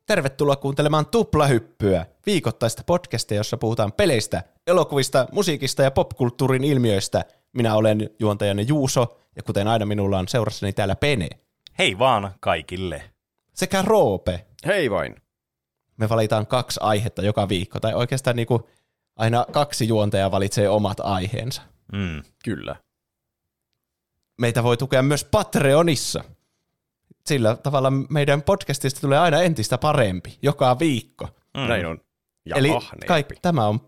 Tervetuloa kuuntelemaan Tuplahyppyä, viikoittaista podcastia, jossa puhutaan peleistä, elokuvista, musiikista ja popkulttuurin ilmiöistä. Minä olen juontajanne Juuso, ja kuten aina minulla on seurassani täällä Pene. Hei vaan kaikille. Sekä Roope. Hei vain. Me valitaan 2 aihetta joka viikko, tai oikeastaan niinku aina 2 juontajaa valitsee omat aiheensa. Kyllä. Meitä voi tukea myös Patreonissa. Sillä tavalla meidän podcastista tulee aina entistä parempi, joka viikko. Näin on. Ja eli tämä on...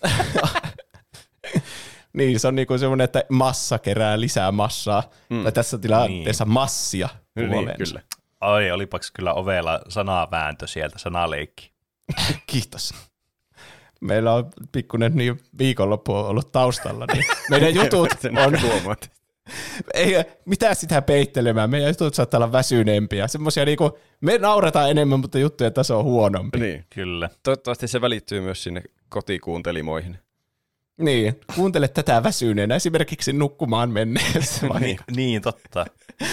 niin, se on niinku semmoinen, että massa kerää lisää massaa. Tai tässä tilanteessa massia puoleensa. Niin, kyllä. Oi, olipaks kyllä ovella sanavääntö sieltä, sanaleikki. Kiitos. Meillä on pikkuinen niin viikonloppu ollut taustalla, niin meidän jutut on... Ei mitään sitä peittelemään. Meidän jutut saattaa olla väsyneempiä. Semmoisia niinku, me naurataan enemmän, mutta juttujen taso on huonompi. Niin. Kyllä. Toivottavasti se välittyy myös sinne kotikuuntelimoihin. Niin, kuuntele tätä väsyneenä esimerkiksi nukkumaan menneessä. Niin, totta.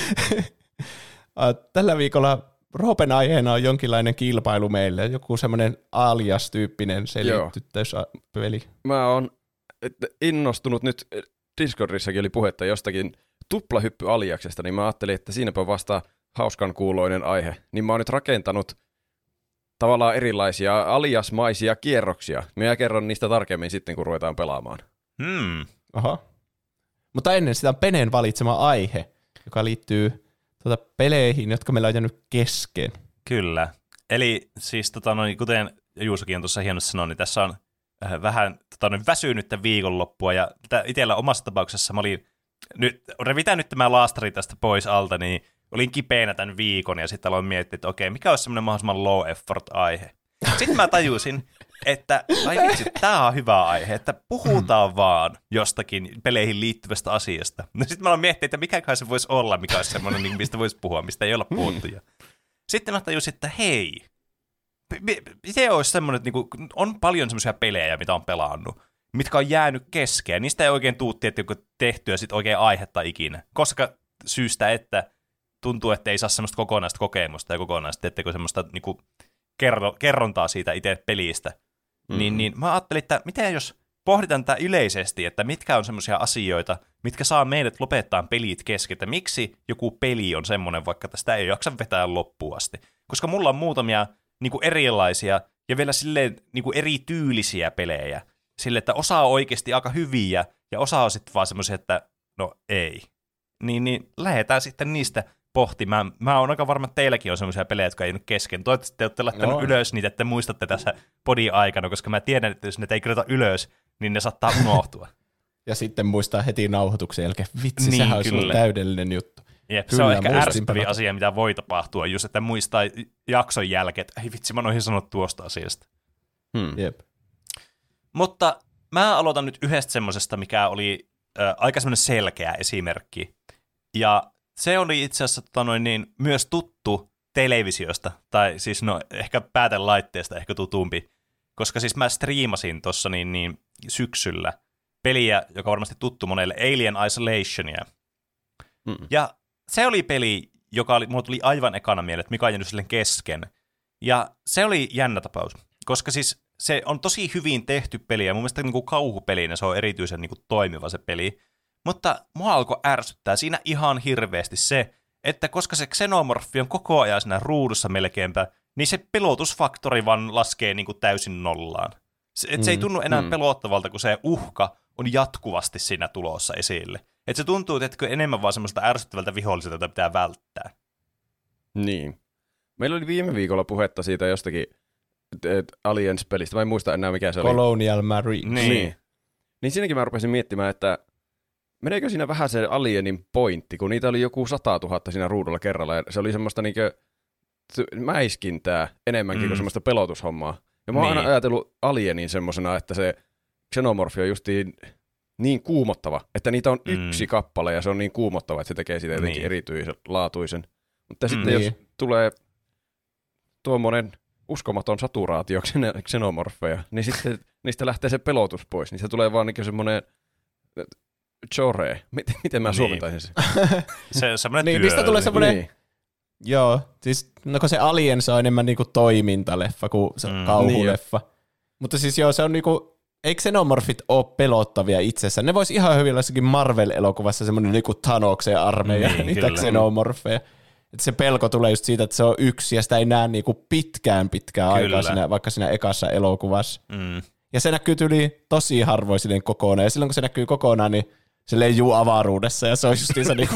Tällä viikolla Roopen aiheena on jonkinlainen kilpailu meille. Joku semmoinen alias-tyyppinen selittyttäyspeli. Mä oon innostunut nyt. Discordissakin oli puhetta jostakin tuplahyppy-aliaksesta, niin mä ajattelin, että siinäpä vasta hauskan kuuloinen aihe. Niin mä oon nyt rakentanut tavallaan erilaisia aliasmaisia kierroksia. Minä kerron niistä tarkemmin sitten, kun ruvetaan pelaamaan. Aha. Mutta ennen sitä on Peneen valitsema aihe, joka liittyy peleihin, jotka meillä on jäänyt kesken. Kyllä. Eli siis kuten Juusokin on tuossa hienosti sanonut, niin tässä on vähän väsynyttä viikonloppua, ja itsellä omassa tapauksessa mä olin, revitään nyt tämä laastari tästä pois alta, niin olin kipeänä tämän viikon, ja sitten aloin miettiä, että okei, mikä olisi semmoinen mahdollisimman low effort aihe. Sitten mä tajusin, että ai vitsi, tää on hyvä aihe, että puhutaan vaan jostakin peleihin liittyvästä asiasta. No sitten mä aloin miettiä, että mikäköhän se voisi olla, mikä olisi semmoinen, mistä voisi puhua, mistä ei olla puhuttu. Sitten mä tajusin, että hei, se olisi semmoinen, että niinku, on paljon semmoisia pelejä, mitä on pelannut, mitkä on jäänyt kesken. Niistä ei oikein tuu tehtyä sit oikein aihetta ikinä. Koska syystä, että tuntuu, että ei saa semmoista kokonaista kokemusta ja kokonaista, etteikö semmoista niinku, kerrontaa siitä itse pelistä. Niin mä ajattelin, että miten jos pohditaan tätä yleisesti, että mitkä on semmoisia asioita, mitkä saa meidät lopettaa pelit kesken, että miksi joku peli on semmoinen, vaikka tästä ei jaksa vetää loppuun asti. Koska mulla on muutamia niinku erilaisia ja vielä silleen niinku erityylisiä pelejä. Sille, että osa on oikeasti aika hyviä ja osa on sitten vaan semmoisia, että no ei. Niin lähdetään sitten niistä pohtimaan. Mä oon aika varma, että teilläkin on semmoisia pelejä, jotka ei nyt kesken. Toivottavasti te olette laittanut ylös niitä, että muistatte tässä podin aikana, koska mä tiedän, että jos ne ei kirjoita ylös, niin ne saattaa unohtua. Ja sitten muistaa heti nauhoituksen jälkeen. Vitsi, sehän olisi ollut täydellinen juttu. Jep, se on ehkä ärsyttävä asia, mitä voi tapahtua, just että muistaa jakson jälkeen, että ei vitsi, mä oon sanonut tuosta asiasta. Jep. Mutta mä aloitan nyt yhdestä semmosesta, mikä oli aika semmoinen selkeä esimerkki. Ja se oli itse asiassa myös tuttu televisiosta, tai siis ehkä päätelaitteesta ehkä tutumpi, koska siis mä striimasin tuossa syksyllä peliä, joka on varmasti tuttu monelle, Alien Isolationia. Ja se oli peli, joka mulla tuli aivan ekana mieleen, että mikä on jäänyt silleen kesken. Ja se oli jännä tapaus, koska siis se on tosi hyvin tehty peli, ja mun mielestä niin kuin kauhupelinä se on erityisen niin kuin toimiva se peli. Mutta mua alkoi ärsyttää siinä ihan hirveästi se, että koska se xenomorfi on koko ajan siinä ruudussa melkeinpä, niin se pelotusfaktori vaan laskee niin kuin täysin nollaan. Se ei tunnu enää pelottavalta, kun se uhka on jatkuvasti siinä tulossa esille. Että se tuntuu, että enemmän vaan semmoista ärsyttävältä viholliselta, jota pitää välttää. Niin. Meillä oli viime viikolla puhetta siitä jostakin Aliens-pelistä. Mä en muista enää, mikä se oli. Colonial Marines. Niin siinäkin mä rupesin miettimään, että meneekö siinä vähän se Alienin pointti, kun niitä oli joku 100 000 siinä ruudulla kerralla, ja se oli semmoista niinkö mäiskintää enemmänkin kuin semmoista pelotushommaa. Ja mä oon aina ajatellut Alienin semmosena, että se xenomorfi on justiin niin kuumottava, että niitä on yksi kappale, ja se on niin kuumottava, että se tekee siitä jotenkin erityislaatuisen. Mutta sitten jos tulee tuommoinen uskomaton saturaatio xenomorfeja, niin sitten niistä lähtee se pelotus pois. Niistä tulee vaan niin semmoinen chore. Miten mä suomentaisin sen? Se semmoinen niin, työ. niistä tulee semmoinen Joo, siis kun se Aliens on enemmän niinku toimintaleffa kuin se kauhuleffa. Niin mutta siis joo, se on niinku, eikö xenomorfit ole pelottavia itsessään? Ne vois ihan hyvin olla jossakin Marvel-elokuvassa semmoinen niinku Thanoksen armeija, niitä xenomorfeja. Että se pelko tulee just siitä, että se on yksi ja sitä ei näe niinku pitkään aikaa siinä, vaikka siinä ekassa elokuvassa. Ja se näkyy yli tosi harvoin silleen kokonaan. Ja silloin kun se näkyy kokonaan, niin se leijuu avaruudessa ja se on justiinsa niinku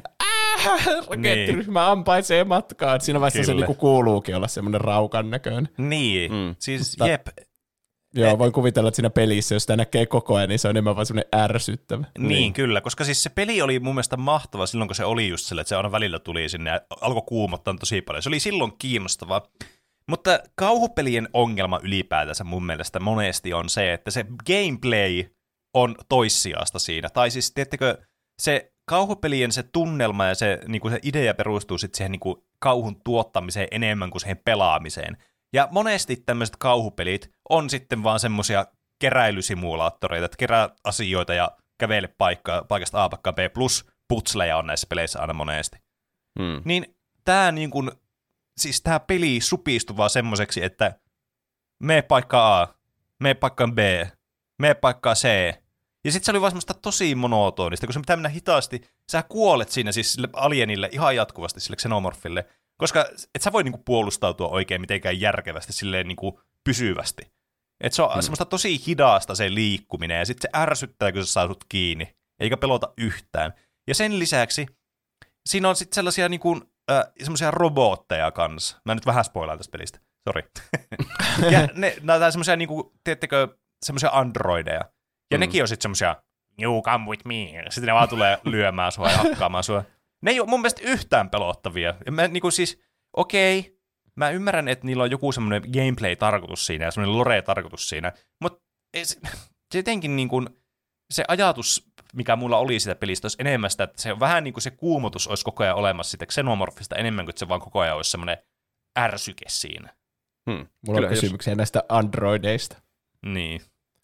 rakettiryhmä ampaisee matkaan. Siinä vaiheessa se niinku kuuluukin olla semmoinen raukan näköinen. Niin, siis jep. Joo, voin kuvitella, että siinä pelissä, jos sitä näkee koko ajan, niin se on enemmän vaan semmoinen ärsyttävä. Niin, kyllä, koska siis se peli oli mun mielestä mahtava silloin, kun se oli just sille, että se aina välillä tuli sinne ja alkoi kuumottaa tosi paljon. Se oli silloin kiinnostavaa. Mutta kauhupelien ongelma ylipäätänsä mun mielestä monesti on se, että se gameplay on toissijasta siinä. Tai siis, tiedättekö, se kauhupelien se tunnelma ja se, niinku se idea perustuu sitten siihen niinku kauhun tuottamiseen enemmän kuin siihen pelaamiseen. Ja monesti tämmöiset kauhupelit on sitten vaan semmoisia keräilysimulaattoreita, että kerää asioita ja kävele paikasta A paikkaan B, plus putsleja on näissä peleissä aina monesti. Niin tää niinku, siis tää peli supistuu vaan semmoiseksi, että mene paikkaan A, mene paikkaan B, mene paikkaan C. Ja sit se oli vaan semmoista tosi monotonista, kun se pitää mennä hitaasti. Sä kuolet siinä siis sille alienille ihan jatkuvasti, sille xenomorfille, koska et sä voi niinku puolustautua oikein mitenkään järkevästi silleen niinku pysyvästi. Et se on semmoista tosi hidasta se liikkuminen, ja sitten se ärsyttää, kun se saa sut kiinni, eikä pelota yhtään. Ja sen lisäksi siinä on sitten sellaisia niinku, semmoisia robotteja kanssa. Mä nyt vähän spoilaan tästä pelistä, sori. Ja nämä on semmoisia, niinku, tiedättekö, semmoisia androideja. Ja nekin on sitten semmoisia, you come with me. Sitten ne vaan tulee lyömään sua ja hakkaamaan sua. Ne ei ole mun mielestä yhtään pelottavia. Ja mä niinku siis, okei, mä ymmärrän, että niillä on joku semmoinen gameplay-tarkoitus siinä ja semmoinen lore-tarkoitus siinä, mutta se jotenkin niinku, se ajatus, mikä mulla oli sitä pelistä, olisi enemmän sitä, että se on vähän niin kuin se kuumotus olisi koko ajan olemassa sitä xenomorfista enemmän kuin että se vaan koko ajan olisi semmoinen ärsyke siinä. Mulla on kysymyksiä näistä androideista. Niin.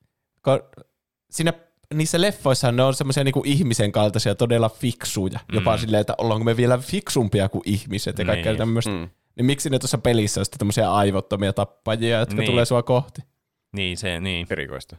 Siinä niissä leffoissa ne on semmoisia niinku ihmisen kaltaisia, todella fiksuja. Jopa silleen, että ollaanko me vielä fiksumpia kuin ihmiset ja kaikkea tämmöistä. Niin miksi ne tuossa pelissä on sitten tämmöisiä aivottomia tappajia, jotka tulee sua kohti? Niin. Erikoista.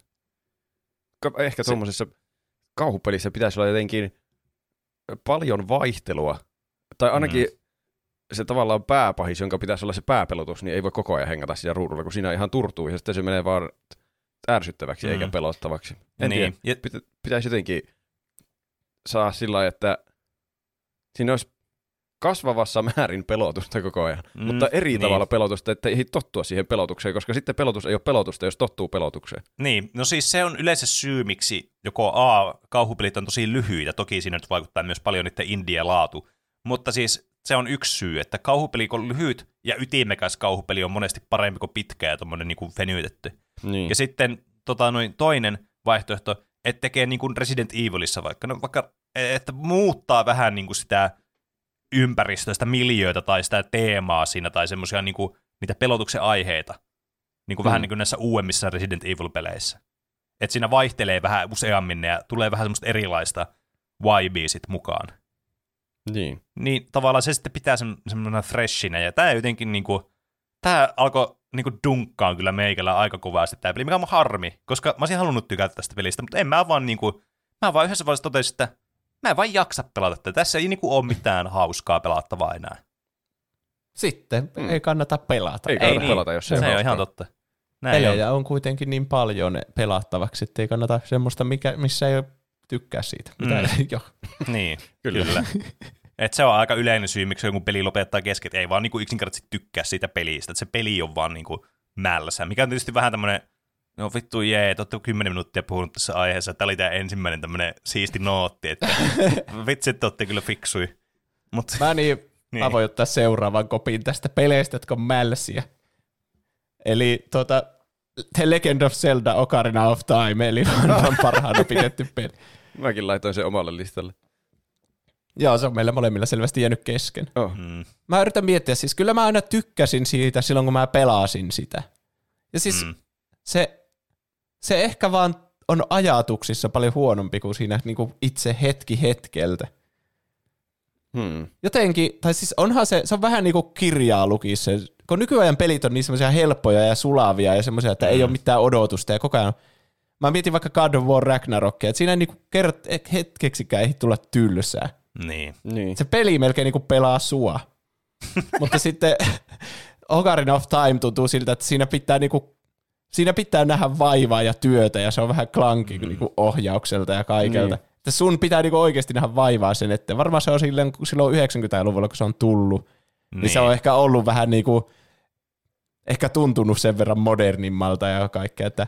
Ehkä tuommoisessa kauhupelissä pitäisi olla jotenkin paljon vaihtelua. Tai ainakin se tavallaan pääpahis, jonka pitäisi olla se pääpelotus, niin ei voi koko ajan hengata siinä ruudulla, kun siinä ihan turtuu, ja sitten se menee vaan ärsyttäväksi eikä pelottavaksi. En tiedä. Pitäisi jotenkin saa sillä lailla, että siinä olisi kasvavassa määrin pelotusta koko ajan, mutta eri tavalla pelotusta, että ei tottua siihen pelotukseen, koska sitten pelotus ei ole pelotusta, jos tottuu pelotukseen. Niin, no siis se on yleensä syy, miksi joko kauhupelit on tosi lyhyitä, toki siinä nyt vaikuttaa myös paljon niiden indie-laatu, mutta siis se on yksi syy, että kauhupeli on lyhyt ja ytimekäs kauhupeli on monesti parempi kuin pitkä ja tommoinen niin kuin venytetty. Niin. Ja sitten toinen vaihtoehto, että tekee niin kuin Resident Evilissa vaikka että muuttaa vähän niin kuin sitä ympäristöä, sitä miljöötä tai sitä teemaa siinä tai semmoisia niin kuin niitä pelotuksen aiheita. Niin kuin vähän niin kuin näissä uudemmissa Resident Evil-peleissä. Että siinä vaihtelee vähän useammin ja tulee vähän semmoista erilaista vibea sit mukaan. Niin tavallaan se sitten pitää semmoinen freshinä ja tää jotenkin niinku, tää alkoi niinku dunkkaan kyllä meikällä aika kovasti tää peli, mikä on harmi, koska mä olisin halunnut tykätä tästä pelistä, mutta mä vaan yhdessä vaiheessa totesin, että mä en vaan jaksa pelata tätä, tässä ei niinku ole mitään hauskaa pelattavaa enää. Sitten ei kannata pelata. Ei kannata pelata, jos se on ihan totta. Pelejä on kuitenkin niin paljon pelattavaksi, että ei kannata semmoista, missä ei tykkää siitä. Niin, kyllä. Et se on aika yleinen syy, miksi joku peli lopettaa kesken, ei vaan niinku yksinkertaisesti tykkää siitä pelistä. Että se peli on vaan niinku mälsä, mikä on tietysti vähän tämmöinen, no vittu jee, te olette 10 minuuttia puhunut tässä aiheessa, että tämä oli tämä ensimmäinen tämmöinen siisti nootti, että vitsi, että olette kyllä fiksui. Mä mä voin ottaa seuraavan kopin tästä peleistä, jotka on mälsiä. Eli The Legend of Zelda Ocarina of Time, eli on parhaana pidetty peli. Mäkin laitoin sen omalle listalle. Joo, se on meillä molemmilla selvästi jäänyt kesken. Mä yritän miettiä, siis kyllä mä aina tykkäsin siitä silloin, kun mä pelasin sitä. Ja siis se ehkä vaan on ajatuksissa paljon huonompi kuin siinä niin kuin itse hetki hetkeltä. jotenkin, tai siis onhan se on vähän niin kuin kirjaa lukissa, kun nykyajan pelit on niin semmoisia helppoja ja sulavia ja semmoisia, että ei ole mitään odotusta ja koko ajan. Mä mietin vaikka God of War Ragnarokia, että siinä ei niinku hetkeksikään ei tulla tylsää. Niin. Se peli melkein niinku pelaa sua. Mutta sitten Ocarina of Time tuntuu siltä, että siinä pitää nähdä vaivaa ja työtä ja se on vähän klanki niinku ohjaukselta ja kaikelta. Että sun pitää niinku oikeasti nähdä vaivaa sen eteen. Varmaan se on silloin 90-luvulla, kun se on tullut. Niin se on ehkä ollut vähän niinku, ehkä tuntunut sen verran modernimmalta ja kaikkea, että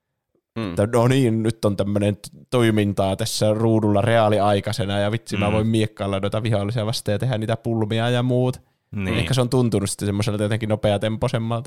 no niin, nyt on tämmöinen toimintaa tässä ruudulla reaaliaikaisena ja vitsi mä voin miekkailla noita vihollisia vastaan ja tehdä niitä pulmia ja muut. Niin. Ehkä se on tuntunut sitten semmoiselta jotenkin nopeatempoisemmalta.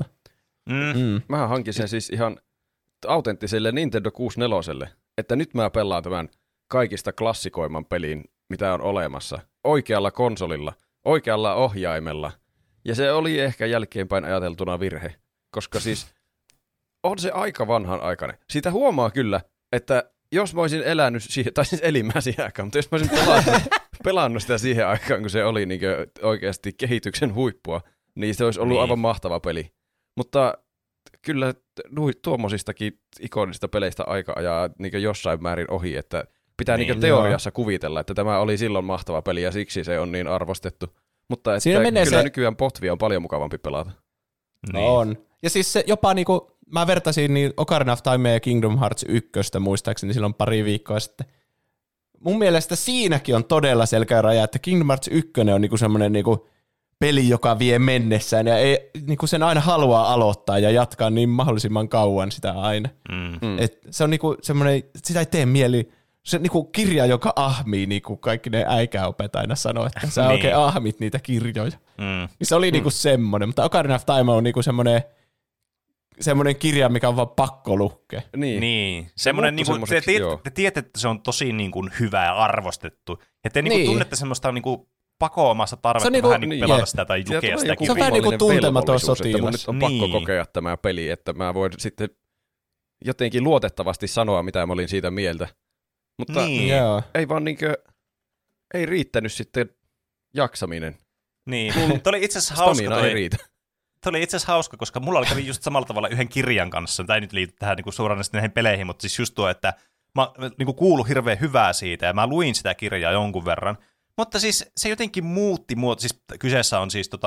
Mä hankin sen siis ihan autenttiselle Nintendo 64, että nyt mä pelaan tämän kaikista klassikoimman pelin, mitä on olemassa. Oikealla konsolilla, oikealla ohjaimella. Ja se oli ehkä jälkeenpäin ajateltuna virhe, koska siis on se aika vanhan aikainen. Siitä huomaa kyllä, että jos mä olisin elänyt siihen, tai siis elin mä siihen aikaan, mutta jos mä olisin pelannut sitä siihen aikaan, kun se oli niin oikeasti kehityksen huippua, niin se olisi ollut aivan mahtava peli. Mutta kyllä tuommoisistakin ikonista peleistä aika ajaa niin jossain määrin ohi, että pitää niin teoriassa kuvitella, että tämä oli silloin mahtava peli ja siksi se on niin arvostettu. Mutta että kyllä nykyään potvia on paljon mukavampi pelata. Niin. On. Ja siis se jopa niinku, mä vertasin niin Ocarina of Time ja Kingdom Hearts 1 muistaakseni silloin pari viikkoa sitten. Mun mielestä siinäkin on todella selkeä raja, että Kingdom Hearts 1 on niinku semmoinen niinku peli, joka vie mennessään ja ei, niinku sen aina haluaa aloittaa ja jatkaa niin mahdollisimman kauan sitä aina. Et se on niinku semmoinen, sitä ei tee mieli, se niinku kirja, joka ahmii, niinku kaikki ne äikäopet aina sanoo, että sä oikein ahmit niitä kirjoja. Niin se oli niinku semmoinen, mutta Ocarina of Time on niinku semmoinen kirja, mikä on vaan pakko lukea. Niin. Semmoinen, niinku, te tiedätte, että se on tosi niinku hyvä ja arvostettu. Ja te niinku tunnette semmoista niinku pakoa omasta tarvetta niinku, vähän niinku pelata sitä tai lukea sitä kirjaa. Se on vähän niinku tuntematon sotilas. Että mun nyt on pakko kokea tämä peli, että mä voin sitten jotenkin luotettavasti sanoa, mitä mä olin siitä mieltä. Mutta ei vaan niinkö, ei riittänyt sitten jaksaminen. Niin, toi oli itse asiassa hauska. Ei riitä. Toi oli itse asiassa hauska, koska mulla kävi just samalla tavalla yhden kirjan kanssa. Tämä ei nyt liity tähän niin suoranaisesti näihin peleihin, mutta siis just tuo, että mä niin kuullut hirveän hyvää siitä ja mä luin sitä kirjaa jonkun verran. Mutta siis se jotenkin muutti muoto. Siis kyseessä on siis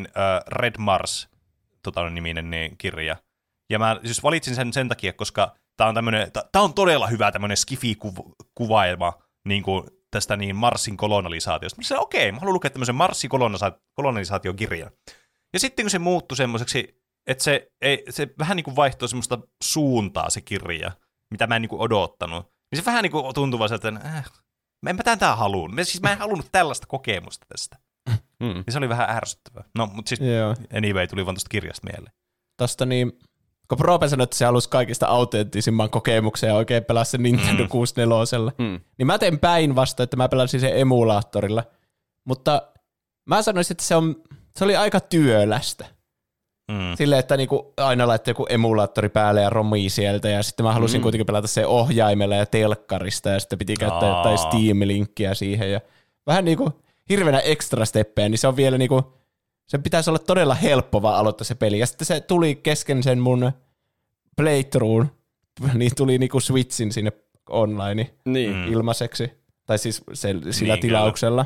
Red Mars niminen niin kirja. Ja mä siis valitsin sen takia, koska tää on todella hyvä tämmöinen skifi-kuvailma niin kuin tästä niin Marsin kolonisaatiosta. Mä sanoin, okei, mä haluan lukea tämmöisen Marsin kolonisaatiokirjan. Ja sitten kun se muuttui semmoiseksi, että se vähän niin kuin vaihtoi semmoista suuntaa se kirja, mitä mä en niin kuin odottanut, niin se vähän niin kuin tuntui vaan sieltä, että en mä tää haluun. Siis mä en halunnut tällaista kokemusta tästä. Ja se oli vähän ärsyttävää. No, mutta siis anyway, tuli vaan tuosta kirjasta mieleen. Tosta niin, kun Prope sanoi, että se halusi kaikista autenttisimman kokemuksen ja oikein pelasi sen Nintendo 64, niin mä tein päinvastoin, että mä pelasin sen emulaattorilla. Mutta mä sanoisin, että se oli aika työlästä. Silleen, että niinku aina laittoi joku emulaattori päälle ja romii sieltä, ja sitten mä halusin kuitenkin pelata se ohjaimella ja telkkarista, ja sitten piti käyttää jotain Steam-linkkiä siihen, ja vähän niinku hirveänä extra steppejä, niin se on vielä niinku, sen pitäisi olla todella helppo vaan aloittaa se peli, ja sitten se tuli kesken sen mun playthrough, niin tuli niinku Switchin sinne online ilmaiseksi, tai siis sillä tilauksella.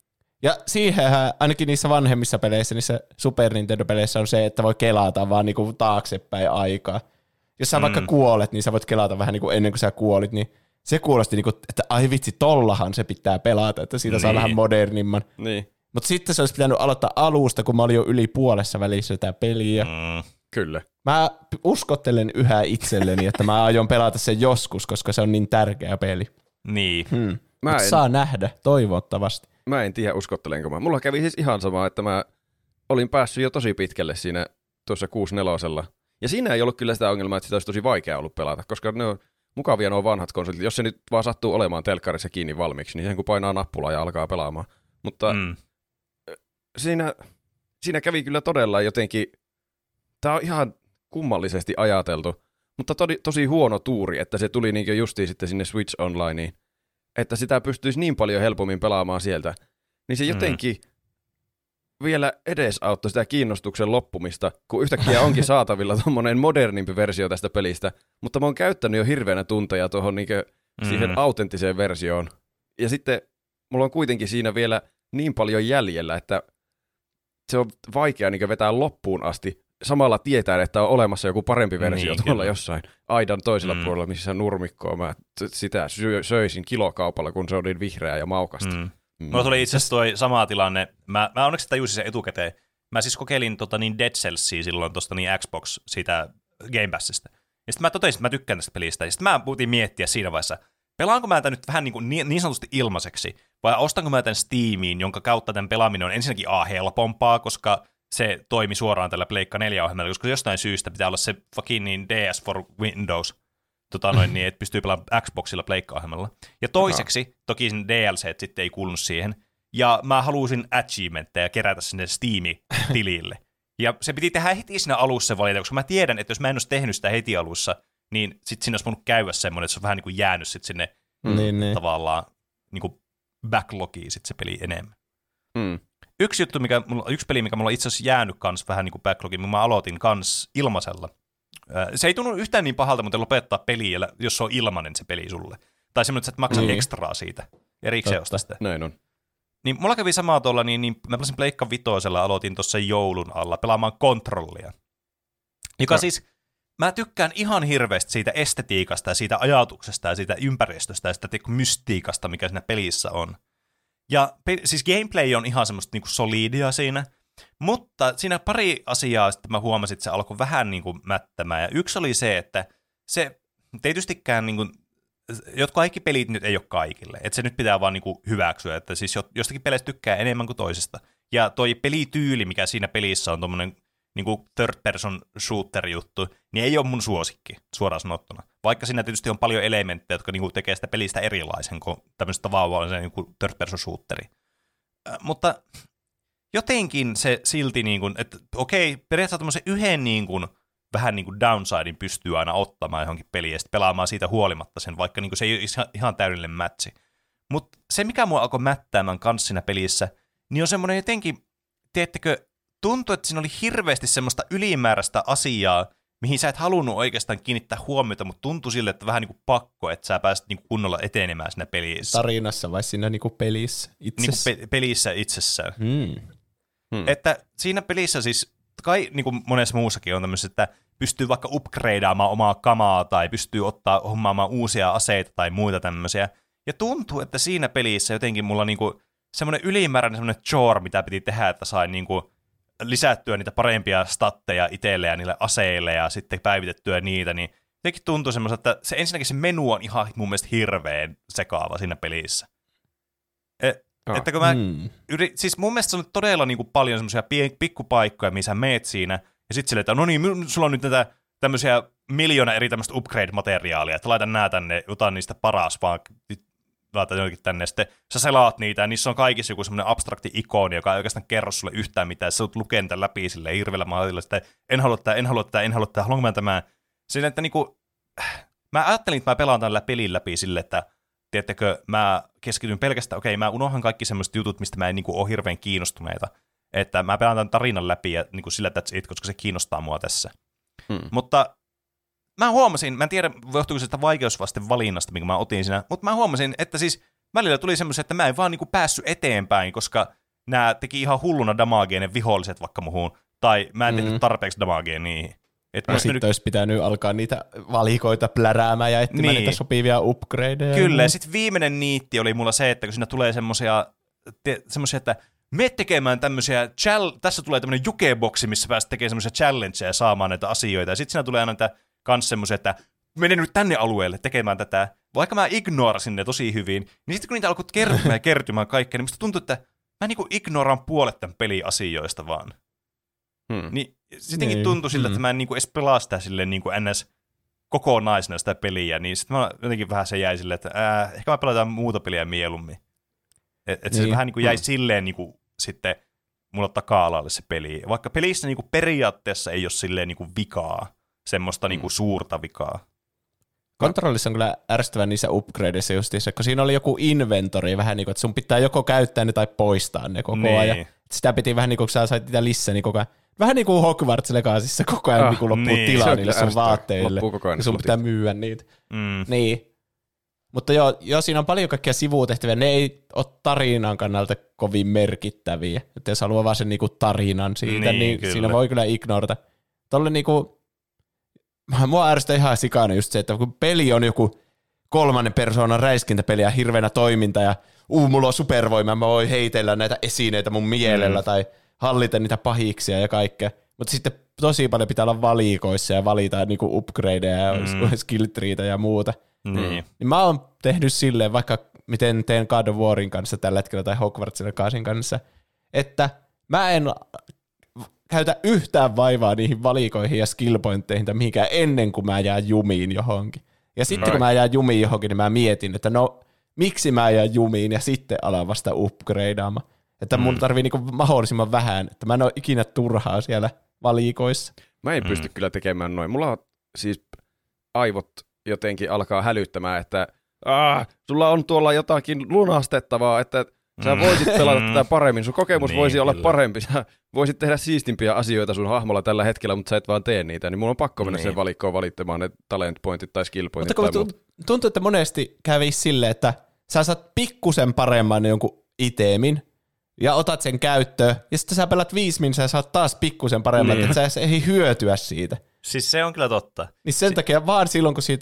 Ja siihenhän ainakin niissä vanhemmissa peleissä, niissä Super Nintendo-peleissä on se, että voi kelata vaan niinku taaksepäin aikaa. Jos sä vaikka kuolet, niin sä voit kelata vähän niinku ennen kuin sä kuolit, niin se kuulosti niinku, että ai vitsi, tollahan se pitää pelata, että siitä saa vähän modernimman. Mutta sitten se olisi pitänyt aloittaa alusta, kun mä olin jo yli puolessa välissä sitä peliä. Kyllä. Mä uskottelen yhä itselleni, että mä aion pelata sen joskus, koska se on niin tärkeä peli. Niin. Saa nähdä, toivottavasti. Mä en tiedä, uskottelenko mä. Mulla kävi siis ihan sama, että mä olin päässyt jo tosi pitkälle siinä tuossa 64. Ja siinä ei ollut kyllä sitä ongelmaa, että sitä olisi tosi vaikea ollut pelata, koska ne on mukavia nuo vanhat konsolit. Jos se nyt vaan sattuu olemaan telkkarissa kiinni valmiiksi, niin sen kun painaa nappulaa ja alkaa pelaamaan. Mutta siinä kävi kyllä todella jotenkin, tää on ihan kummallisesti ajateltu, mutta tosi huono tuuri, että se tuli niin justiin sitten sinne Switch Onlineen, että sitä pystyisi niin paljon helpommin pelaamaan sieltä. niin se jotenkin vielä edesauttoi sitä kiinnostuksen loppumista, kun yhtäkkiä onkin saatavilla tommonen modernimpi versio tästä pelistä, mutta mä oon käyttänyt jo hirveänä tunteja tuohon siihen autenttiseen versioon. Ja sitten mulla on kuitenkin siinä vielä niin paljon jäljellä, että se on vaikea vetää loppuun asti. Samalla tietää, että on olemassa joku parempi versio tuolla jossain aidan toisella puolella, missä nurmikkoa. Mä sitä söisin kilokaupalla, kun se on niin vihreää ja maukasta. Mulla tuli itse asiassa toi sama tilanne. Mä onneksi tajusin sen etukäteen. Mä siis kokeilin Dead Cellsia silloin tuosta Xbox siitä Game Passista. Ja sitten mä totesin, että mä tykkään tästä pelistä. Ja sitten mä puhutin miettiä siinä vaiheessa, pelaanko mä tämän nyt vähän niin sanotusti ilmaiseksi, vai ostanko mä tämän Steamiin, jonka kautta tämän pelaaminen on ensinnäkin helpompaa, koska se toimi suoraan tällä Pleikka 4-ohjelmalla, koska jostain syystä pitää olla se fucking DS for Windows, niin että pystyy pelaamaan Xboxilla Pleikka-ohjelmalla. Ja toiseksi, toki sen DLC sitten ei kuulunut siihen, ja mä halusin achievementteja kerätä sinne Steam-tilille. Ja se piti tehdä heti siinä alussa valita, koska mä tiedän, että jos mä en olisi tehnyt sitä heti alussa, niin sitten siinä olisi voinut käydä semmoinen, että se on vähän niin kuin jäänyt sitten sinne tavallaan niin kuin backlogiin sitten se peli enemmän. Yksi peli, mikä mulla on itse asiassa jäänyt kans vähän niin kuin backlogiin, mä aloitin kans ilmaisella. Se ei tunnu yhtään niin pahalta, mutta lopettaa peliä, jos se on ilmainen se peli sulle. Tai semmoinen, että sä et maksa ekstraa siitä. Erikseen osta sitä. Näin on. Niin mulla kävi samaa tuolla, niin mä pelasin Pleikka Vitosella, aloitin tuossa joulun alla pelaamaan Controllia. Joka siis, mä tykkään ihan hirveästi siitä estetiikasta ja siitä ajatuksesta ja siitä ympäristöstä ja sitä mystiikasta, mikä siinä pelissä on. Ja siis gameplay on ihan semmoista niinku solidia siinä, mutta siinä pari asiaa sitten mä huomasin, että se alkoi vähän niinku mättämään. Ja yksi oli se, että se tietystikään niinku, jotkut kaikki pelit nyt ei ole kaikille. Että se nyt pitää vaan niinku hyväksyä, että siis jostakin peleistä tykkää enemmän kuin toisesta. Ja toi pelityyli, mikä siinä pelissä on tommonen niinku third person shooter juttu, niin ei ole mun suosikki, suoraan sanottuna. Vaikka siinä tietysti on paljon elementtejä, jotka niinku tekee sitä pelistä erilaisen kuin tämmöistä tavallaan niinku third person shooteri. Mutta jotenkin se silti, niinku, että okei, periaatteessa tämmöisen yhden niinku, vähän niin kuin downsidein pystyy aina ottamaan johonkin peliin ja sitten pelaamaan siitä huolimatta sen, vaikka niin kuin se ei ole ihan täydellinen matchi. Mutta se, mikä mua alkoi mättäämään kanssa siinä pelissä, niin on semmoinen jotenkin, tiedättekö, tuntui, että siinä oli hirveästi semmoista ylimääräistä asiaa, mihin sä et halunnut oikeastaan kiinnittää huomiota, mutta tuntui sille, että vähän niin kuin pakko, että sä pääset niin kuin kunnolla etenemään siinä pelissä. Tarinassa vai siinä niin kuin pelissä itsessään? Niin kuin pelissä itsessään. Että siinä pelissä siis kai niin kuin monessa muussakin on tämmöistä, että pystyy vaikka upgradeaamaan omaa kamaa tai pystyy hommaamaan uusia aseita tai muita tämmöisiä. Ja tuntuu, että siinä pelissä jotenkin mulla niinku semmoinen ylimääräinen semmoinen chore, mitä piti tehdä, että sain niinku lisättyä niitä parempia statteja itselle ja niille aseille ja sitten päivitettyä niitä, niin jotenkin tuntuu semmoista, että ensinnäkin se menu on ihan mun mielestä hirveän sekaava siinä pelissä. Että kun siis mun mielestä se on todella niinku paljon semmoisia pikkupaikkoja, missä meet siinä, ja sitten silleen, että no niin, sulla on nyt näitä tämmöisiä 1,000,000 eri tämmöistä upgrade-materiaalia, että laitan nää tänne, otan niistä paras, vaan laitan jonnekin tänne, ja sitten sä selaat niitä, ja niissä on kaikissa joku semmoinen abstrakti ikoni, joka ei oikeastaan kerro sulle yhtään mitään, ja sä oot lukeen tämän läpi silleen hirveällä mahdolla, että en halua tätä, haluanko mä tämän. Silleen, että niinku, mä ajattelin, että mä pelaan tämän pelin läpi silleen, että tiedättekö, mä keskityn pelkästään, mä unohan kaikki semmoiset jutut, mistä mä en niinku ole hirveän kiinnostuneita. Että mä pelaan tämän tarinan läpi ja niinku sillä that's it, koska se kiinnostaa mua tässä. Mutta mä huomasin, mä en tiedä, johtuuko se sitä vaikeusvasten valinnasta, minkä mä otin siinä, mutta mä huomasin, että siis välillä tuli semmoisia, että mä en vaan niinku päässyt eteenpäin, koska nämä teki ihan hulluna damagea ne viholliset vaikka muhun, tai mä en tehnyt tarpeeksi damagea niihin. Sitten olisi pitänyt alkaa niitä valikoita pläräämään ja etsimään niitä sopivia upgradeja. Kyllä, ja sitten viimeinen niitti oli mulla se, että kun siinä tulee semmoisia, että me tekemään tämmöisiä, tässä tulee tämmöinen jukeboksi, missä pääset tekemään semmoisia challengeja ja saamaan näitä asioita, ja sitten siinä tulee aina näitä kans semmoisia, että mene nyt tänne alueelle tekemään tätä. Vaikka mä ignorasin ne tosi hyvin, niin sitten kun niitä alkoi kertymään kaikkea, niin musta tuntuu, että mä niinku ignoraan puolet tämän peliasioista vaan. Niin sittenkin tuntui siltä, että mä en niinku edes pelaa sitä silleen niinku ns. Kokonaisena sitä peliä, niin sitten mä jotenkin vähän se jäi silleen, että ehkä mä pelataan muuta peliä mieluummin. Että se vähän niinku jäi silleen niinku sitten mulla taka-alalle se peli. Vaikka pelissä niinku periaatteessa ei ole silleen niinku vikaa, semmoista niinku suurta vikaa. Kontrollissa on kyllä ärsyttävän niissä upgradeissa justiinsa, kun siinä oli joku inventori vähän niin kuin, että sun pitää joko käyttää ne tai poistaa ne koko ajan. Sitä piti vähän niin kuin, kun sä sait niitä lisää, niin koko ajan. Vähän niin kuin Hogwarts Legacyssa koko ajan niin loppuu tilaa niille sun vaatteille. Ja sun pitää myyä niitä. Niin. Mutta joo, siinä on paljon kaikkia sivutehtäviä. Ne ei ole tarinan kannalta kovin merkittäviä. Että jos haluaa vaan sen niinku tarinan siitä, niin siinä voi kyllä ignorata. Tolle niinku, mua ärsyttää ihan sikana just se, että kun peli on joku kolmannen persoonan räiskintäpeli ja hirveänä toiminta ja mulla on supervoima, mä voin heitellä näitä esineitä mun mielellä tai hallita niitä pahiksia ja kaikkea. Mutta sitten tosi paljon pitää olla valikoissa ja valita niinku upgradeja ja skill treitä ja muuta. Niin mä oon tehnyt silleen, vaikka miten teen God of Warin kanssa tällä hetkellä tai Hogwarts Legacyn kanssa, että mä en käytä yhtään vaivaa niihin valikoihin ja skillpointteihin tai mihinkään ennen kuin mä jään jumiin johonkin. Ja sitten kun mä jään jumiin johonkin, niin mä mietin, että no miksi mä jään jumiin ja sitten alan vasta upgradeaamaan. Että mun tarvii niinku mahdollisimman vähän, että mä en ole ikinä turhaa siellä valikoissa. Mä en pysty kyllä tekemään noin. Mulla on siis aivot jotenkin alkaa hälyttämään, että sulla on tuolla jotakin lunastettavaa, että sä voisit pelata tätä paremmin, sun kokemus voisi olla parempi, sä voisit tehdä siistimpiä asioita sun hahmolla tällä hetkellä, mutta sä et vaan tee niitä, niin mulla on pakko mennä sen valikkoon valittamaan ne talent pointit tai skill pointit. Mutta tuntuu, että monesti kävisi silleen, että sä saat pikkusen paremman jonkun itemin, ja otat sen käyttöön, ja sitten sä pelat 5 min, sä saat taas pikkusen paremman, että sä ei hyötyä siitä. Siis se on kyllä totta. Niin sen takia vaan silloin, kun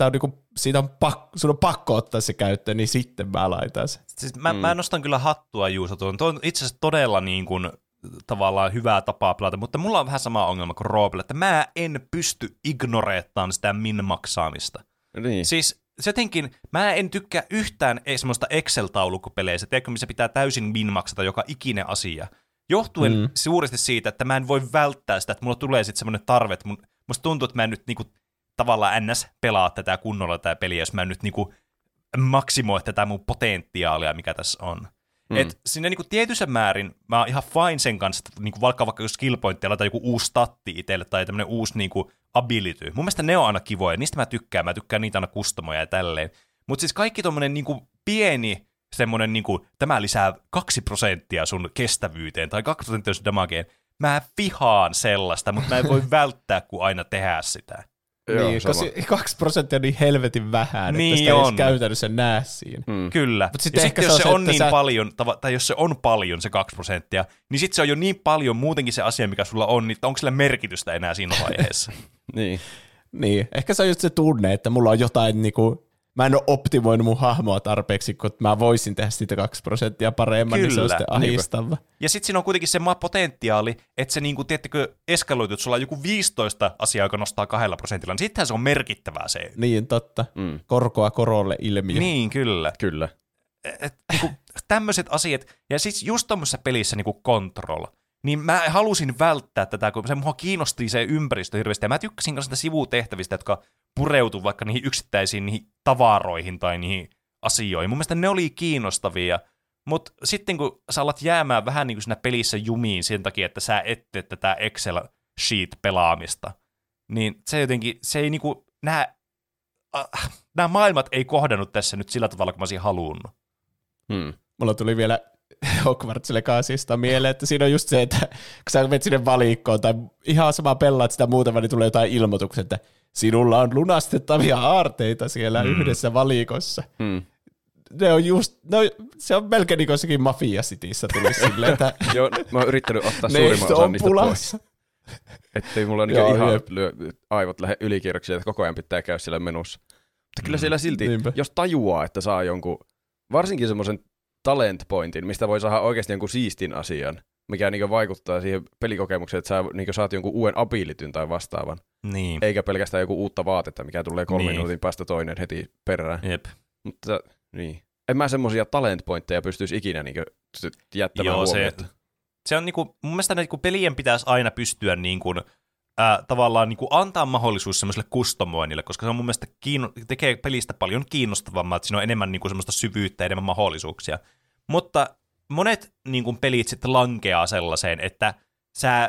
sun on pakko ottaa se käyttöön, niin sitten mä laitan sen. Siis mä nostan kyllä hattua Juuso tuon. Tuo on itse asiassa todella niin kuin, tavallaan hyvää tapaa pelata, mutta mulla on vähän sama ongelma kuin Roopelle, että mä en pysty ignoreettamaan sitä min-maksaamista. Niin. Siis jotenkin, mä en tykkää yhtään semmoista Excel-taulukkopeleissä, tiedätkö, missä pitää täysin min-maksata joka ikinen asia. Johtuen suuresti siitä, että mä en voi välttää sitä, että mulla tulee sitten semmoinen tarve, että musta tuntuu, että mä en nyt niinku tavallaan ns. Pelaa tätä kunnolla tätä peliä, jos mä en nyt niinku maksimoi tätä mun potentiaalia, mikä tässä on. Et sinne niinku tietyssä määrin mä oon ihan fine sen kanssa, että niinku vaikka jos skill pointtia laitetaan joku uusi statti itselle tai tämmönen uusi niinku ability. Mun mielestä ne on aina kivoja, niistä mä tykkään niitä aina kustomoja ja tälleen. Mutta siis kaikki tommonen niinku pieni semmonen niinku, tämä lisää 2% sun kestävyyteen tai 2% sun damageen. Mä vihaan sellaista, mutta mä en voi välttää, kun aina tehdä sitä. Niin, koska 2% on niin helvetin vähän, niin että sitä ei edes käytännössä näe siinä. Kyllä. Mut sitten jos se on niin paljon, tai jos se on paljon se 2%, niin sitten se on jo niin paljon muutenkin se asia, mikä sulla on, niin onko sillä merkitystä enää siinä vaiheessa? Niin, ehkä se on just se tunne, että mulla on jotain niinku, mä en ole optimoinut mun hahmoa tarpeeksi, kun mä voisin tehdä siitä 2% paremmin, niin se on sitten ahistava. Ja sitten siinä on kuitenkin se potentiaali, että se niinku, tiedättekö, eskaloitu, että sulla on joku 15 asiaa, joka nostaa 2%, niin sittenhän se on merkittävää se. Niin, totta. Korkoa korolle ilmiö. Niin, kyllä. Niinku, tämmöiset asiat, ja sitten just tommosessa pelissä niinku Control, niin mä halusin välttää tätä, kun se mua kiinnosti se ympäristö hirveästi, ja mä tykkäsin kanssa sitä sivutehtävistä, jotka pureutuu vaikka niihin yksittäisiin niihin tavaroihin tai niihin asioihin. Mun mielestä ne oli kiinnostavia, mutta sitten kun sä alat jäämään vähän niin kuin siinä pelissä jumiin sen takia, että sä et tee tätä Excel-sheet-pelaamista, niin se jotenkin, se ei niinku, nämä maailmat ei kohdannut tässä nyt sillä tavalla, kun mä olisin halunnut. Mulla tuli vielä Hogwarts Legacysta mieleen, että siinä on just se, että kun sä menet sinne valikkoon tai ihan sama pelaat sitä muutama, niin tulee jotain ilmoituksia, että sinulla on lunastettavia aarteita siellä yhdessä valikossa. Ne on just, se on melkein niin kuin jossakin Mafia Cityssä tuli silleen, että joo, mä oon yrittänyt ottaa suurimman osan niistä pois. Ettei mulla niin ihan aivot lähde ylikierroksille, että koko ajan pitää käydä siellä menussa. Mutta kyllä siellä silti, jos tajuaa, että saa jonkun, varsinkin semmoisen talent pointin, mistä voi saada oikeasti jonkun siistin asian, mikä niin vaikuttaa siihen pelikokemukseen, että sä niin saat jonkun uuden abilityn tai vastaavan. Niin. Eikä pelkästään joku uutta vaatetta, mikä tulee 3 minuutin päästä toinen heti perään. Jep. Mutta niin. En mä semmosia talent pointteja pystyisi ikinä niin jättämään huomiota. Se on niinku, mun mielestä niinku pelien pitäisi aina pystyä niinku, tavallaan niinku antaa mahdollisuus semmoiselle kustomoinnille, koska se on mun mielestä tekee pelistä paljon kiinnostavammaa, että siinä on enemmän niinku semmoista syvyyttä, enemmän mahdollisuuksia. Mutta monet niinku pelit sitten lankeaa sellaiseen, että sä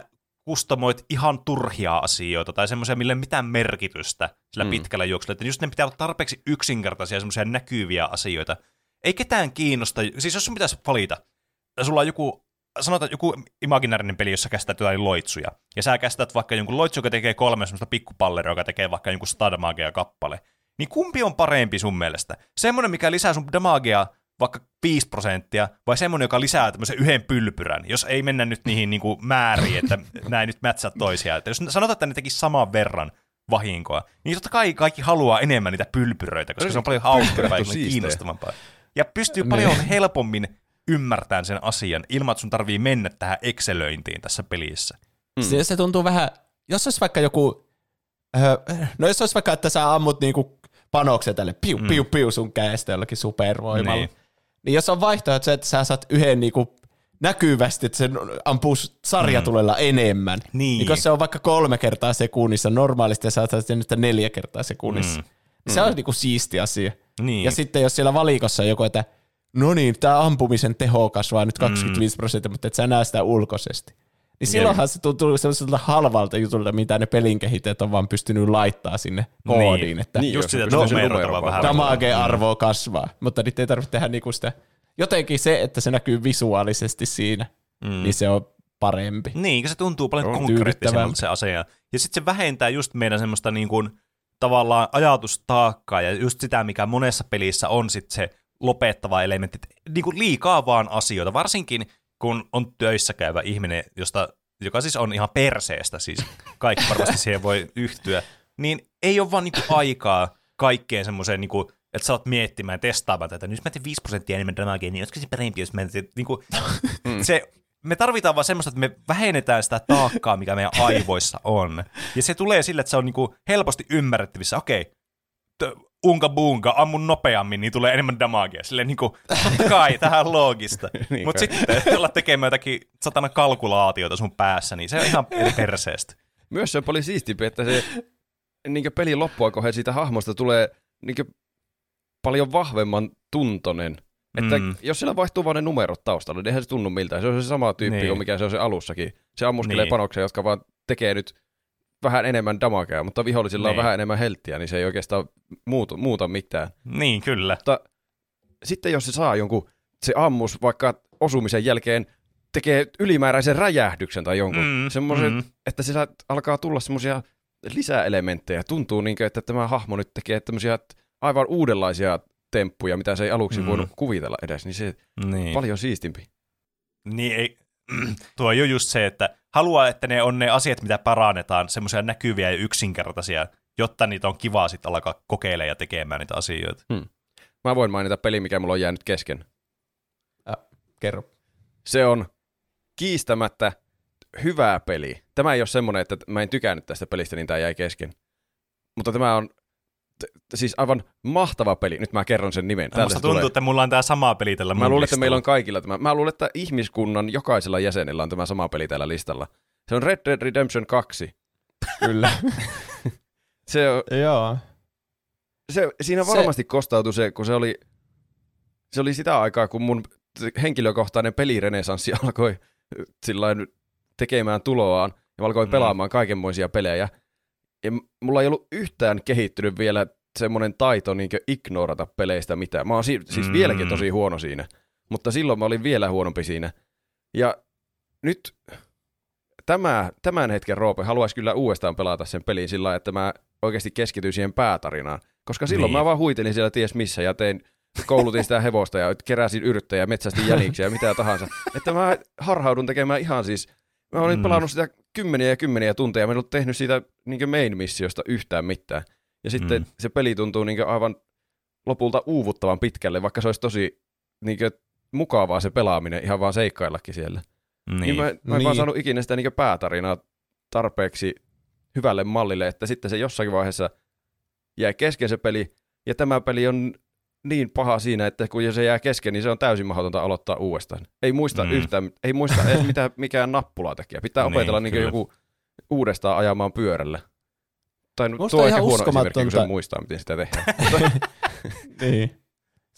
kustomoit ihan turhia asioita tai semmoisia, millä ei ole mitään merkitystä sillä pitkällä juoksulla. Että just ne pitää olla tarpeeksi yksinkertaisia, semmoisia näkyviä asioita. Ei ketään kiinnosta. Siis jos sun pitäisi valita, sulla on sanotaan joku imaginäärinen peli, jossa käsität jotain loitsuja, ja sä käsität vaikka jonkun loitsu, joka tekee 3 semmoista pikkupalleria, joka tekee vaikka jonkun stadmagea kappale, niin kumpi on parempi sun mielestä? Semmoinen, mikä lisää sun damagea vaikka 5%, vai semmoinen, joka lisää tämmöisen yhden pylpyrän, jos ei mennä nyt niihin niin kuin määriin, että näin nyt mätsät toisiaan. Että jos sanotaan, että ne tekisi saman verran vahinkoa, niin totta kai kaikki haluaa enemmän niitä pylpyröitä, koska se on paljon hauskempaa ja kiinnostavampaa. Ja pystyy paljon helpommin ymmärtämään sen asian, ilman että sun tarvii mennä tähän excelöintiin tässä pelissä. Se tuntuu vähän, jos olisi vaikka joku, jos olisi vaikka, että sä ammut niinku panoksen tälle piu sun käestä jollakin supervoimalla, niin jos on vaihtoehto se, että sä saat yhden niinku näkyvästi, että se ampuu sarjatulella enemmän, niin kun se on vaikka 3 kertaa sekunnissa normaalisti ja sä saat sen nyt 4 kertaa sekunnissa, niin se on niinku siisti asia. Niin. Ja sitten jos siellä valikossa on joku, että no niin, tää ampumisen teho kasvaa nyt 25%, mutta et sä näe sitä ulkoisesti. Niin silloinhan se tuntuu sellaiselta halvalta jutulta, mitä ne pelin kehittäjät on vaan pystynyt laittaa sinne koodiin. Että just sitä numero vähän. Damage-arvoa kasvaa, mutta nyt ei tarvitse tehdä niinku sitä. Jotenkin se, että se näkyy visuaalisesti siinä, niin se on parempi. Niin, se tuntuu paljon konkreettisemmalta se asia. Ja sitten se vähentää just meidän semmoista niin kuin, tavallaan ajatustaakkaa ja just sitä, mikä monessa pelissä on sitten se lopettava elementti, niin kuin liikaa vaan asioita, varsinkin kun on töissä käyvä ihminen, joka siis on ihan perseestä, siis kaikki varmasti siihen voi yhtyä, niin ei ole vaan niin kuin aikaa kaikkeen semmoiseen, niin kuin, että sä oot miettimään ja testaamaan tätä, jos mä teen 5% enemmän damagea, niin olisiko se parempi, jos mä teen, niin kuin, me tarvitaan vaan semmoista, että me vähennetään sitä taakkaa, mikä meidän aivoissa on, ja se tulee sille, että se on niin kuin helposti ymmärrettävissä, okei, unka bunga, ammun nopeammin, niin tulee enemmän damagea. Silleen niinku, kai, tähän on loogista. Niin mutta sitten olla tekemään jotakin satana kalkulaatioita sun päässä, niin se on ihan perseestä. Myös se on paljon siistimpi, että se niin pelin loppua kohden siitä hahmosta tulee niin paljon vahvemman tuntonen. Että jos siellä vaihtuu vaan ne numerot taustalla, niin eihän se tunnu miltään. Se on se sama tyyppi kuin mikä se on se alussakin. Se ammuskelee panoksia, jotka vaan tekee nyt vähän enemmän damagea, mutta vihollisilla on vähän enemmän helttiä, niin se ei oikeastaan muuta mitään. Niin, kyllä. Mutta sitten jos se saa jonkun, se ammus vaikka osumisen jälkeen tekee ylimääräisen räjähdyksen tai jonkun, semmoisen, että se alkaa tulla semmoisia lisäelementtejä. Tuntuu niin kuin, että tämä hahmo nyt tekee tämmöisiä aivan uudenlaisia temppuja, mitä se ei aluksi voinut kuvitella edes, niin se paljon siistimpi. Niin ei. Tuo on jo just se, että haluaa, että ne on ne asiat, mitä parannetaan, semmoisia näkyviä ja yksinkertaisia, jotta niitä on kivaa sitten alkaa kokeilemaan ja tekemään niitä asioita. Mä voin mainita peli, mikä mulla on jäänyt kesken. Kerro. Se on kiistämättä hyvä peli. Tämä ei ole semmoinen, että mä en tykännyt tästä pelistä, niin tämä jäi kesken. Mutta tämä on siis aivan mahtava peli. Nyt mä kerron sen nimen. Musta tuntuu, että mulla on tämä sama peli tällä mun Mä luulen, listalla. että meillä on kaikilla tämä. Mä luulen, että ihmiskunnan jokaisella jäsenellä on tämä sama peli tällä listalla. Se on Red Dead Redemption 2. Kyllä. Joo. Siinä varmasti kostautui se, kun se oli sitä aikaa, kun mun henkilökohtainen pelirenesanssi alkoi sillain tekemään tuloaan ja alkoi pelaamaan kaikenmoisia pelejä. Ja mulla ei ollut yhtään kehittynyt vielä semmoinen taito niin ignorata peleistä mitään. Mä oon siis vieläkin tosi huono siinä, mutta silloin mä olin vielä huonompi siinä. Ja nyt tämän hetken Roope haluaisi kyllä uudestaan pelata sen pelin sillä lailla, että mä oikeasti keskityin siihen päätarinaan. Koska silloin mä vaan huitelin siellä ties missä ja koulutin sitä hevosta ja keräsin yrttejä, metsästin jäniksiä ja mitä tahansa. Että mä harhaudun tekemään ihan siis, mä olin pelannut sitä kymmeniä tunteja, mä en ollut tehnyt siitä niin main-missiosta yhtään mitään. Ja sitten se peli tuntuu niin aivan lopulta uuvuttavan pitkälle, vaikka se olisi tosi niin mukavaa se pelaaminen, ihan vaan seikkaillakin siellä. Niin mä en vaan saanut ikinä sitä niin päätarinaa tarpeeksi hyvälle mallille, että sitten se jossakin vaiheessa jäi kesken se peli, ja tämä peli on niin paha siinä, että kun se jää kesken, niin se on täysin mahdotonta aloittaa uudestaan. Ei muista yhtään, ei muista edes mitä mikään nappula tekee. Pitää opetella niin joku uudestaan ajamaan pyörällä. Tai tuo on ehkä huono esimerkki, kun se muistaa, miten sitä tehdään. Niin.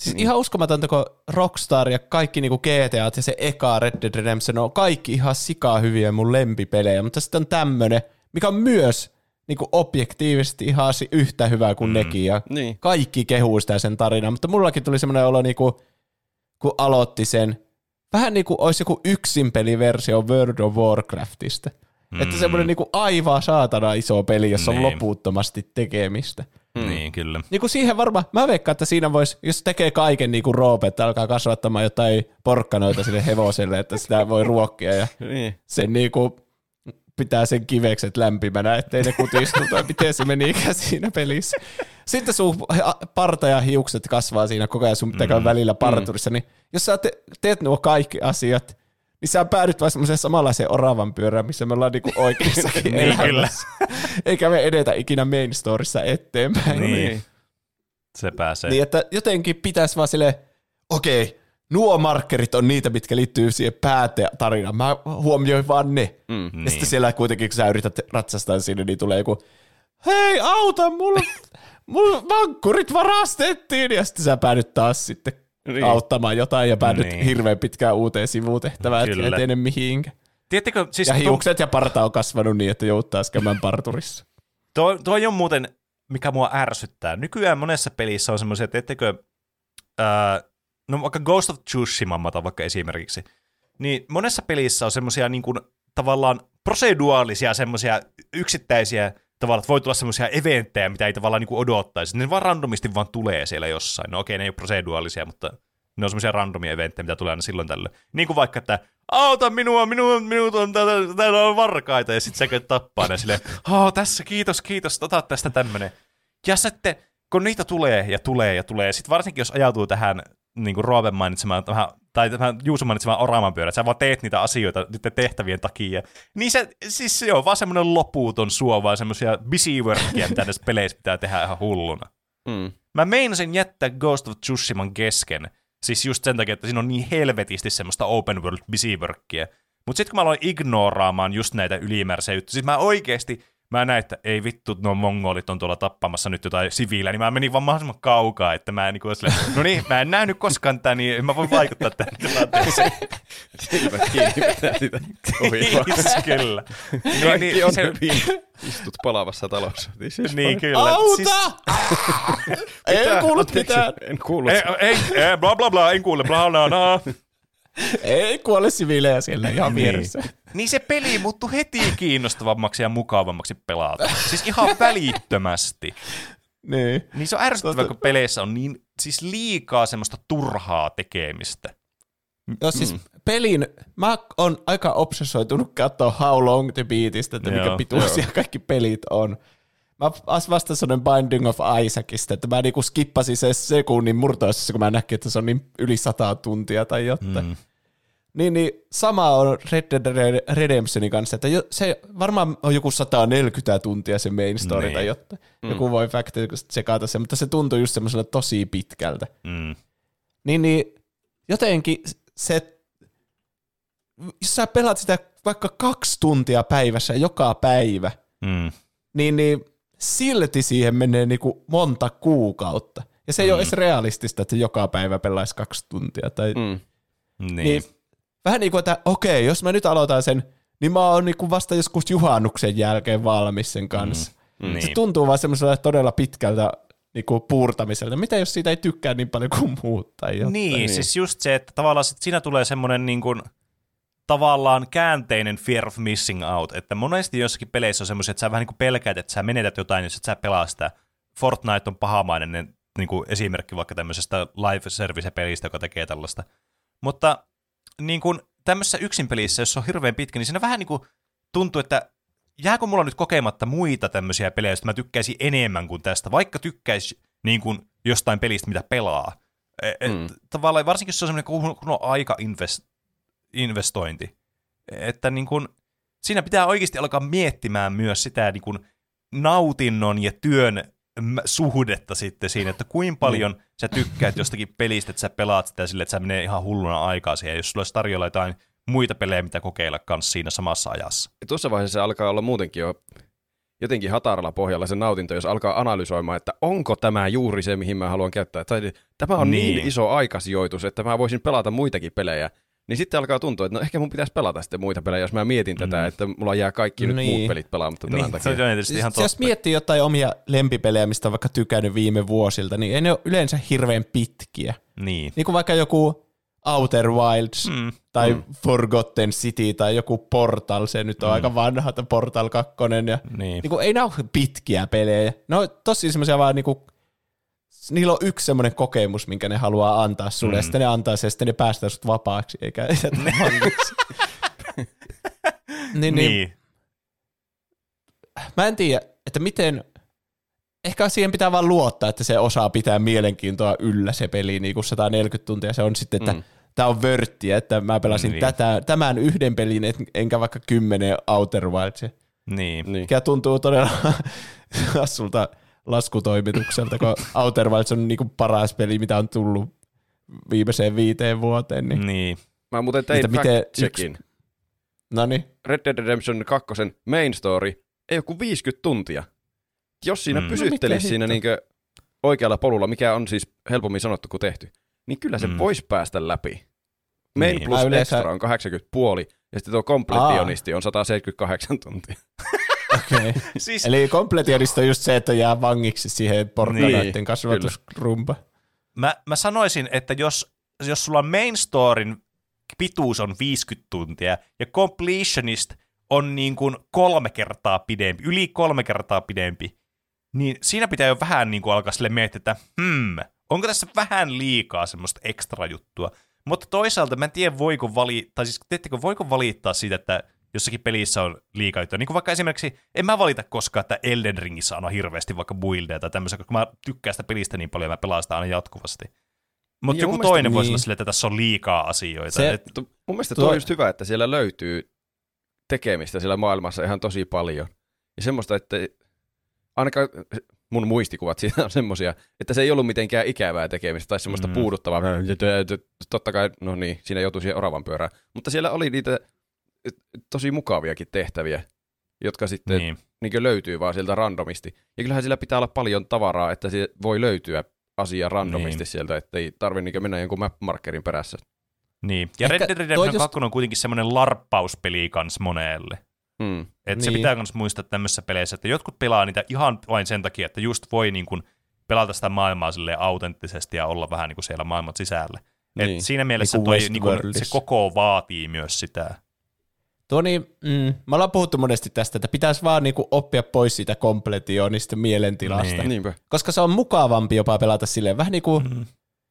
Siis ihan uskomatonta, kun Rockstar ja kaikki niinku GTAt ja se eka Red Dead Redemption on kaikki ihan sikaa hyviä mun lempipelejä, mutta sitten on tämmönen, mikä on myös niinku objektiivisesti ihan yhtä hyvä kuin nekin ja kaikki kehuu sitä sen tarinan, mutta mullakin tuli semmoinen olo, niinku, kun aloitti sen, vähän niin kuin olisi joku yksinpeliversio World of Warcraftista. Että semmoinen niinku aivan saatana iso peli, jossa on loputtomasti tekemistä. Niin, kyllä. Niinku siihen varmaan, mä veikkaan, että siinä voisi, jos tekee kaiken niinku Roope, että alkaa kasvattamaan jotain porkkanoita sille hevoselle, että sitä voi ruokkia ja sen niinku pitää sen kivekset lämpimänä, ettei ne kutistu, tai miten se menikään siinä pelissä. Sitten sun parta ja hiukset kasvaa siinä koko ajan, sun pitää käydä välillä parturissa, niin jos sä teet nuo kaikki asiat, niin sä päädyt vaan semmoiseen samanlaiseen oravan pyörään, missä me ollaan niinku oikeassakin elämässä. Eikä me edetä ikinä main storissa eteenpäin. Niin. Se pääsee. Niin, että jotenkin pitäisi vaan silleen, okei, nuo markkerit on niitä, mitkä liittyy siihen päätarinaan. Mä huomioin vaan ne. Ja sitten siellä kuitenkin, kun sä yrität ratsastaa sinne, niin tulee joku, hei, auta, mulla vankkurit varastettiin. Ja sitten sä päädyt taas sitten auttamaan jotain ja päädyt hirveän pitkään uuteen sivutehtävään, etkä etene mihinkään. Tiedättekö, siis ja hiukset ja parta on kasvanut niin, että joutuu taas käymään parturissa. Toi on muuten, mikä mua ärsyttää. Nykyään monessa pelissä on semmoisia, tiedättekö, no vaikka Ghost of Tsushima vaikka esimerkiksi, niin monessa pelissä on semmoisia niin kuin tavallaan proseduaalisia semmoisia yksittäisiä tavallaan, että voi tulla semmoisia eventtejä, mitä ei tavallaan niin kuin odottaisi. Ne vaan randomisti vaan tulee siellä jossain. No okei, ne ei ole proseduaalisia, mutta ne on semmoisia randomia eventtejä, mitä tulee aina silloin tällöin. Niin kuin vaikka, että auta minut on, täällä on varkaita, ja sitten sä käyt tappaa ne silleen, tässä, kiitos, ota tästä tämmönen. Ja sitten, kun niitä tulee, ja sitten varsinkin jos ajautuu tähän niin kuin Roopen mainitsemaan, tai tähän Juuson mainitsemaan oravanpyörä, että sä vaan teet niitä asioita niiden tehtävien takia, niin se on vaan semmoinen loputon suo, vaan semmoisia busy workia, mitä näissä peleissä pitää tehdä ihan hulluna. Mä meinasin jättää Ghost of Tsushiman kesken, siis just sen takia, että siinä on niin helvetisti semmoista open world busy workia. Mutta sitten kun mä aloin ignoraamaan just näitä ylimääräisiä juttuja, siis mä näin, että ei vittu, nuo mongolit on tuolla tappamassa nyt jotain siviilejä, niin mä menin vaan mahdollisimman kaukaa, että mä mä en nähnyt koskaan tätä, niin mä voin vaikuttaa tähän tilanteeseen. Silmät kiinni pitää sitä ohjelmaa. Kyllä. Kaikki on hyvin. Istut palavassa talossa. Niin kyllä. Auta! En kuullut mitään. En kuullut. Ei, bla bla bla, en kuule, bla bla bla. Ei kuole siviilejä siellä ihan vieressä. Niin se peli muuttui heti kiinnostavammaksi ja mukavammaksi pelata. Siis ihan välittömästi. Niin se on ärsyttävää, kun peleissä on niin siis liikaa semmoista turhaa tekemistä. Joo, siis pelin, mä oon aika obsessoitunut katsoa How Long the Beatistä, että mikä pituisia kaikki pelit on. Mä vasta sellainen Binding of Isaacista, että mä niinku skippasin se sekunnin murtoisessa, kun mä näkin, että se on niin yli 100 tuntia tai jotain. Niin sama on Red Dead Redemptionin kanssa, että se varmaan on joku 140 tuntia se main story tai jotain. Joku voi tsekata sen, mutta se tuntuu just semmoisella tosi pitkältä. Niin jotenkin se, jos sä pelaat sitä vaikka 2 tuntia päivässä joka päivä, niin silti siihen menee niinku monta kuukautta. Ja se ei ole edes realistista, että joka päivä pelaisi 2 tuntia. Tai, niin vähän niin kuin, että okei, jos mä nyt aloitan sen, niin mä oon niinku vasta joskus juhannuksen jälkeen valmis sen kanssa. Se tuntuu vaan semmoisella todella pitkältä niinku puurtamiselta. Mitä jos siitä ei tykkää niin paljon kuin muut tai jotain? Niin, siis just se, että tavallaan siinä tulee semmoinen niin kuin tavallaan käänteinen fear of missing out, että monesti jossakin peleissä on semmoisia, että sä vähän niin kuin pelkäät, että sä menetät jotain, jos et sä pelaa sitä. Fortnite on pahamainen niin kuin esimerkki vaikka tämmöisestä live service-pelistä, joka tekee tällaista. Mutta niin kuin tämmöisessä yksin pelissä, jos se on hirveän pitkä, niin siinä vähän niin kuin tuntuu, että jääkö mulla nyt kokematta muita tämmöisiä pelejä, joista mä tykkäisin enemmän kuin tästä, vaikka tykkäisi niin kuin jostain pelistä, mitä pelaa. Tavallaan varsinkin, jos se on semmoinen kunnon aika-investointi, että niin kuin, siinä pitää oikeasti alkaa miettimään myös sitä niin kuin nautinnon ja työn suhdetta sitten siinä, että kuinka paljon sä tykkäät jostakin pelistä, että sä pelaat sitä silleen, että sä menee ihan hulluna aikaa siihen, jos sulla olisi tarjolla jotain muita pelejä, mitä kokeilla kanssa siinä samassa ajassa. Ja tuossa vaiheessa se alkaa olla muutenkin jo jotenkin hataralla pohjalla se nautinto, jos alkaa analysoimaan, että onko tämä juuri se, mihin mä haluan käyttää. Tai tämä on niin iso aikasijoitus, että mä voisin pelata muitakin pelejä. Niin sitten alkaa tuntua, että no ehkä mun pitäisi pelata sitten muita pelejä, jos mä mietin tätä, että mulla jää kaikki nyt muut pelit pelaamatta tämän takia. Se on tietysti ihan totta. Jos miettii jotain omia lempipelejä, mistä on vaikka tykännyt viime vuosilta, niin ei ne ole yleensä hirveän pitkiä. Niin kuin vaikka joku Outer Wilds tai Forgotten City tai joku Portal, se nyt on aika vanha, Portal 2. Ja niin kuin, ei ne ole pitkiä pelejä. Ne on tosi semmoisia vaan niinku, niillä on yksi semmoinen kokemus, minkä ne haluaa antaa sulle, ja sitten ne antaa sen, ja sitten ne päästää sut vapaaksi, eikä vangiksi. niin. Mä en tiedä, että miten, ehkä siihen pitää vaan luottaa, että se osaa pitää mielenkiintoa yllä se peli niin kuin 140 tuntia. Se on sitten, että tämä on vörttiä, että mä pelasin tämän yhden pelin, enkä vaikka 10 Outer Wildsia. Niin. Mikä tuntuu todella hassulta laskutoimitukselta, kun Outer Wilds on niinku paras peli, mitä on tullut viimeiseen 5 vuoteen. Niin. Mä muuten tein fact-checkin. Noniin. Red Dead Redemption 2 main story ei joku 50 tuntia. Jos siinä pysyttelisi siinä niinkö oikealla polulla, mikä on siis helpommin sanottu kuin tehty, niin kyllä se voisi päästä läpi. Main plus extra on 80,5 ja sitten tuo kompletionisti on 178 tuntia. Okay. Siis eli kompletionista on just se, että jää vangiksi siihen porkkanoiden kasvatusrumpa. Mä sanoisin, että jos sulla main storyn pituus on 50 tuntia ja completionist on niin kuin 3 kertaa pidempi, yli 3 kertaa pidempi, niin siinä pitää jo vähän niin kuin alkaa sille miettiä, että onko tässä vähän liikaa semmoista ekstra juttua. Mutta toisaalta mä en tiedä, voiko valittaa siitä, että jossakin pelissä on liikaa juttua. Niin kuin vaikka esimerkiksi, en mä valita koskaan, että Elden Ringissä on hirveästi vaikka buildeja tai tämmöisiä, koska mä tykkään sitä pelistä niin paljon ja mä pelaan sitä aina jatkuvasti. Mutta joku toinen voisi olla silleen, että tässä on liikaa asioita. Mun mielestä tuo on just hyvä, että siellä löytyy tekemistä siellä maailmassa ihan tosi paljon. Ja semmoista, että ainakaan mun muistikuvat siitä on semmoisia, että se ei ollut mitenkään ikävää tekemistä tai semmoista puuduttavaa. Totta kai, no niin, siinä joutui siihen oravan pyörään. Mutta siellä oli niitä tosi mukaviakin tehtäviä, jotka sitten niin löytyy vaan sieltä randomisti. Ja kyllähän sillä pitää olla paljon tavaraa, että se voi löytyä asia randomisti sieltä, ettei tarvitse mennä jonkun map-markerin perässä. Niin, ja Red Dead Redemption 2 on kuitenkin semmoinen larppauspeli kans monelle. Että se pitää myös muistaa tämmöisissä peleissä, että jotkut pelaa niitä ihan vain sen takia, että just voi niin kuin pelata sitä maailmaa silleen autenttisesti ja olla vähän niin kuin siellä maailman sisällä. Et siinä mielessä niin se koko vaatii myös sitä. Me ollaan puhuttu monesti tästä, että pitäisi vaan niinku oppia pois siitä kompletionista mielentilasta. Koska se on mukavampi jopa pelata silleen. Vähän niin kuin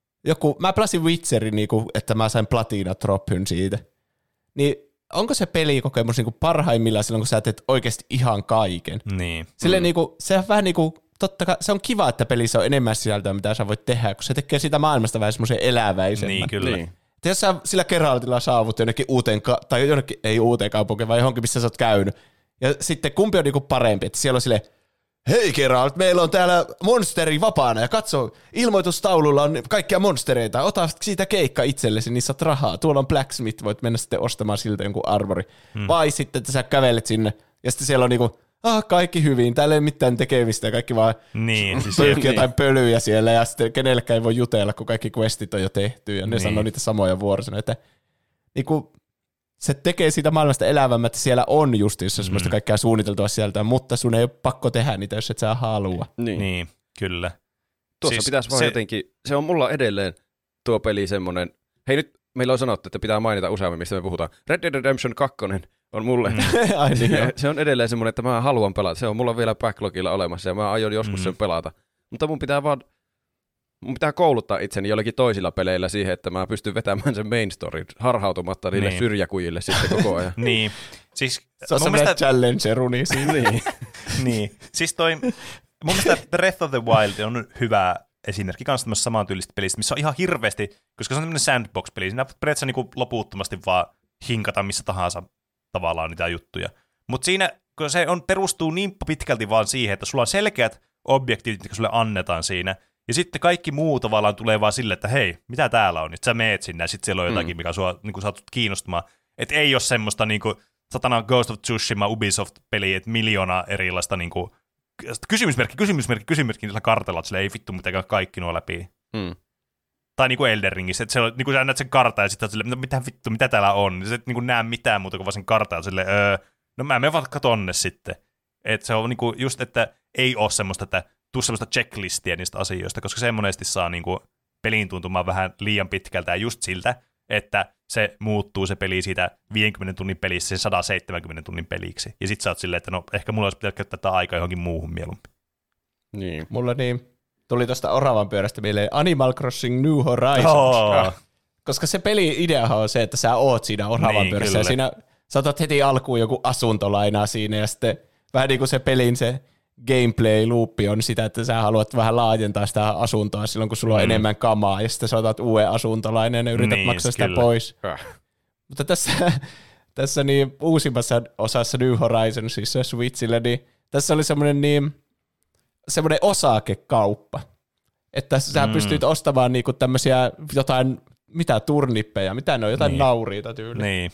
mä pelasin Witcherin, niinku, että mä sain platina-trophyn siitä. Niin onko se pelikokemus niinku parhaimmillaan silloin, kun sä teet oikeasti ihan kaiken? Niin. Silleen niinku, se on vähän niinku, totta kai se on kiva, että pelissä on enemmän sisältöä, mitä sä voit tehdä, kun se tekee siitä maailmasta vähän semmoisen eläväisemmän. Niin, kyllä. Niin. Että jos sä sillä Geraltilla saavut jonnekin tai jonnekin, ei uuteen kaupunkiin, vaan johonkin, missä sä oot käynyt, ja sitten kumpi on niinku parempi, että siellä on silleen, hei Geralt, meillä on täällä monsteri vapaana, ja katso, ilmoitustaululla on kaikkia monstereita, ota siitä keikka itsellesi, niin saat rahaa, tuolla on blacksmith, voit mennä sitten ostamaan siltä jonkun armori. Vai sitten, että sä kävelet sinne, ja sitten siellä on niinku, kaikki hyvin, täällä ei mitään tekemistä, ja kaikki vaan pölkki jotain pölyjä siellä, ja sitten kenellekään ei voi jutella, kun kaikki questit on jo tehty, ja ne sanoo niitä samoja vuorosanoja, että niinku, se tekee siitä maailmasta elävämmä, että siellä on justiinsa semmoista kaikkea suunniteltua sieltä, mutta sun ei ole pakko tehdä niitä, jos et sä halua. Niin kyllä. Tuossa siis pitäisi vaan jotenkin, se on mulla edelleen tuo peli semmoinen, hei nyt meillä on sanottu, että pitää mainita useammin, mistä me puhutaan. Red Dead Redemption 2 on mulle, se on edelleen semmoinen, että mä haluan pelata. Se on mulla vielä backlogilla olemassa ja mä aion joskus sen pelata. Mutta mun pitää kouluttaa itseni jollakin toisilla peleillä siihen, että mä pystyn vetämään sen main story harhautumatta niille syrjäkujille sitten koko ajan. Niin. Siis, se on semmoinen challenge-runi siinä. Niin. Siis mun mielestä Breath of the Wild on hyvä esimerkki kanssa tämmöistä samantyylistä pelistä, missä on ihan hirveästi, koska se on tämmöinen sandbox-peli, siinä periaatteessa niin loputtomasti vaan hinkata missä tahansa tavallaan niitä juttuja. Mutta siinä, kun se perustuu niin pitkälti vaan siihen, että sulla on selkeät objektiivit, mitkä sulle annetaan siinä, ja sitten kaikki muu tavallaan tulee vaan sille, että hei, mitä täällä on? Nyt sä meet sinne, ja sitten siellä on jotakin, mikä sua niin saatut kiinnostumaan. Että ei ole semmoista, niin kuin, satana Ghost of Tsushima Ubisoft-peli, että miljoona erilaista niinku, kysymysmerkki niillä kartalla, että sille ei vittu mitenkään kaikki nuo läpi. Tai niinku Elden Ringissä, että se on, niinku sä näet sen kartan ja sitten oot silleen, mitä vittu, mitä täällä on. Sä et niinku näe mitään muuta kuin vaan sen kartan ja silleen, no mä menen vaikka tonne sitten. Että se on niinku just, että ei ole semmoista, että tuu semmoista checklistia niistä asioista, koska se monesti saa niinku pelin tuntumaan vähän liian pitkältä ja just siltä, että se muuttuu se peli siitä 50 tunnin pelistä sen 170 tunnin peliksi. Ja sit sä oot silleen, että no ehkä mulla olisi pitänyt käyttää tätä aikaa johonkin muuhun mieluummin. Niin. Mulla tuli tuosta oravan pyörästä mieleen Animal Crossing New Horizons. Koska se peli-ideahan on se, että sä oot siinä oravan pyörässä ja siinä saatat heti alkuun joku asuntolainaa siinä ja sitten vähän niin kuin se pelin se gameplay-loopi on sitä, että sä haluat vähän laajentaa sitä asuntoa silloin, kun sulla on enemmän kamaa ja sitten saatat uuden asuntolainen ja yrität maksaa sitä pois. Mutta tässä niin uusimmassa osassa New Horizonsissa Switchillä, niin tässä oli semmoinen osakekauppa, että sä pystyt ostamaan niinku tämmöisiä jotain, mitä turnippeja, mitä ne on, jotain nauriita tyyliin.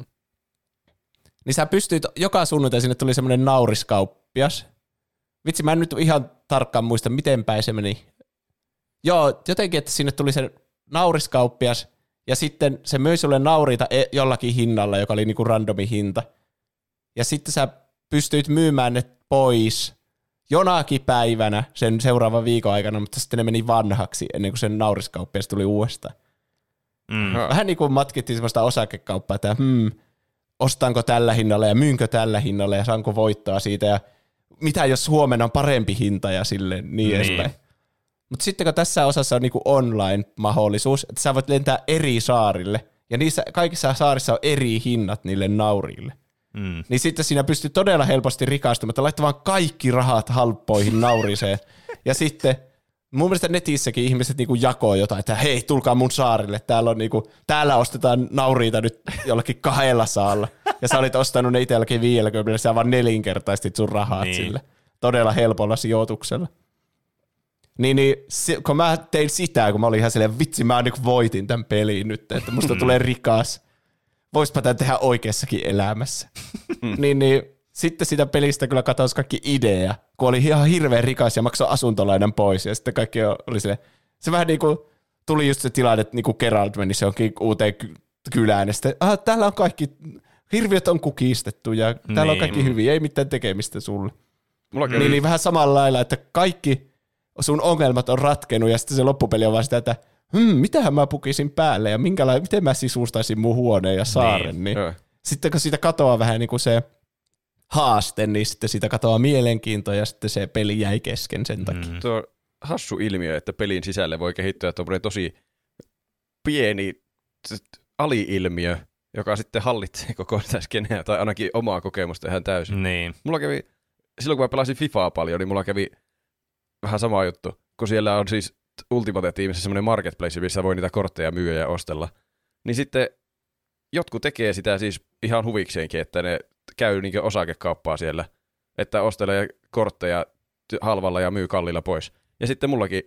Niin sä pystyt, joka sunnuntai sinne tuli semmoinen nauriskauppias. Vitsi, mä en nyt ihan tarkkaan muista, miten päin se meni. Joo, jotenkin, että sinne tuli se nauriskauppias, ja sitten se möi sulle nauriita jollakin hinnalla, joka oli niinku randomi hinta. Ja sitten sä pystyit myymään ne pois jonakin päivänä sen seuraavan viikon aikana, mutta sitten ne meni vanhaksi ennen kuin sen nauriskauppias tuli uudestaan. Vähän niin kuin matkittiin semmoista osakekauppaa, että ostanko tällä hinnalla ja myynkö tällä hinnalla ja saanko voittaa siitä ja mitä jos huomenna on parempi hinta ja silleen niin edespäin. Mutta sitten kun tässä osassa on niinku online-mahdollisuus, että sä voit lentää eri saarille ja niissä kaikissa saarissa on eri hinnat niille nauriille. Niin sitten siinä pystyy todella helposti rikastumaan, että laittamaan kaikki rahat halppoihin nauriseen. Ja sitten mun mielestä netissäkin ihmiset niinku jakoo jotain, että hei, tulkaa mun saarille, täällä ostetaan nauriita nyt jollakin 2 saalla. Ja sä olit ostanut ne itselläkin 50, sä vaan 4-kertaistit sun rahat sille. Todella helpolla sijoituksella. Kun mä tein sitä, kun mä olin ihan silleen, vitsi, mä nyt voitin tämän peliin nyt, että musta tulee rikas. Voispa tämän tehdä oikeassakin elämässä. Sitten sitä pelistä kyllä katosi kaikki idea, kun oli ihan hirveän rikas ja maksoi asuntolainan pois. Ja sitten kaikki oli silleen, se vähän niin kuin tuli just se tilanne, että niin kuin Geralt menisi johonkin uuteen kylään. Ja sitten, täällä on kaikki, hirviöt on kukistettu ja täällä on kaikki hyviä, ei mitään tekemistä sulle. Niin vähän samalla lailla, että kaikki sun ongelmat on ratkenut ja sitten se loppupeli on vaan sitä, että mitähän mä pukisin päälle ja miten mä sisustaisin mun huoneen ja saaren. Niin. Sitten kun siitä katoaa vähän niin kuin se haaste, niin sitten siitä katoaa mielenkiinto ja sitten se peli jäi kesken sen takia. Tuo on hassu ilmiö, että pelin sisälle voi kehittyä tuommoinen tosi pieni ali-ilmiö, joka sitten hallitsee koko sitä skeneä tai ainakin omaa kokemusta ihan täysin. Niin. Mulla kävi, silloin kun mä pelasin Fifaa paljon, niin mulla kävi vähän sama juttu, kun siellä on siis Ultimate-tiimissä semmoinen marketplace, missä voi niitä kortteja myyä ja ostella. Niin sitten jotkut tekee sitä siis ihan huvikseenkin, että ne käy niin osakekauppaa siellä, että ostelee kortteja halvalla ja myy kallilla pois. Ja sitten mullakin,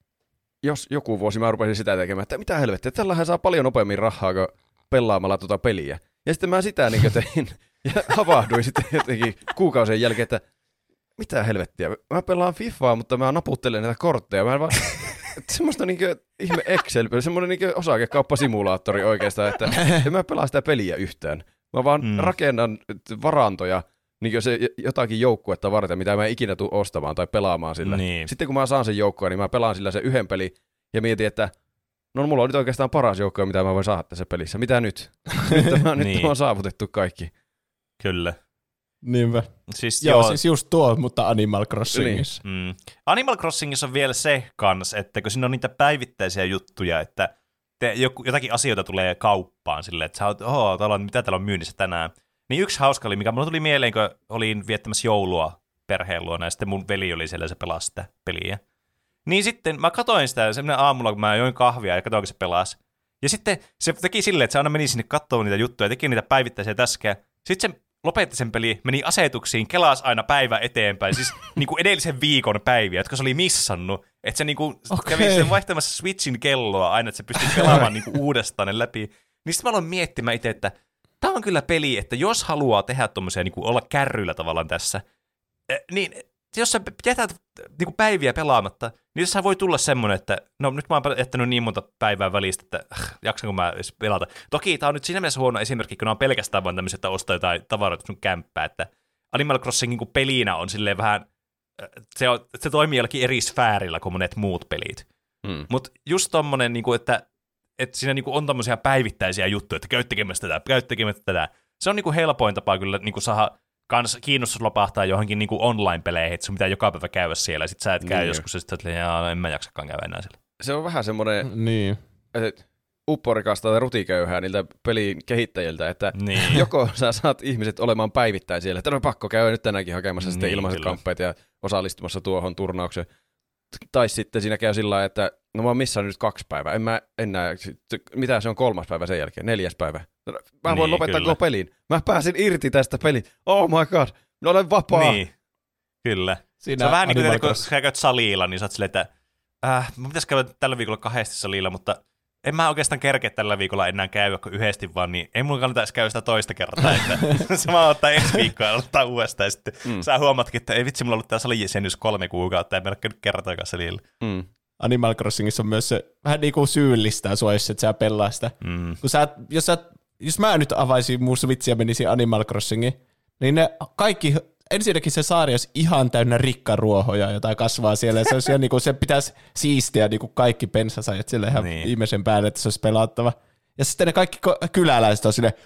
jos joku vuosi mä rupesin sitä tekemään, että mitä helvettiä, tällähän saa paljon nopeammin rahaa kuin pelaamalla tuota peliä. Ja sitten mä sitä niin tein ja havahduin sitten jotenkin kuukausien jälkeen, että mitä helvettiä, mä pelaan Fifaa, mutta mä naputtelen näitä kortteja. Mä en vaan, semmoista niinku ihme Excel, semmoinen niinku osakekauppasimulaattori oikeastaan, että en mä pelaa sitä peliä yhtään. Mä vaan rakennan varantoja niin se jotakin joukkuetta varten, mitä mä en ikinä tule ostamaan tai pelaamaan sillä. Niin. Sitten kun mä saan sen joukkoa, niin mä pelaan sillä sen yhden pelin ja mietin, että no mulla on nyt oikeastaan paras joukko, mitä mä voin saada tässä pelissä. Mitä nyt? Nyt on saavutettu kaikki. Kyllä. Niinpä. Siis just tuo, mutta Animal Crossingissa. Niin. Animal Crossingissa on vielä se kans, että kun siinä on niitä päivittäisiä juttuja, että jotakin asioita tulee kauppaan silleen, että sä oot, mitä täällä on myynnissä tänään. Niin yksi hauska oli, mikä mulla tuli mieleen, kun olin viettämässä joulua perheen luona, ja sitten mun veli oli siellä ja se pelasi sitä peliä. Niin sitten mä katoin sitä semmoinen aamulla, kun mä join kahvia ja katoin, kun se pelasi. Ja sitten se teki silleen, että se aina meni sinne katsomaan niitä juttuja ja teki niitä päivittäisiä täskejä. Sitten se lopetti sen peli, meni asetuksiin, kelasi aina päivä eteenpäin, siis niinku edellisen viikon päiviä, jotka se oli missannut. Että se niinku kävi sen vaihtamassa Switchin kelloa aina, että se pystyi pelaamaan niinku uudestaan ne läpi. Niin sitten mä aloin miettimään itse, että tämä on kyllä peli, että jos haluaa tehdä tommosia, niin kuin olla kärryillä tavallaan tässä, niin jos sä jätät niin kuin päiviä pelaamatta, niin jos voi tulla semmoinen, että no nyt mä oon jättänyt niin monta päivää välistä, että jaksanko mä edes pelata. Toki tää on nyt siinä mielessä huono esimerkki, kun on pelkästään vaan tämmöiset, että ostaa jotain tavaroita sun kämppää, että Animal Crossing niin pelinä on silleen vähän, se toimii jollakin eri sfäärillä kuin monet muut pelit. Mutta just tommonen, niin kuin, että siinä niin kuin on tommosia päivittäisiä juttuja, että käy tekemässä tätä. Se on niin kuin helpoin tapa kyllä niin kuin saada kans kiinnostus lopahtaa johonkin niin kuin online-peleihin, että sun pitää joka päivä käydä siellä, ja sit sä et käy joskus, ja sit sä en mä jaksakaan käydä enää siellä. Se on vähän semmoinen upporikasta tai rutiköyhää niiltä pelin kehittäjiltä, että joko sä saat ihmiset olemaan päivittäin siellä, että no pakko käydä nyt tänäänkin hakemassa sitten ilmaiset kamppeet ja osallistumassa tuohon turnaukseen. Tai sitten siinä käy sillä lailla, että no mä oon missään nyt 2 päivää, en mä enää, mitä se on 3. päivä sen jälkeen, 4. päivä. Mä voin lopettaa koko pelin. Mä pääsin irti tästä pelin. Oh my god, mä olen vapaa. Niin, kyllä. Se on vähän niin kuin, kun sä käyt salilla, niin sä oot silleen, että mä pitäisi käydä tällä viikolla 2 salilla, mutta en mä oikeastaan kerkeä tällä viikolla enää käydä kuin 1 vaan, niin ei mun kannata edes käydä sitä toista kertaa. Että se vaan ottaa ensi viikkoa ja aloittaa uudestaan. Ja sitten sä huomatkin, että ei vitsi, mulla on ollut tää salijäsenyys 3 kuukautta, ja meillä on kertaakaan salilla. Animal Crossingissa on myös se vähän niin kuin syyllistää sua, jos et sä pelaa sitä. Kun jos mä nyt avaisin mun Switch ja menisin Animal Crossingiin, niin ne kaikki, ensinnäkin se saari olisi ihan täynnä rikkaruohoja, jota kasvaa siellä, ja se olisi niin kuin, se pitäisi siistiä niin kuin kaikki pensasajat sille ihan viimeisen päälle, että se olisi pelattava. Ja sitten ne kaikki kyläläiset on silleen,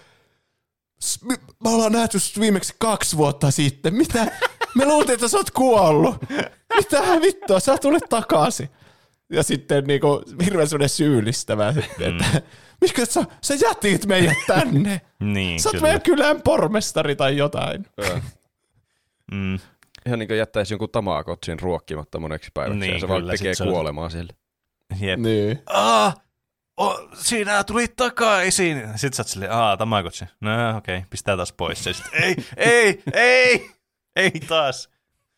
me ollaan nähty viimeksi 2 vuotta sitten, mitä? Me luultiin, että sä oot kuollut. Mitä vittua, sä tulet takaisin. Ja sitten niinku hirveän sellainen syyllistävä, että miksi sä jätit meidät tänne? Niin, sä oot meidän kylän pormestari tai jotain. Ihan niin kuin jättäisi jonkun Tamagotchin ruokkimatta moneksi päiväksi, niin, ja se vaan tekee kuolemaa sille. Jep. Niin. Sinä tulit takaisin. Sitten sä oot silleen, Tamagotchi. No okei, pistää taas pois. Ja sit, ei taas.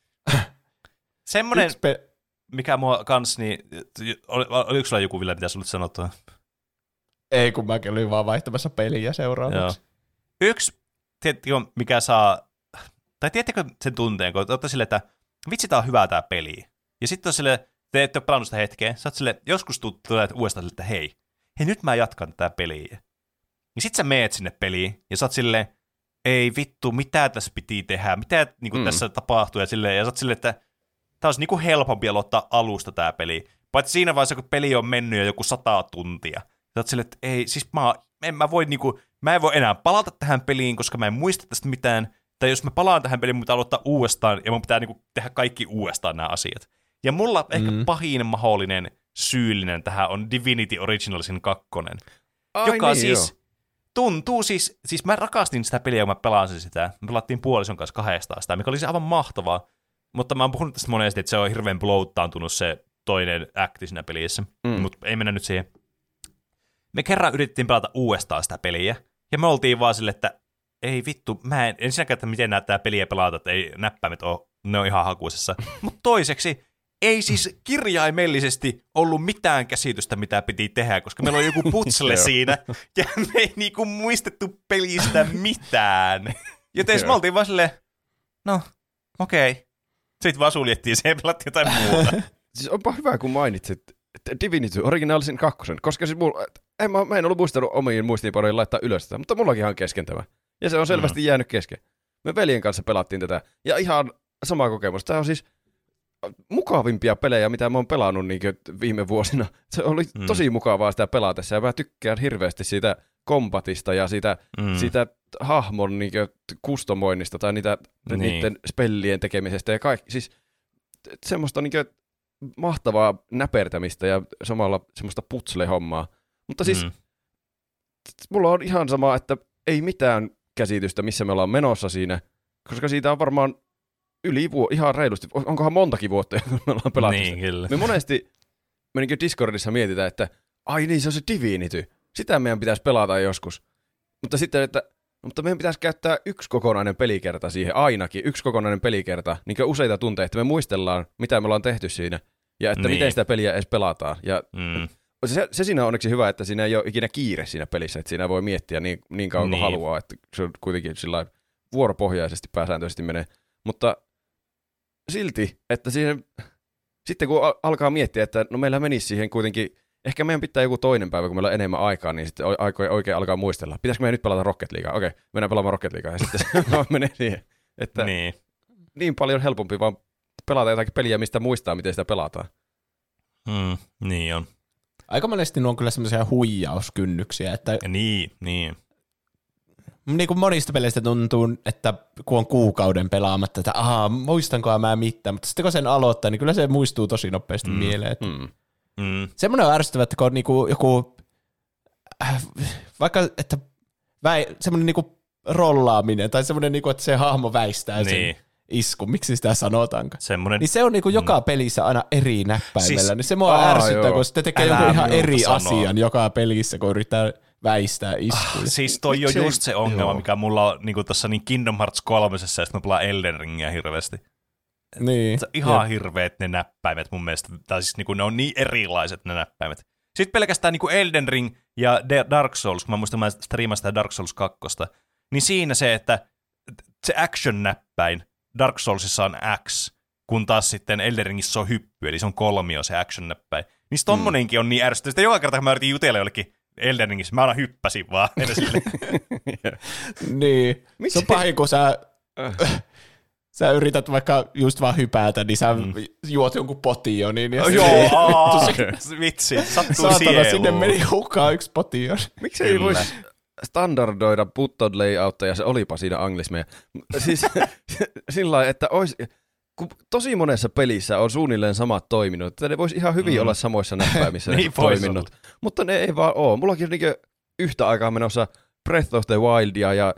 Semmonen, mikä mua kans, niin oliko sulla joku vielä, mitä sulle sanottua? Ei, kun mäkin olin vaan vaihtamassa peliä seuraavaksi. Yksi, tiedättekö, mikä saa, tai tiedättekö sen tunteen, kun olette silleen, että vitsi, tää on hyvä tää peli. Ja sitten on silleen, te ette ole pelannut sitä hetkeä, sä oot silleen, joskus tulee uudestaan, että hei, nyt mä jatkan tätä peliä. Ja sit sä meet sinne peliin, ja sä oot silleen, ei vittu, mitä tässä piti tehdä, mitä niin tässä tapahtuu, ja sä oot silleen, että tää olisi niin helpompi aloittaa alusta tää peli. Paitsi siinä vaiheessa, kun peli on mennyt jo joku 100 tuntia. Sä oot silleen, että ei, siis mä en voi enää palata tähän peliin, koska mä en muista tästä mitään. Tai jos mä palaan tähän peliin, mun pitää aloittaa uudestaan, ja mun pitää niin tehdä kaikki uudestaan nämä asiat. Ja mulla ehkä pahin mahdollinen syyllinen tähän on Divinity Originalsin 2. Joka niin, siis tuntuu siis mä rakastin sitä peliä, kun mä pelasin sitä. Me pelattiin puolison kanssa 2 sitä, mikä oli aivan mahtavaa. Mutta mä oon puhunut tästä monesti, että se on hirveän bloattaantunut se toinen acti siinä pelissä. Mutta ei mennä nyt siihen. Me kerran yritettiin pelata uudestaan sitä peliä. Ja me oltiin vaan sille, että ei vittu, mä en ensinnäkään, että miten näyttää peliä pelata, että ei näppäimet ole, ne on ihan hakuisessa. Mutta toiseksi, ei siis kirjaimellisesti ollut mitään käsitystä, mitä piti tehdä, koska meillä oli joku putsle siinä, ja me ei niinku muistettu pelistä mitään. Joten me oltiin vaan silleen, no, okei. Sitten vaan suljettiin se ja pelattiin jotain muuta. Siis onpa hyvä, kun mainitsit Divinity Originalsin 2, koska siis mä en ollut muistanut omiin muistiinpanoihin laittaa ylös sitä, mutta mullakin ihan kesken tämä. Ja se on selvästi jäänyt kesken. Me veljen kanssa pelattiin tätä, ja ihan sama kokemus. Tämä on siis mukavimpia pelejä, mitä mä oon pelannut niin viime vuosina. Se oli tosi mukavaa sitä pelatessa, ja mä tykkään hirveästi siitä kombatista ja siitä hahmon niin kustomoinnista tai niiden spellien tekemisestä ja kaikki. Siis semmoista niin mahtavaa näpertämistä ja samalla semmoista putsle-hommaa. Mutta siis mulla on ihan sama, että ei mitään käsitystä, missä me ollaan menossa siinä, koska siitä on varmaan ihan reilusti, onkohan montakin vuotta, kun me ollaan pelattu niin, Me monesti me niin Discordissa mietitään, että ai niin, se on se Divinity. Sitä meidän pitäisi pelata joskus. Mutta sitten, mutta meidän pitäisi käyttää 1 kokonainen pelikerta siihen, ainakin 1 kokonainen pelikerta, niin useita tunteja, että me muistellaan, mitä me ollaan tehty siinä, ja että miten sitä peliä edes pelataan. Ja Se siinä on onneksi hyvä, että siinä ei ole ikinä kiire siinä pelissä, että siinä voi miettiä niin kauan kuin haluaa, että se on kuitenkin sillä vuoropohjaisesti pääsääntöisesti menee. Mutta silti, että siihen, sitten kun alkaa miettiä, että no meillä menisi siihen kuitenkin, ehkä meidän pitää joku toinen päivä, kun meillä on enemmän aikaa, niin sitten oikein alkaa muistella. Pitäisikö meidän nyt pelata Rocket Leaguea? Okei, mennään pelaamaan Rocket Leaguea ja sitten se vaan menee siihen. Että niin paljon helpompi vaan pelata jotakin peliä, mistä muistaa, miten sitä pelataan. Niin on. Aika monesti nuo on kyllä semmoisia huijauskynnyksiä, että Niin kuin monista peleistä tuntuu, että kun on kuukauden pelaamatta, että muistankohan mä mitään, mutta sitten kun sen aloittaa, niin kyllä se muistuu tosi nopeasti mieleen. Semmoinen on ärsyttävä, että kun on niinku joku, vaikka että semmoinen niinku rollaaminen, tai semmoinen, niinku, että se hahmo väistää sen iskun, miksi sitä sanotaankaan. Semmoinen, niin se on niinku joka pelissä aina eri näppäimellä, niin se mua ärsyttää, kun sitten tekee jonkun ihan eri asian joka pelissä, kun yrittää väistää iskuja. Siis toi on just se ongelma, mikä mulla on niinku tossa niin Kingdom Hearts 3, ja sitten mä pelaan Elden Ringia hirveästi. Niin. Ihan hirveet ne näppäimet mun mielestä, tai siis niinku ne on niin erilaiset ne näppäimet. Sitten pelkästään niinku Elden Ring ja Dark Souls, kun mä muistan, mä striimasin sitä Dark Souls 2, niin siinä se, että se action-näppäin Dark Soulsissa on X, kun taas sitten Elden Ringissä on hyppy, eli se on kolmio se action-näppäin. Niin tommonenkin on niin ärsyttävä. Sitten joka kerta, kun mä yritin jutella jollekin Elden Ringissä, mä aina hyppäsin vaan. Niin. Se on pahin, kun sä yrität vaikka just vaan hypätä, niin sä juot jonkun potionin. Ja vitsi, sattuu saatana, sieluun. Sinne meni hukkaan yksi potion. Miksi ei voisi standardoida button layoutta, ja se olipa siinä anglismeja. Siis sillä lailla, että olisi, kun tosi monessa pelissä on suunnilleen samat toiminnot, että ne voisi ihan hyvin olla samoissa näppäimissä niin toiminnot. Mutta ne ei vaan ole. Mullakin on niin yhtä aikaa menossa Breath of the Wildia ja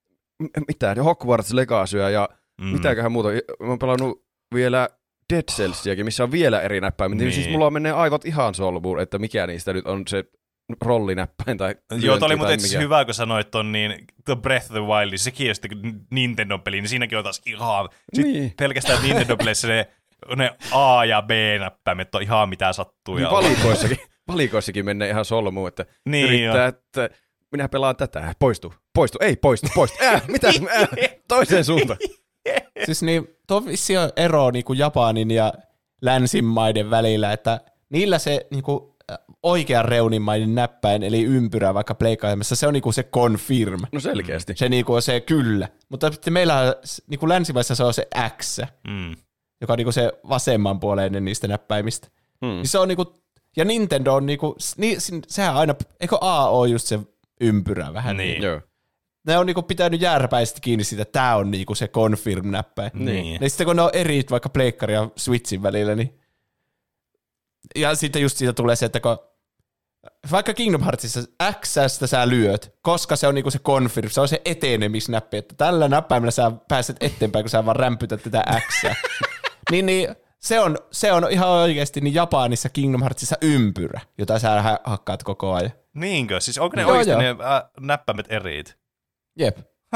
Hogwarts Legacyä ja mitäköhän muuta. Mä oon pelannut vielä Dead Cellsiakin, missä on vielä eri näppäimet. Niin. Siis mulla menee aivot ihan solmuun, että mikä niistä nyt on se rollinäppäin tai joo, toi oli muuten hyvä, kun sanoit ton niin The Breath of the Wild, sekin on sitten Nintendo-peli, niin siinäkin on taas ihan niin. Pelkästään Nintendo-peleissä ne A- ja B-näppäimet on ihan mitä sattuu. Niin valikoissakin menee ihan solmuun, että niin yrittää, että minä pelaan tätä, poistu, mitä, toiseen suuntaan. Siis niin, tuo vissi on ero niin kuin Japanin ja länsimaiden välillä, että niillä se niin kuin oikean reunimmainen näppäin, eli ympyrä vaikka pleikkaimessa, se on niinku se confirm. No selkeästi. Se niinku on se kyllä. Mutta sitten meillä niinku länsimaissa se on se X, joka on niinku se vasemmanpuoleinen niistä näppäimistä. Niin se on niinku, ja Nintendo on niinku, sehän aina, eikö A ole just se ympyrä vähän? Niin. Joo. Ne on niinku pitänyt jääräpäisesti kiinni siitä, että tää on niinku se confirm-näppäin. Niin. Ja sitten kun ne on eri vaikka pleikkari ja Switchin välillä, niin ja sitten just siitä tulee se, että kun vaikka Kingdom Heartsissa X:stä sä lyöt, koska se on niinku se confirm, se on se etenemisnäppi, että tällä näppäimellä sä pääset eteenpäin, kun sä vaan rämpytät tätä X:ää. niin se on ihan oikeasti niin Japanissa Kingdom Heartsissa ympyrä, jota sä hakkaat koko ajan. Niinkö? Siis onko ne oikeasti ne näppäimet erit? Jep.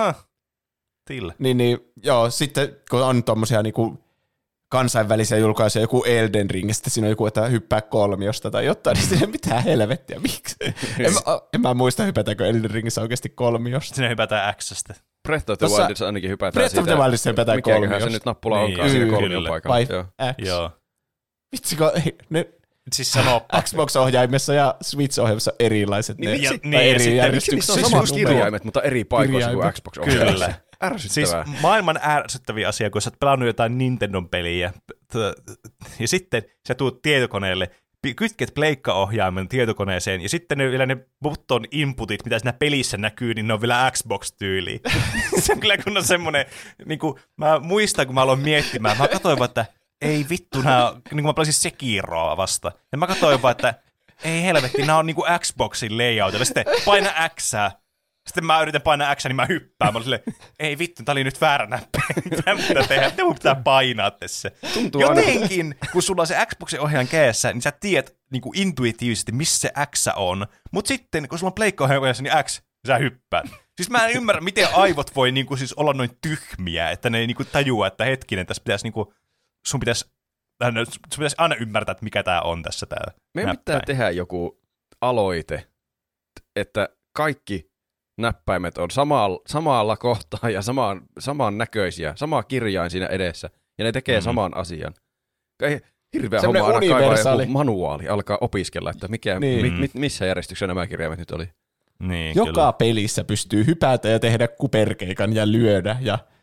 Till. Niin, joo, sitten kun on tommosia niinku kansainvälisiä julkaisuja, joku Elden Ring, ja sitten siinä on joku, että hyppää kolmiosta tai jotain, niin siinä mitään helvettiä, miksi? en mä muista, hypätäänkö Elden Ringissä oikeasti kolmiosta. Siinä hypätään X:stä. Breath of the Wildissa ainakin hypätään sitä. Breath of the Wildissa hypätään kolmiosta. Mikäköhän se nyt nappula onkaan siinä kolmion paikalla. Vai X? Joo. Vitsikö, siis sanoppa. Xbox-ohjaimessa ja Switch-ohjaimessa erilaiset. Miksi niissä on samat kirjaimet, mutta eri paikoissa kuin Xbox-ohjaimessa? Kyllä. Ärsyttävää. Siis maailman ärsyttäviä asia, kun sä oot pelannut jotain Nintendo-peliä, ja sitten sä tuut tietokoneelle, kytket pleikkaohjaimen tietokoneeseen, ja sitten vielä ne button inputit, mitä siinä pelissä näkyy, niin ne on vielä Xbox-tyyliin. Se on kyllä kun on semmoinen, niin kuin, mä muistan, kun mä aloin miettimään, mä katsoin vaan, että ei vittu, niin kuin mä pelasin Sekiroa vasta, ja mä katsoin vaan, että ei helvetti, nämä on niin kuin Xboxin layoutilla, sitten paina Xää. Sitten mä yritän painaa X, niin mä hyppään. Mä olin silleen, ei vittu, tää oli nyt väärä näppäin. Mitä pitää tehdä? Mun pitää painaa tässä. Jotenkin, kun sulla on se Xboxin ohjaajan kädessä, niin sä tiedät niin kuin intuitiivisesti, missä se X on. Mut sitten, kun sulla on pleikkaohjaajan niin X, sä hyppäät. Siis mä en ymmärrä, miten aivot voi niin kuin, siis olla noin tyhmiä, että ne ei niin kuin tajua, että hetkinen, tässä pitäisi, niin kuin, sun pitäisi sun pitäisi aina ymmärtää, että mikä tää on tässä tää meidän pitää tehdä joku aloite, että kaikki näppäimet on samalla kohtaa ja saman näköisiä, sama kirjain siinä edessä, ja ne tekee saman asian. Hirveä homma aina kaivaa joku manuaali, alkaa opiskella, että missä järjestyksessä nämä kirjaimet nyt oli. Niin, joka kyllä. pelissä pystyy hypätä ja tehdä kuperkeikan ja lyödä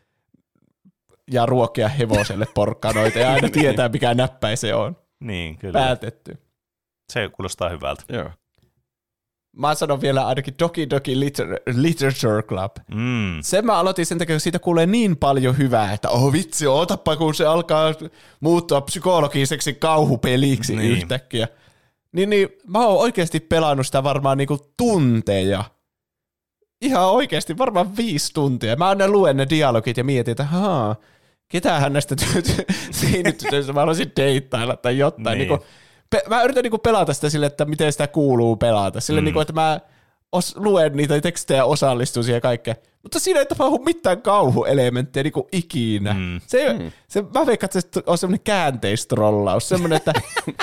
ja ruokia hevoselle porkkanoita ja aina tietää, mikä näppäin se on. Niin, kyllä. Päätetty. Se kuulostaa hyvältä. Joo. Mä sanon vielä ainakin Doki Doki Literature Club. Sen mä aloitin sen takia, kun siitä kuulee niin paljon hyvää, että vitsi, otappa kun se alkaa muuttua psykologiseksi kauhupeliksi yhtäkkiä. Niin mä oon oikeasti pelannut sitä varmaan niinku tunteja. Ihan oikeasti varmaan 5 tuntia. Mä aina luen ne dialogit ja mietin, että ketähän näistä siinä mä haluaisin deittailla tai jotain. Niin. Mä yritän niinku pelata sitä sille, että miten sitä kuuluu pelata. Sille niinku, että mä luen niitä tekstejä ja osallistun siihen kaikkeen. Mutta siinä ei tapahdu mitään kauhuelementtiä niinku ikinä. Mä veikkaan, että se on semmoinen käänteistrollaus. Semmoinen, että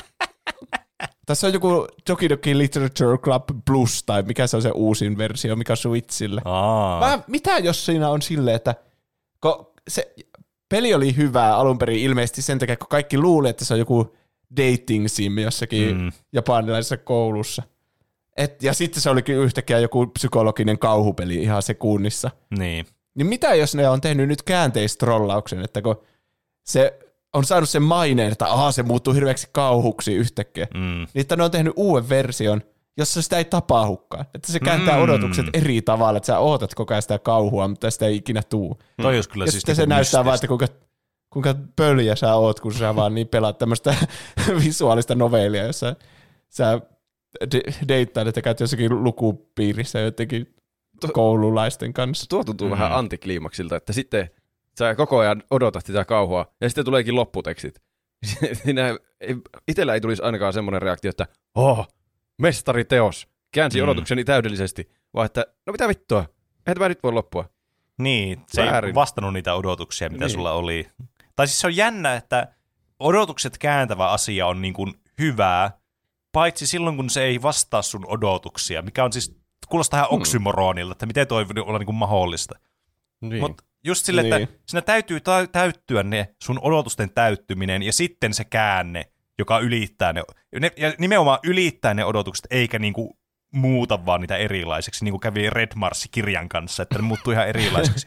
tässä on joku Doki Doki Literature Club Plus, tai mikä se on se uusin versio, mikä on Switchille. Mitä jos siinä on silleen, että se peli oli hyvä alun perin ilmeisesti sen takia, kun kaikki luuli, että se on joku dating sim jossakin japanilaisessa koulussa. Ja sitten se olikin yhtäkkiä joku psykologinen kauhupeli ihan sekunnissa. Niin mitä jos ne on tehnyt nyt käänteistrollauksen, että kun se on saanut sen maineen, että se muuttuu hirveäksi kauhuksi yhtäkkiä. Niin että ne on tehnyt uuden version, jossa sitä ei tapahdukaan. Että se kääntää odotukset eri tavalla, että sä ootat koko ajan sitä kauhua, mutta sitä ei ikinä tuu. Toi olisi kyllä ja siis sitten se näyttää vaan, että kuinka pöljä sä oot, kun sä vaan niin pelaat tämmöistä visuaalista novellia, jossa sä deittailet ja käyt jossakin lukupiirissä jotenkin koululaisten kanssa. Tuo tuntuu vähän antikliimaksilta, että sitten sä koko ajan odotat sitä kauhua, ja sitten tuleekin lopputekstit. Itsellä ei tulisi ainakaan semmoinen reaktio, että mestariteos, käänsi odotukseni täydellisesti, vaan että no mitä vittua, eihän tämä nyt voi loppua. Niin, se ei vastannut niitä odotuksia, mitä sulla oli. Tai siis se on jännä, että odotukset kääntävä asia on niin kuin hyvää, paitsi silloin, kun se ei vastaa sun odotuksia, mikä on siis, kuulostaa ihan oksymoronilta, että miten toi voi olla niin kuin mahdollista. Niin. Mutta just sille, että siinä täytyy täyttyä ne sun odotusten täyttyminen ja sitten se käänne, joka ylittää ne ja nimenomaan ylittää ne odotukset, eikä niinku muuta vaan niitä erilaiseksi, niin kuin kävi Red Mars-kirjan kanssa, että ne muuttuu ihan erilaiseksi.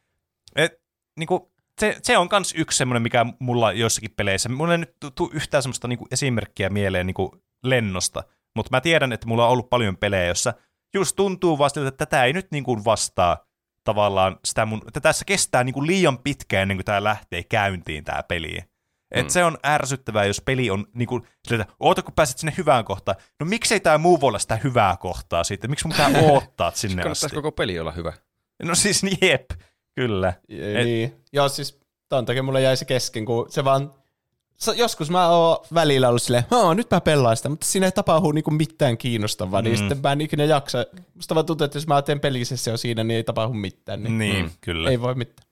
Niinku, se on myös yksi semmoinen, mikä mulla joissakin peleissä, mulla ei nyt tule yhtään semmoista niinku esimerkkiä mieleen niinku lennosta, mutta mä tiedän, että mulla on ollut paljon pelejä, jossa just tuntuu vasta, että tätä ei nyt niinku vastaa tavallaan sitä että tässä kestää niinku liian pitkään ennen kuin tämä lähtee käyntiin tämä peli. Et se on ärsyttävää, jos peli on niinku sillä, että oota kun pääset sinne hyvään kohtaan. No miksei tämä muu voi olla sitä hyvää kohtaa sitten? Miksi mun pitää odottaa sinne asti? Kannattaisi koko peli olla hyvä. No siis jep, kyllä. Niin. Joo, siis ton takia mulle jäi se kesken, kun se vaan joskus mä oon välillä ollut silleen, nyt mä pelaan sitä, mutta siinä ei tapahdu niinku mitään kiinnostavaa, niin sitten mä en ikinä jaksa. Musta vaan tuntuu, että jos mä teen pelisessä siinä, niin ei tapahdu mitään. Niin, kyllä. Ei voi mitään.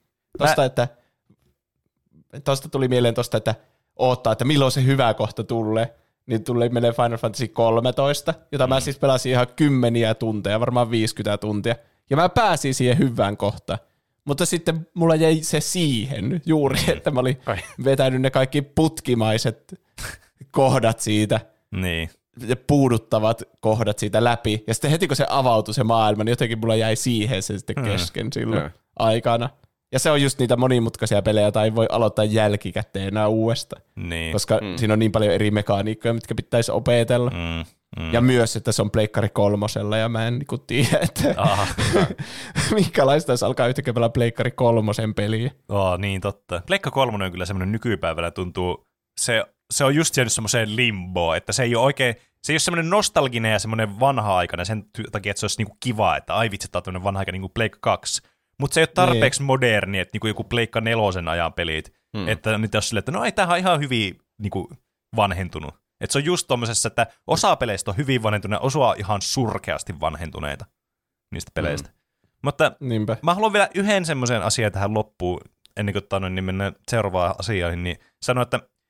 Tosta tuli mieleen että odottaa, että milloin se hyvä kohta tulee. Niin tuli meille Final Fantasy 13, jota mä siis pelasin ihan 10 tunteja, varmaan 50 tuntia. Ja mä pääsin siihen hyvään kohtaan. Mutta sitten mulla jäi se siihen juuri, että mä olin vetänyt ne kaikki putkimaiset kohdat siitä. Niin. Ja puuduttavat kohdat siitä läpi. Ja sitten heti kun se avautui se maailma, niin jotenkin mulla jäi siihen se sitten kesken silloin aikana. Ja se on just niitä monimutkaisia pelejä, joita ei voi aloittaa jälkikäteen enää uudestaan. Niin. Koska siinä on niin paljon eri mekaniikkoja, mitkä pitäisi opetella. Ja myös, että se on Pleikkari 3, ja mä en niin tiedä, että minkälaista jos alkaa yhtäkkiä pelaa Pleikkari 3 peliä. Niin totta. Pleikka 3 on kyllä semmoinen nykypäivänä tuntuu, se on just jäänyt semmoiseen limboon, että se ei ole oikein, se ei ole semmoinen nostalginen ja semmoinen vanha-aikainen sen takia, että se olisi niinku kiva, että ai vitsi, tämä on tämmöinen vanha-aikainen niin kuin Pleikka 2. Mutta se ei ole tarpeeksi moderni, että niinku joku Pleikka 4 ajan pelit, että nyt jos silleen, että no ei, tämähän on ihan hyvin niinku vanhentunut. Että se on just tommosessa, että osa peleistä on hyvin vanhentuneita, osa on ihan surkeasti vanhentuneita niistä peleistä. Mutta mä haluan vielä yhden semmoisen asian tähän loppuun, ennen kuin niin mennään seuraavaan asiaan, niin sanoa, että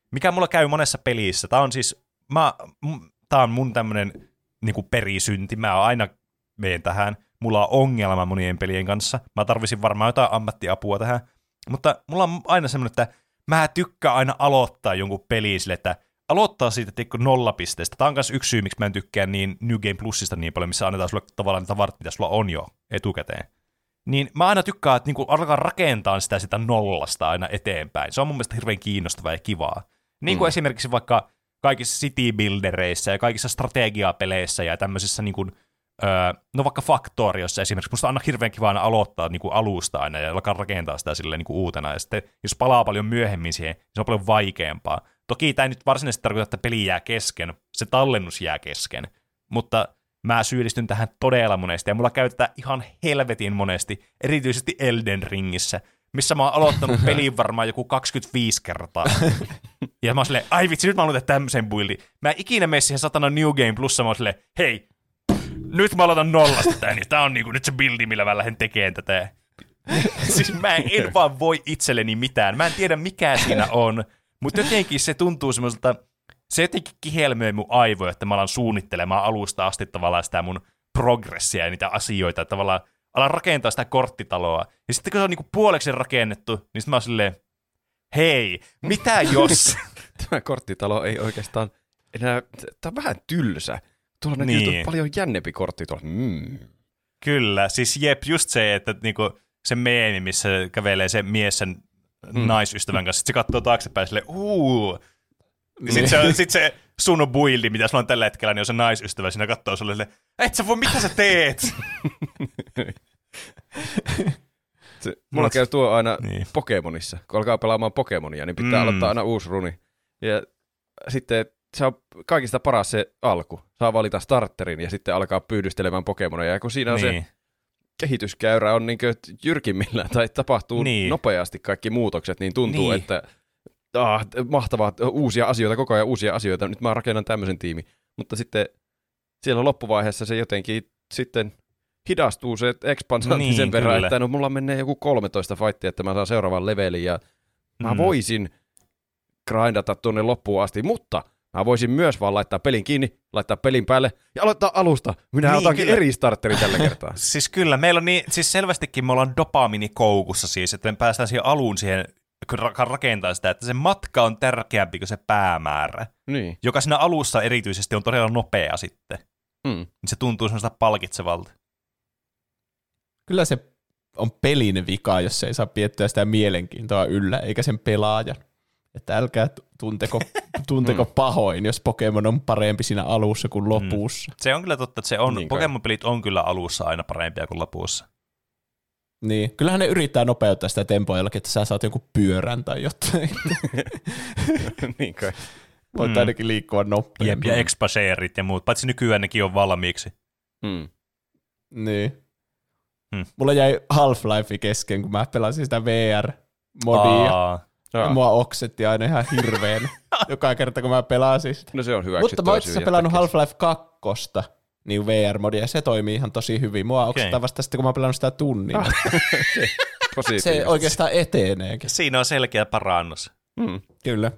mikä mulla käy monessa pelissä, tää on mun tämmönen niinku perisynti, mä aina menen tähän, mulla on ongelma monien pelien kanssa, mä tarvisin varmaan jotain ammattiapua tähän, mutta mulla on aina semmoinen, että mä tykkään aina aloittaa jonkun pelin sille, että aloittaa siitä nollapisteestä. Tämä on myös yksi syy, miksi mä en tykkää niin New Game Plusista niin paljon, missä annetaan sulle tavallaan niitä varttia, mitä sulla on jo etukäteen. Niin mä aina tykkään, että niinku alkaa rakentaa sitä nollasta aina eteenpäin. Se on mun mielestä hirveän kiinnostavaa ja kivaa. Niin kuin esimerkiksi vaikka kaikissa city buildereissä ja kaikissa strategiapeleissä ja tämmöisissä niin kuin, no vaikka Factoriossa esimerkiksi, musta on aina hirveän kiva aina aloittaa niin kuin alusta aina ja alkaa rakentaa sitä silleen niin kuin uutena. Ja sitten jos palaa paljon myöhemmin siihen, niin se on paljon vaikeampaa. Toki tämä ei nyt varsinaisesti tarkoita, että peli jää kesken, se tallennus jää kesken, mutta mä syyllistyn tähän todella monesti ja mulla käytetään ihan helvetin monesti, erityisesti Elden Ringissä, missä mä oon aloittanut pelin varmaan joku 25 kertaa. Ja mä oon silleen, ai vitsi, nyt mä aloitan tämmöisen buildin. Mä en ikinä mene siihen satana New Game Plussa, mä oon silleen, hei, nyt mä aloitan nollasta tää, niin tää on niinku nyt se buildi, millä mä lähden tekemään tätä. Siis mä en vaan voi itselleni mitään. Mä en tiedä mikä siinä on, mutta jotenkin se tuntuu semmoiselta, se jotenkin kihelmöi mun aivoja, että mä alan suunnittelemaan alusta asti tavallaan sitä mun progressia ja niitä asioita, että tavallaan alan rakentaa sitä korttitaloa. Ja sitten kun se on niinku puoleksi rakennettu, niin sitten mä oon silleen, hei, mitä jos? Tämä korttitalo ei oikeastaan enää, tämä on vähän tylsä. Tuolla näkyy paljon jännempi korttitalo. Kyllä, siis jep, just se, että niinku se meemi, missä kävelee se mies sen naisystävän kanssa, sitten se katsoo taaksepäin silleen, Sitten se sun buildi, mitä sulla on tällä hetkellä, niin on se naisystävä, siinä katsoo sulle, et sä voi, mitä sä teet? Mulla käy tuo aina Pokemonissa, kun alkaa pelaamaan Pokemonia, niin pitää aloittaa aina uusi runi. Ja sitten se on kaikista paras se alku. Saa valita starterin ja sitten alkaa pyydystelemään Pokemonia. Ja kun siinä on se kehityskäyrä on niin jyrkimmillään tai tapahtuu nopeasti kaikki muutokset, niin tuntuu, että mahtavaa, uusia asioita, koko ajan uusia asioita. Nyt mä rakennan tämmöisen tiimin. Mutta sitten siellä loppuvaiheessa se jotenkin sitten hidastuu se ekspansantti sen verran, että no mulla menee joku 13 fightia, että mä saan seuraavan levelin ja mä voisin grindata tuonne loppuun asti, mutta mä voisin myös vaan laittaa pelin kiinni, laittaa pelin päälle ja aloittaa alusta. Minä otankin eri starteri tällä kertaa. Siis kyllä, meillä on siis selvästikin me ollaan dopamiinikoukussa siis, että me päästään siihen alun siihen rakentaa sitä, että se matka on tärkeämpi kuin se päämäärä, joka siinä alussa erityisesti on todella nopea sitten. Se tuntuu semmoista palkitsevalta. Kyllä se on pelin vika, jos se ei saa piettyä sitä mielenkiintoa yllä, eikä sen pelaajan. Että älkää tunteko pahoin, jos Pokemon on parempi siinä alussa kuin lopussa. Se on kyllä totta, että Pokemon-pelit on kyllä alussa aina parempia kuin lopussa. Niin, kyllähän ne yrittää nopeuttaa sitä tempoa jollakin, että sä saat jonkun pyörän tai jotain. Niin kai. Voit ainakin liikkua nopeammin. Ja expaseerit ja muut, paitsi nykyään nekin on valmiiksi. Niin. Mulla jäi Half-Life kesken, kun mä pelasin sitä VR-modia. Ja mua oksetti aina ihan hirveän joka kerta, kun mä pelasin sitä. No se on hyväksytty. Mutta mä oon itse pelannut Half-Life 2, niin VR-modia, ja se toimii ihan tosi hyvin. Mua oksettaa vasta sitten, kun mä oon pelannut sitä tunnin. Se oikeastaan eteneekin. Siinä on selkeä parannus. Kyllä.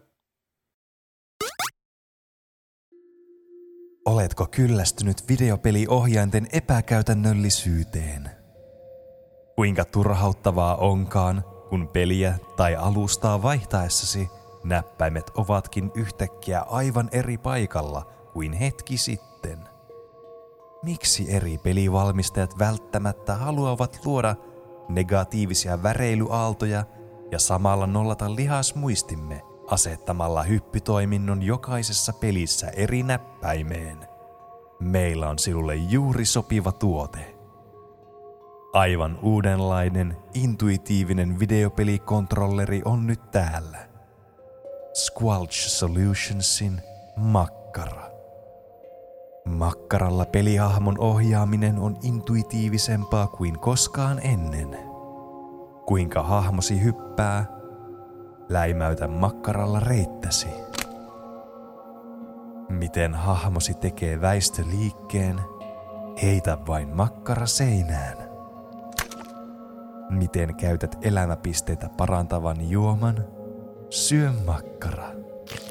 Oletko kyllästynyt videopeliohjainten epäkäytännöllisyyteen? Kuinka turhauttavaa onkaan, kun peliä tai alustaa vaihtaessasi näppäimet ovatkin yhtäkkiä aivan eri paikalla kuin hetki sitten? Miksi eri pelivalmistajat välttämättä haluavat luoda negatiivisia väreilyaaltoja ja samalla nollata lihasmuistimme asettamalla hyppytoiminnon jokaisessa pelissä eri näppäimeen? Meillä on sinulle juuri sopiva tuote. Aivan uudenlainen, intuitiivinen videopelikontrolleri on nyt täällä. Squelch Solutionsin Makkara. Makkaralla pelihahmon ohjaaminen on intuitiivisempaa kuin koskaan ennen. Kuinka hahmosi hyppää? Läimäytä makkaralla reittäsi. Miten hahmosi tekee väistöliikkeen? Heitä vain makkara seinään. Miten käytät elämäpisteitä parantavan juoman? Syö makkara.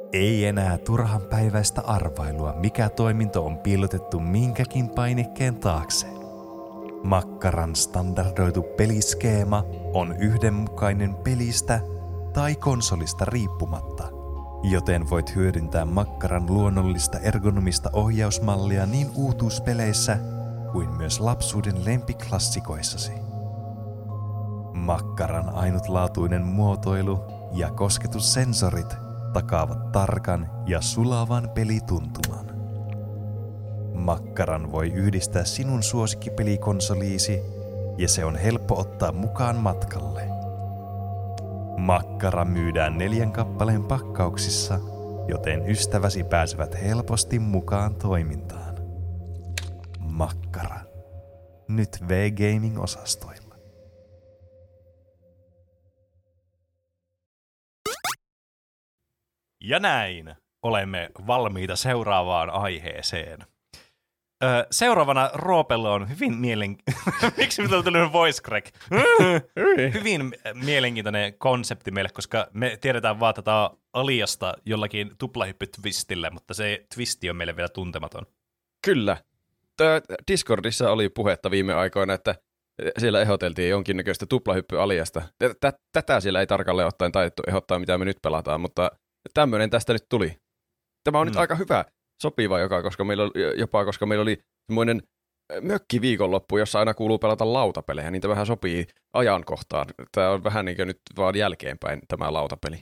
Ei enää turhanpäiväistä arvailua, mikä toiminto on piilotettu minkäkin painikkeen taakse. Makkaran standardoitu peliskeema on yhdenmukainen pelistä tai konsolista riippumatta, joten voit hyödyntää Makkaran luonnollista ergonomista ohjausmallia niin uutuuspeleissä kuin myös lapsuuden lempiklassikoissasi. Makkaran ainutlaatuinen muotoilu ja kosketussensorit takaavat tarkan ja sulavan pelituntuman. Makkaran voi yhdistää sinun suosikkipelikonsoliisi ja se on helppo ottaa mukaan matkalle. Makkara myydään 4 kappaleen pakkauksissa, joten ystäväsi pääsevät helposti mukaan toimintaan. Makkara. Nyt V-Gaming-osastoilla. Ja näin olemme valmiita seuraavaan aiheeseen. Seuraavana Roopella on hyvin Miksi mitä on tullut voice crack? Hyvin mielenkiintoinen konsepti meille, koska me tiedetään vaan tätä aliasta jollakin tuplahyppy-twistillä, mutta se twisti on meille vielä tuntematon. Kyllä. Discordissa oli puhetta viime aikoina, että siellä ehdoteltiin jonkinnäköistä tuplahyppy-aliasta. Tätä siellä ei tarkalleen ottaen taidettu ehdottaa, mitä me nyt pelataan, mutta tämmöinen tästä nyt tuli. Tämä on nyt aika hyvä, sopiva koska meillä oli semmoinen mökkiviikonloppu, jossa aina kuuluu pelata lautapelejä, niin tämä vähän sopii ajankohtaan. Tämä on vähän niin kuin nyt vaan jälkeenpäin tämä lautapeli.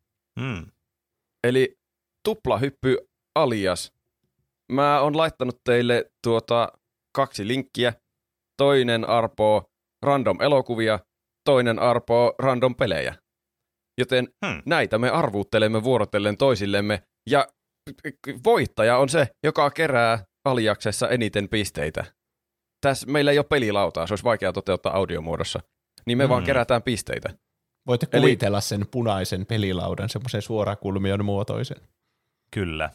Eli tuplahyppy alias. Mä oon laittanut teille 2 linkkiä. Toinen arpoo random elokuvia, toinen arpoo random pelejä. Joten näitä me arvuuttelemme vuorotellen toisillemme, ja voittaja on se, joka kerää aliaksessa eniten pisteitä. Tässä meillä ei ole pelilautaa, se olisi vaikea toteuttaa audiomuodossa, niin me vaan kerätään pisteitä. Voitte kuvitella sen punaisen pelilaudan, semmoisen suorakulmion muotoisen. Kyllä.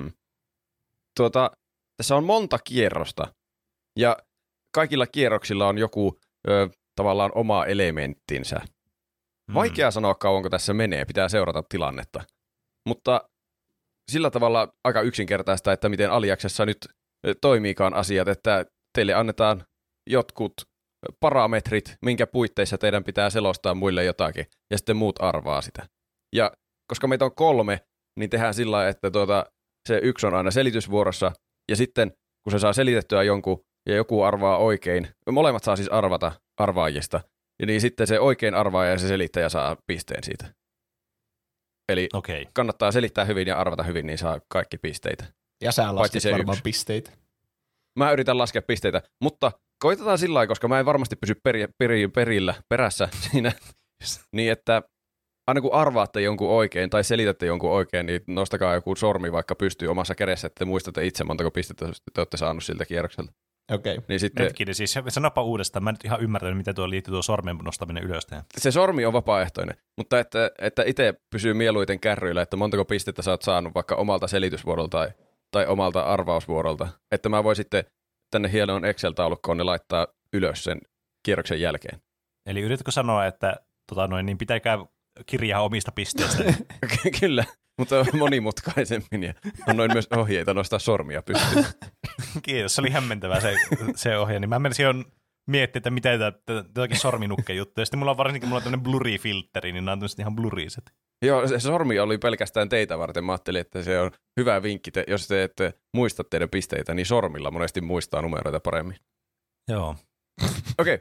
Tässä on monta kierrosta, ja kaikilla kierroksilla on joku tavallaan oma elementtinsä. Vaikea sanoa kauanko tässä menee, pitää seurata tilannetta. Mutta sillä tavalla aika yksinkertaista, että miten aliaksessa nyt toimiikaan asiat, että teille annetaan jotkut parametrit, minkä puitteissa teidän pitää selostaa muille jotakin, ja sitten muut arvaa sitä. Ja koska meitä on 3, niin tehdään sillä lailla, että se 1 on aina selitysvuorossa, ja sitten kun se saa selitettyä jonkun, ja joku arvaa oikein, molemmat saa siis arvata arvaajista, ja niin sitten se oikein arvaaja ja se selittäjä saa pisteen siitä. Eli kannattaa selittää hyvin ja arvata hyvin, niin saa kaikki pisteitä. Ja sä lasket varmaan pisteitä. Mä yritän laskea pisteitä, mutta koitetaan sillä lailla, koska mä en varmasti pysy perässä siinä, niin että aina kun arvaatte jonkun oikein tai selitätte jonkun oikein, niin nostakaa joku sormi vaikka pystyy omassa kädessä, että te muistatte itse montako pistettä te olette saanut siltä kierrokselta. Okei. Niin sitten Hetkinen, siis sanoppa uudestaan. Mä en nyt ihan ymmärtänyt, miten tuo liittyy tuo sormen nostaminen ylös tähän. Se sormi on vapaaehtoinen, mutta että itse pysyy mieluiten kärryillä, että montako pistettä sä oot saanut vaikka omalta selitysvuorolta tai omalta arvausvuorolta. Että mä voin sitten tänne hienoon Excel-taulukkoon ne laittaa ylös sen kierroksen jälkeen. Eli yritätkö sanoa, että niin pitäkää kirjaa omista pisteistä? Kyllä, mutta monismutkaisemmin ja annoin myös ohjeita nostaa sormia pystyyn. Kiitos, se oli hämmentävää se ohje. Niin mä menisin jo miettiä, että miten tämäkin sorminukke juttu. Ja sitten mulla on tämmöinen blurry-filtteri, niin nämä on tämmöiset ihan blurriset. Joo, se sormi oli pelkästään teitä varten. Mä ajattelin, että se on hyvä vinkki, jos te ette muista teidän pisteitä, niin sormilla monesti muistaa numeroita paremmin. Joo. Okei.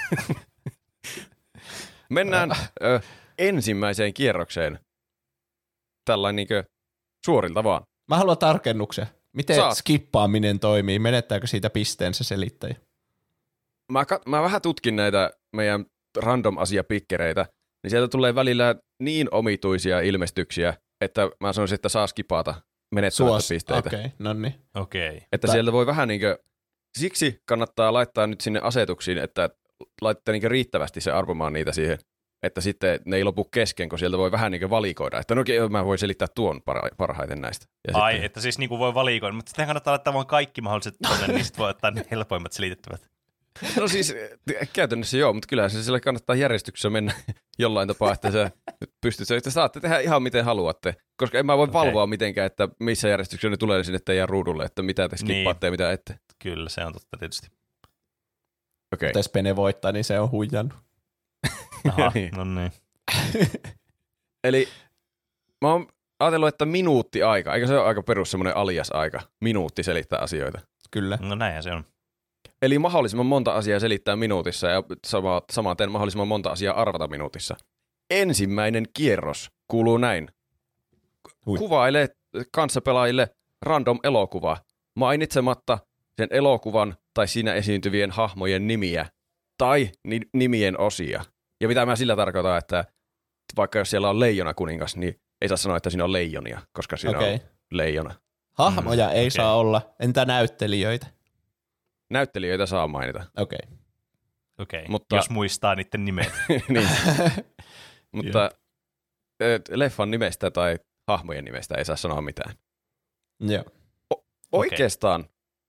Mennään ensimmäiseen kierrokseen. Tällainen niinkö suorilta vaan. Mä haluan tarkennuksen. Miten skippaaminen toimii? Menettääkö siitä pisteen se selittäjä? Mä vähän tutkin näitä meidän random-asiapikkereitä, niin sieltä tulee välillä niin omituisia ilmestyksiä, että mä sanoisin, että saa skipata menettämättä pisteitä. Okei, nonni. Okei. Että sieltä voi vähän niinkö, siksi kannattaa laittaa nyt sinne asetuksiin, että laittaa niinkö riittävästi se arvomaan niitä siihen, että sitten ne ei lopu kesken, kun sieltä voi vähän niinkö valikoida, että no mä voin selittää tuon parhaiten näistä. Ja ai, sitten että siis niinku voi valikoida, mutta sitten kannattaa laittaa vaan kaikki mahdolliset tonne, niin sitten voi ottaa ne helpoimmat selitettävät. No siis käytännössä joo, mutta kyllähän se sillä kannattaa järjestyksessä mennä jollain tapaa, että pystyt, että saatte tehdä ihan miten haluatte, koska en mä voi valvoa mitenkään, että missä järjestyksessä ne tulee sinne teidän ruudulle, että mitä te skippaatte ja mitä ette. Kyllä, se on totta tietysti. Okei. Jos Pene voittaa, niin se on huijannut. Aha, no niin. Eli mä oon ajatellut, että minuutti aika, eikö se ole aika perus semmoinen alias aika, minuutti selittää asioita. Kyllä. No näinhän se on. Eli mahdollisimman monta asiaa selittää minuutissa ja samaten mahdollisimman monta asiaa arvata minuutissa. Ensimmäinen kierros kuuluu näin. Kuvaile kanssapelaajille random elokuva mainitsematta sen elokuvan tai siinä esiintyvien hahmojen nimiä tai nimien osia. Ja mitä mä sillä tarkoitan, että vaikka jos siellä on leijona kuningas, niin ei saa sanoa, että siinä on leijonia, koska siinä on leijona. Hahmoja ei saa olla. Entä näyttelijöitä? Näyttelijöitä saa mainita. Okei, mutta jos muistaa niiden nimet. niin. Mutta leffan nimestä tai hahmojen nimestä ei saa sanoa mitään. Joo. Oikeastaan.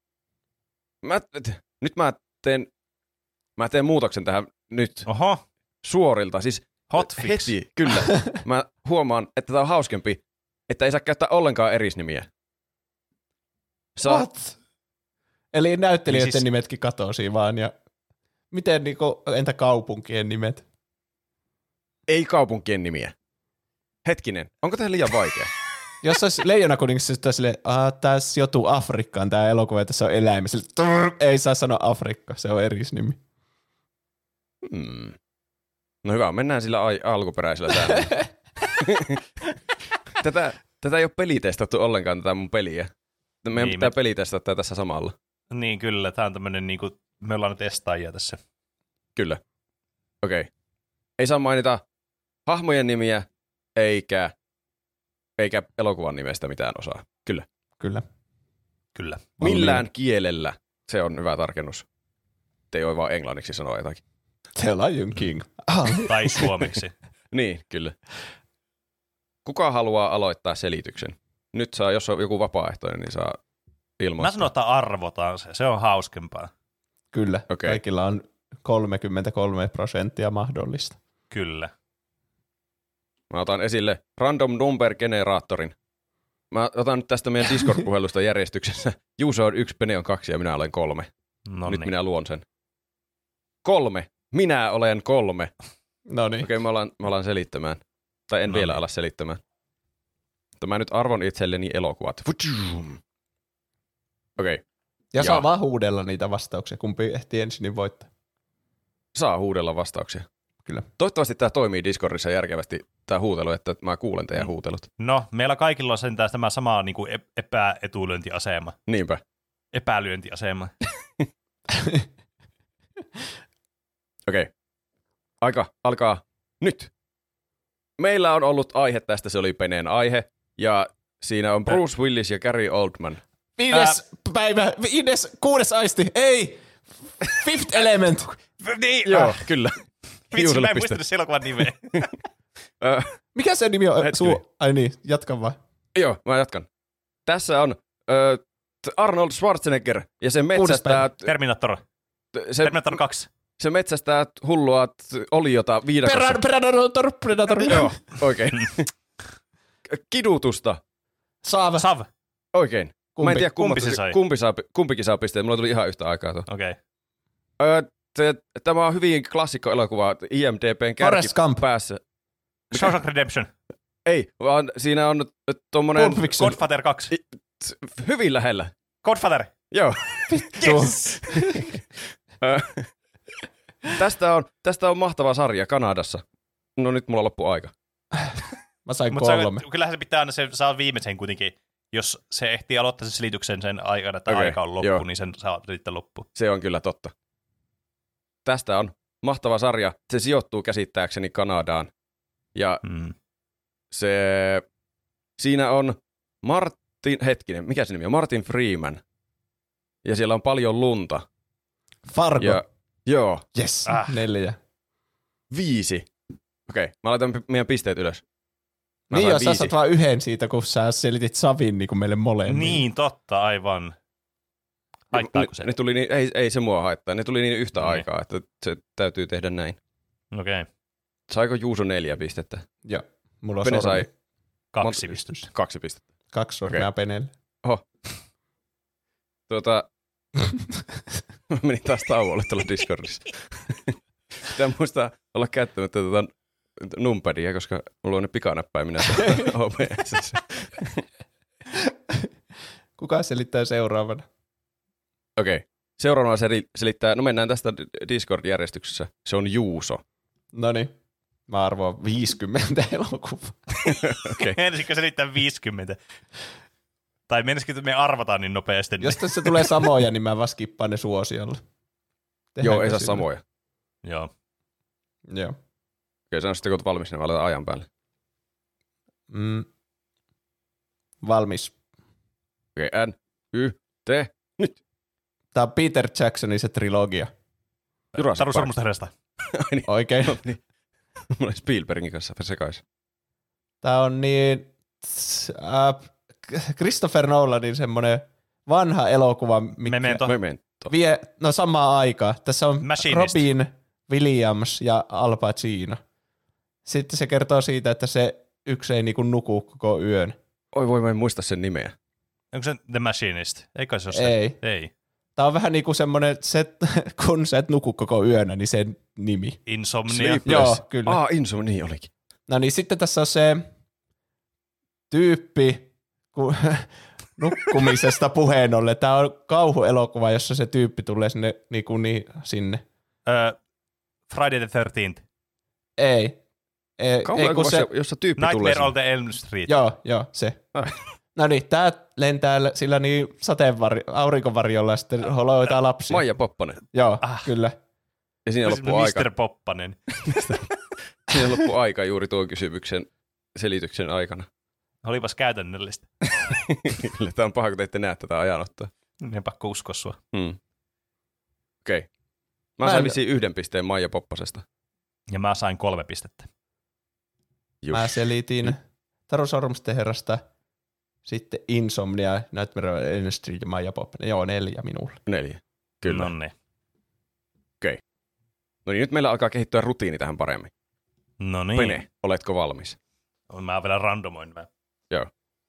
Nyt mä teen muutoksen tähän nyt. Oho. Suorilta. Siis Hotfix. Heti, kyllä. Mä huomaan, että tää on hauskempi, että ei saa käyttää ollenkaan erisnimiä. What? Eli näyttelijöiden niin siis nimetkin katosi vaan. Ja miten entä kaupunkien nimet? Ei kaupunkien nimiä. Hetkinen, onko tämä liian vaikea? Jos olisi Leijonakuningas, että silleen, tässä joutuu Afrikkaan tämä elokuva ja tässä on eläimiä. Ei saa sanoa Afrikka, se on erisnimi. No hyvä, mennään sillä alkuperäisellä säännöllä. Tätä ei ole pelitestattu ollenkaan, tätä mun peliä. Meidän pitää pelitestata tässä samalla. Niin kyllä, tämä on tämmöinen, niinku, me ollaan nyt testaajia tässä. Kyllä. Okei. Ei saa mainita hahmojen nimiä, eikä elokuvan nimestä mitään osaa. Kyllä. Kyllä. Millään kielellä. Se on hyvä tarkennus. Te ei voi vaan englanniksi sanoa jotakin. The Lion King. Tai suomeksi. Niin, kyllä. Kuka haluaa aloittaa selityksen? Nyt saa, jos on joku vapaaehtoinen, niin saa ilmoittaa. Mä sanon, että arvotaan se. Se on hauskempaa. Kyllä. Kaikilla on 33% mahdollista. Kyllä. Mä otan esille random number generaattorin. Mä otan nyt tästä meidän Discord-puhelusta järjestyksessä. Juuso on 1, Pene on 2 ja minä olen 3. Nyt minä luon sen. 3. Minä olen 3. Noniin. Okei, mä alan selittämään. Tai en vielä ala selittämään. Mutta mä nyt arvon itselleni elokuvat. Okei. Ja saa vaan huudella niitä vastauksia. Kumpi ehtii ensin, niin voittaa. Saa huudella vastauksia. Kyllä. Toivottavasti tämä toimii Discordissa järkevästi, tämä huutelu, että mä kuulen teidän huutelut. No, meillä kaikilla on sentään tämä sama niin kuin epäetulyöntiasema. Niinpä. Epälyöntiasema. Okei. Aika alkaa nyt. Meillä on ollut aihe tästä, se oli Peneen aihe, ja siinä on Bruce Willis ja Gary Oldman. 6. aisti, ei! Fifth Element. Niin, joo, kyllä. Vitsi, mä en muistanut se elokuvan nimeä. Mikä se nimi on? Ai niin, jatka vaan. Joo, mä jatkan. Tässä on Arnold Schwarzenegger, ja se metsästää... Terminator 2. Se metsästää hullua oliota viidakossa. Predator. Joo, oikein. Kidutusta. Sav. Oikein. Mä en tiedä, kumpi se sai? Kumpikin saa pisteen. Mulla tuli ihan yhtä aikaa tuo. Okei. Tämä on hyvin klassikko-elokuva. IMDb:n kärki päässä. Shawshank Redemption. Ei, vaan siinä on tommonen... Godfather 2. Hyvin lähellä. Godfather. Joo. Yes! Tästä on mahtava sarja Kanadassa. No nyt mulla loppuu aika. Mä sain 3. Kyllähän se pitää aina, se saa viimeisen kuitenkin. Jos se ehtii aloittaa sen selityksen sen aikana, että aika on loppu, niin sen saa sitten loppu. Se on kyllä totta. Tästä on mahtava sarja. Se sijoittuu käsittääkseni Kanadaan. Ja siinä on mikä se nimi on? Martin Freeman. Ja siellä on paljon lunta. Fargo. Joo. Yes, 4. 5. Okei, mä laitan meidän pisteet ylös. Niin jos sä saat vaan yhden siitä, kun sä selitit Savin niin kuin meille molemmille. Niin, totta, aivan. Haittaako se? Ne tuli ei se mua haittaa. Ne tuli niin yhtä aikaa, että se täytyy tehdä näin. Okei. Saiko Juuso 4 pistettä? Joo. Mulla on Pene sormi. sai 2 pistettä. 2 pistettä. 2 sormea Okei. Penelle. Oho. Mä menin taas tauolle tuolla Discordissa. Pitää muistaa olla käyttämättä numpadia, koska mulla on ne pikanäppäiminä OBS. Kuka selittää seuraavana? Okei. Seuraavana selittää, no mennään tästä Discord-järjestyksessä. Se on Juuso. Noniin. Mä arvoan 50 elokuvaa. Okei. Ensikö selittää 50? Tai menisikö me arvataan niin nopeasti? Jos tässä tulee samoja, niin mä vaan skippaan ne suosiolla. Joo, ei saa sillä? samoja. Joo. Joo. Okei, sano sitten, kun oot valmis, niin mä aletaan ajan päälle. Valmis. Okei, N, Y, T, nyt. Tää on Peter Jacksonin se trilogia. Jurassic Taru Park. sormusta herrasta. Ai niin. Oikein. No, niin. Mulla oli Spielbergin kanssa sekaisin. Tää on niin Christopher Nolanin semmonen vanha elokuva, mikä Memento. Memento. vie samaa aikaa. Tässä on Machinist. Robin Williams ja Al Pacino. Sitten se kertoo siitä, että se yksi ei niinku nuku koko yön. Oi, mä en muista sen nimeä. Onko se The Machinist? Eikö se ole se? Ei. Ei. Tää on vähän niinku semmonen, kun sä et nuku koko yönä, niin sen nimi. Insomnia. Sleepless. Joo, kyllä. Insomnia niin olikin. No niin, sitten tässä on se tyyppi nukkumisesta puheen ollen. Tää on kauhuelokuva, jossa se tyyppi tulee sinne. Friday the 13th. Ei, Kauhuelokuva, se, jossa tyyppi tulee Nightmare sinne. on the Elm Street. Joo, se. No niin, tää lentää sillä niin aurinkovarjolla ja sitten holoitaan lapsia. Maija Poppanen. Joo, kyllä. Ja siinä loppuu aika. Mr. Poppanen. Siinä loppuu aika juuri tuon kysymyksen selityksen aikana. Olipas käytännöllistä. Kyllä, tää on paha, kun te ette näe tätä ajanottoa. En pakko uskoa sua. Okei. Mä sain vissiin 1 pisteen Maija Poppasesta. Ja mä sain 3 pistettä. Mä selitin Taru Sormusten herrasta, sitten Insomnia, Nightmare on Elm Street ja Maija Poppanen. Joo, 4 minulle. 4. Kyllä. Noniin. No niin, nyt meillä alkaa kehittyä rutiini tähän paremmin. Noniin. Pene, oletko valmis? Mä vielä randomoin. Joo.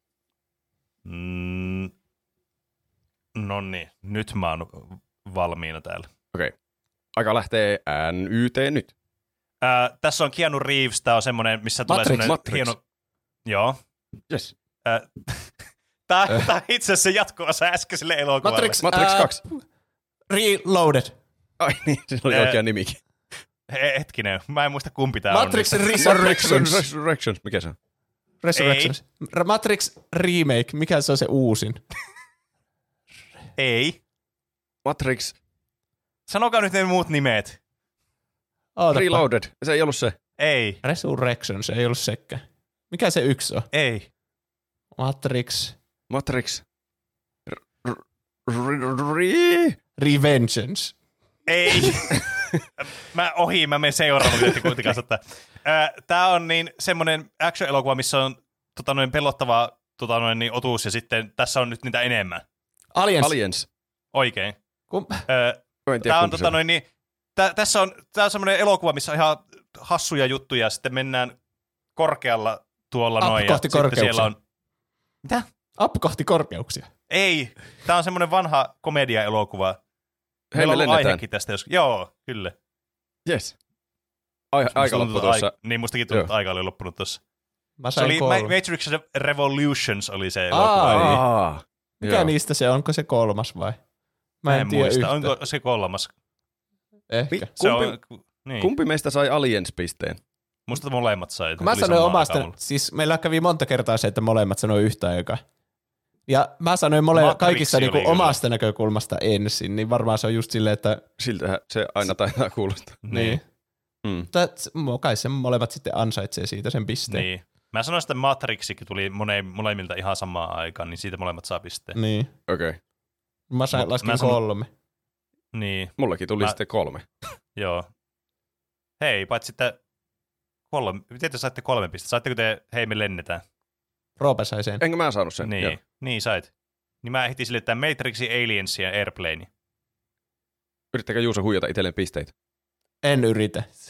Noniin. Nyt mä oon valmiina täällä. Okei. Aika lähtee NYT nyt. Tässä on Keanu Reeves. Tää on semmonen, missä tulee semmonen Matrix. hieno... Joo. Yes. Tää on itse asiassa jatko-osa äskeiselle elokuvalle. Matrix 2. Reloaded. Ai niin, se oli oikea nimikin. Hetkinen, mä en muista kumpi tää on. Matrix Resurrections. Resurrections, mikä se on? Resurrections. Matrix Remake, mikä se on se uusin? Ei. Matrix Sanokaa nyt ne muut nimet. Ootapa. Reloaded. Se ei ollut se. Ei. Resurrections, ei ollut sekään. Mikä se yksi on? Ei. Matrix. Revengeance. Ei. mä menen seuraavaksi, että kuitenkaan ottaa. Tää on niin semmonen action-elokuva, missä on pelottava otuus, ja sitten tässä on nyt niitä enemmän. Aliens. Oikein. En tiedä, Tää on kumpi se tässä on semmoinen elokuva, missä on ihan hassuja juttuja, ja sitten mennään korkealla tuolla noin. Kohti ja sitten siellä korkeuksia. on... Mitä? Up kohti korkeuksia. Ei. Tää on semmoinen vanha komedia-elokuva. Meillä on ollut aihekin tästä. Joo, kyllä. Yes. Aika loppu tuossa. Niin, mustakin tuntuu, että aika oli loppunut tuossa. Se oli Matrix Revolutions oli se elokuva. Mikä niistä se on? Onko se 3 vai? Mä en tiedä muista. yhtään. Onko se 3? Ehkä. Kumpi meistä sai Aliens-pisteen? Musta molemmat sai. Mä sanoin omasta, siis meillä kävi monta kertaa se, että molemmat sanoi yhtä aikaa. Ja mä sanoin kaikissa niinku omasta näkökulmasta ensin, niin varmaan se on just silleen, että... Siltähän se aina taitaa kuulostaa. Niin. Mutta kai se molemmat sitten ansaitsee siitä sen pisteen. Niin. Mä sanoin, että Matrixikin tuli molemmilta ihan samaan aikaan, niin siitä molemmat saa pisteen. Niin. Okei. Mä laskin 3. Niin. Mullakin tuli sitten 3. Joo. Hei, paitsi sitten 3. Miten te saitte 3 pistettä? Saitteko te, hei me lennetään? Roope sai sen. Enkö mä saanut sen? Niin sait. Niin mä ehtin sille tämän Matrixi, Aliens ja Airplane. Yrittäkö Juuso huijata itselleen pisteitä? En yritä.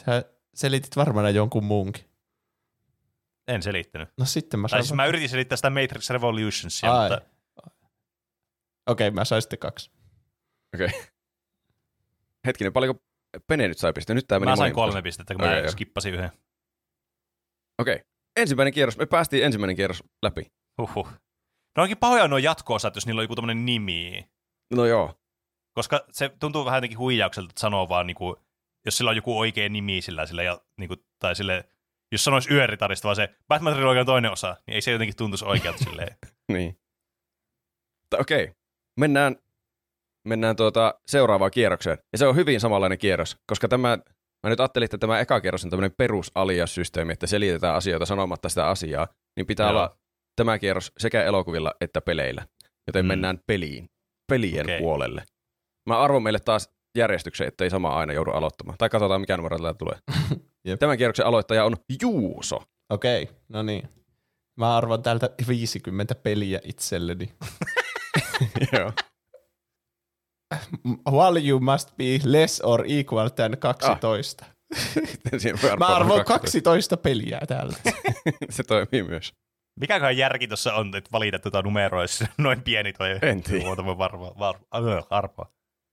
selitit varmaan jonkun muunkin. En selittänyt. No sitten mä Tai sain... siis mä yritin selittää sitä Matrix Revolutionsia, mutta... Okei, mä sain sitten 2. Okei. Hetkinen, paljonko Pene nyt sai pistettä? Nyt tää meni mä sain monimutkaisesti. 3 pistettä, kun mä skippasin yhden. Okei. Ensimmäinen kierros. Me päästiin ensimmäinen kierros läpi. Huhhuh. No onkin pahoja nuo jatko-osat, jos niillä on joku tämmönen nimi. No joo. Koska se tuntuu vähän jotenkin huijaukselta, että sanoo vaan, niinku, jos sillä on joku oikea nimi sillä ja, niinku, tai sille, jos sanoisi Yöritarista vaan se Batman Trilogian toinen osa, niin ei se jotenkin tuntuisi oikealta silleen. Niin. Okei. Mennään seuraavaan kierrokseen. Ja se on hyvin samanlainen kierros, koska mä nyt ajattelin, että tämä eka kierros on tämmöinen perus-alias-systeemi, että selitetään asioita sanomatta sitä asiaa, niin pitää olla tämä kierros sekä elokuvilla että peleillä. Joten mennään pelien puolelle. Mä arvon meille taas järjestyksen, ettei sama aina joudu aloittamaan. Tai katsotaan, mikä numero tällä tulee. Tämän kierroksen aloittaja on Juuso. Okei, no niin. Mä arvon täältä 50 peliä itselleni. Joo. Value must be less or equal than 12. Mä arvon 12 peliä täältä. Se toimii myös. Mikäköhän järki tuossa on, että valita tuota numeroa, jos noin pieni toi en tiedä. Arvoa.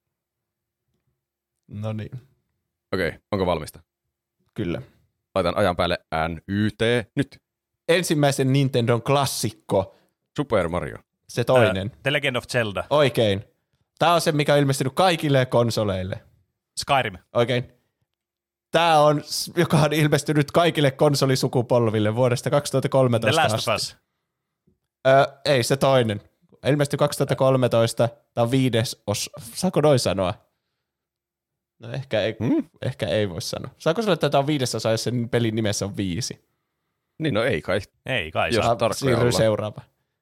No niin. Okei, onko valmista? Kyllä. Laitan ajan päälle NYT nyt. Ensimmäisen Nintendon klassikko. Super Mario. Se toinen. The Legend of Zelda. Oikein. Tää on se, mikä on ilmestynyt kaikille konsoleille. Skyrim. Oikein. Tää on, joka on ilmestynyt kaikille konsolisukupolville vuodesta 2013 The Last of Us. Ei, se toinen. Ilmestyi 2013. Tää on 5. Saako noin sanoa? No ehkä ei voi sanoa. Saako sanoa, että tää on 5. osa, jos sen pelin nimessä on 5? Niin, no ei kai. Ei kai. Jos siirryy seuraava.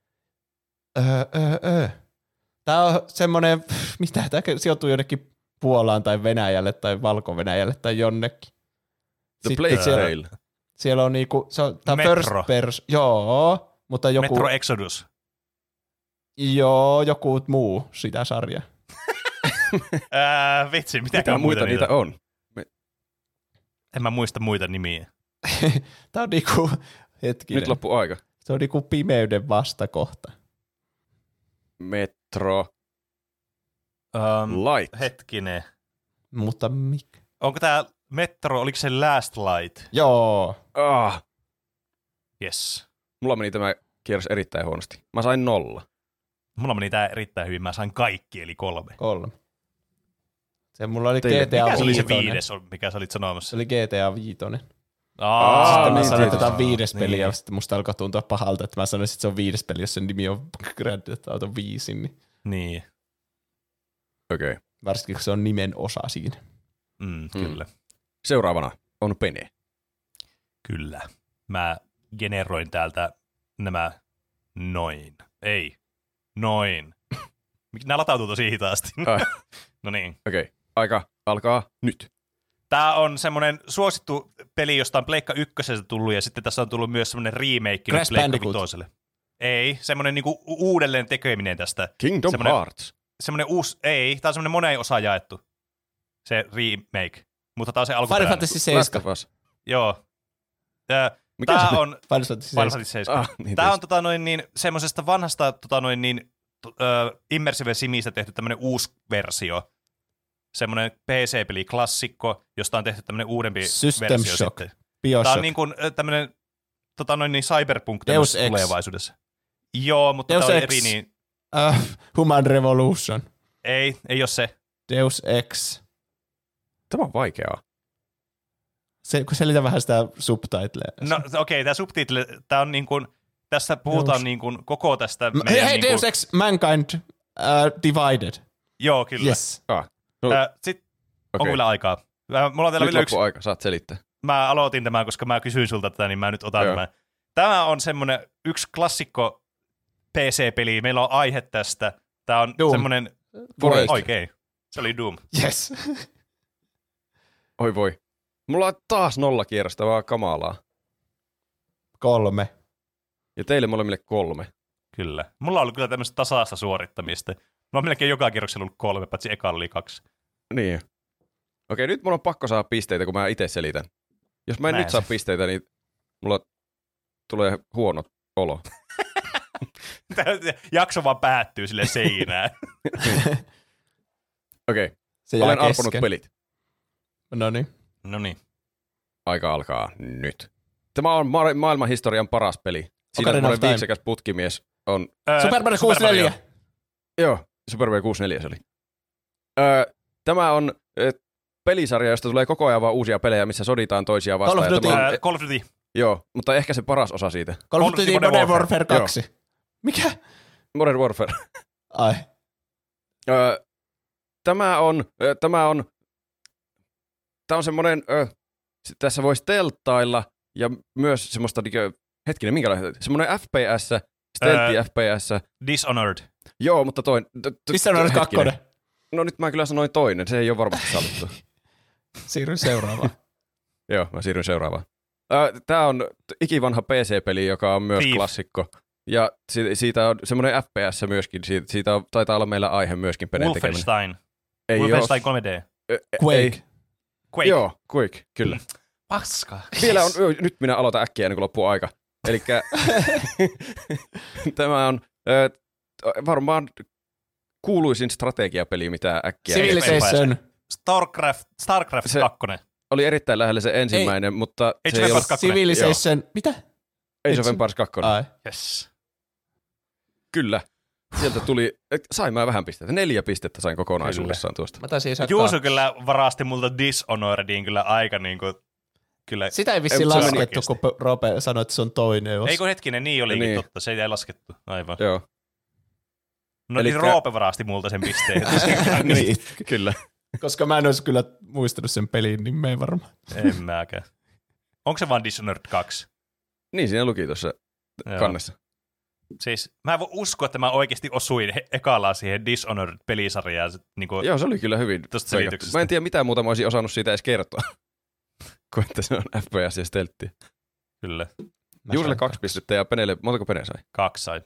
Tää on semmonen, mitä, tää sijoittuu jonnekin Puolaan tai Venäjälle tai Valko-Venäjälle tai jonnekin. The Plague Tale. Siellä on niinku, tää on Metro. Joo, mutta joku... Metro Exodus. Joo, joku muu sitä sarjaa. Vitsi, mitä muita niitä on? En mä muista muita nimiä. Tää on niinku, hetkinen. Nyt loppu aika. Se on niinku pimeyden vastakohta. Metro. Light. Hetkinen. Mutta mikä? Onko tää Metro, oliko se Last Light? Joo. Yes. Mulla meni tämä kierros erittäin huonosti. Mä sain 0. Mulla meni tää erittäin hyvin. Mä sain kaikki, eli 3. Se mulla oli Teille. GTA 5. Mikä se oli se 5, mikä sä olit sanomassa? Se oli GTA 5. Sitten niin mä sanoin, että tämä on tietysti. 5. peli, ja sitten musta alkoi tuntua pahalta, että mä sanoisin, että se on 5. peli, jos sen nimi on Grand Theft Auto 5. Niin. Okei. Varsinkin, kun se on nimen osa siinä. Kyllä. Seuraavana on Pene. Kyllä. Mä generoin täältä nämä noin. Ei. Noin. Nämä latautuu tosi hitaasti. No niin. Okei. Aika alkaa nyt. Tää on semmonen suosittu peli, josta on Pleikka 1 tullut, ja sitten tässä on tullut myös semmonen remake Crash Pleikka Bandicoot. 5. Ei, semmonen niinku uudelleen tekeminen tästä. Kingdom Hearts. Semmonen uusi, ei, tää on semmonen moneen osaan jaettu. Se remake. Mutta tää on se Final alkuperäinen. Fantasy 7. Last of Us. Joo. Mikä Tää se on Final Fantasy 7. Final Fantasy 7. Niin Tää on semmosesta vanhasta Immersive Simistä tehty tämmönen uusi versio. Semmonen PC-peli-klassikko, josta on tehty tämmönen uudempi System versio Shock. sitten. Bioshock. Tää on niin kuin tämmönen cyberpunk Deus Ex. tulevaisuudessa. Joo, mutta Deus tää on Ex. eri niin... Human Revolution. Ei oo se. Deus Ex. Tämä on vaikeaa. Kun selitä vähän sitä subtitlea. No okei, tää subtitle, tää on niin kuin... Tässä puhutaan niin kuin koko tästä meidän... Hei, niin Deus Ex Mankind Divided. Joo, kyllä. Yes. No, Sitten okei. onko vielä aikaa? Mulla on vielä Nyt yksi. loppu aika, saat selittää. Mä aloitin tämän, koska mä kysyin sulta tätä, niin mä nyt otan Joo. tämän. Tämä on semmonen yksi klassikko PC-peli. Meillä on aihe tästä. Tää on Doom. semmonen... Forest. Oikein. Se oli Doom. Yes. Oi voi. Mulla on taas 0 kierrosta, vaan kamalaa. 3. Ja teille molemmille 3. Kyllä. Mulla on ollut kyllä tämmöistä tasaista suorittamista. Mulla on melkein joka kierroksella ollut 3, paitsi ekalla oli 2. Niin. Okei, nyt mulla on pakko saada pisteitä, kun mä itse selitän. Jos mä en Näin nyt saa se. pisteitä, niin mulla tulee huono olo. Tämä jakso vaan päättyy sille seinään. Okei, Se jää olen arponut kesken. pelit. No niin. No niin. Aika alkaa nyt. Tämä on maailman historian paras peli. Siinä Ocarina of semmoinen Time. viiksekäs putkimies on... Super Mario 64. Joo, Super Mario 64 se oli. Tämä on pelisarja, josta tulee koko ajan vaan uusia pelejä, missä soditaan toisia vastaan. Call of Ja Duty. tämä on- Call of Duty. Joo, mutta ehkä se paras osa siitä. Call of Duty Modern Warfare 2. Mikä? Modern Warfare. Ai. Tämä on semmoinen, tässä voisi telttailla ja myös semmoista, hetkinen, minkälainen, semmoinen FPS, stealthy FPS. Dishonored. Joo, mutta Missä on 2? No nyt mä kyllä sanoin toinen, se ei ole varmasti sallittu. Siirry seuraavaan. Joo, mä siirryn seuraavaan. Tämä on ikivanha PC-peli, joka on myös Thief. klassikko. Ja siitä on semmoinen FPS myöskin, taitaa olla meillä aihe myöskin pelin tekeminen. Wolfenstein. Ei Wolfenstein oo- 3D. Quake. Ei. Quake. Joo, Quake, kyllä. Paska. Vielä on, nyt minä aloitan äkkiä ennen kuin loppuu aika. Elikkä tämä on varmaan kuuluisin strategiapeli, mitä äkkiä. Civilization. Starcraft Se- 2. Oli erittäin lähellä se ensimmäinen, mutta Age se ei of ollut Empires 2. Civilization. Mitä? Age of Empires 2. Ai. Yes. Kyllä. Sieltä tuli, sain mä vähän pisteitä. 4 pistettä sain kokonaisuudessaan tuosta. Mä taisin saada Juuso 2. kyllä varasti multa Dishonoredin kyllä aika niinku... Kyllä. Sitä ei vissiin Ei, mutta se meni laskettu, kun Rope sanoi, että se on toinen osa. Eikö hetkinen, niin olikin Niin. totta. Se ei laskettu. Aivan. Joo. No niin Elikkä- Roope varasti multa sen pisteen. Niin, kyllä. Koska mä en olisi kyllä muistanut sen pelin nimeä varmaan. En mäkään. Onko se vaan Dishonored 2? Niin siinä luki tuossa Joo. kannessa. Siis mä en voi uskoa, että mä oikeasti osuin ekalla siihen Dishonored-pelisarjaan. Niin kuin, Joo, se oli kyllä hyvin. Tuosta veikattu. selityksestä. Mä en tiedä mitä muuta mä olisin osannut siitä edes kertoa. Kuin että se on FPS ja steltti. Kyllä. Juuselle 2 pistettä ja Penelle, montako Pene sai? 2 sai.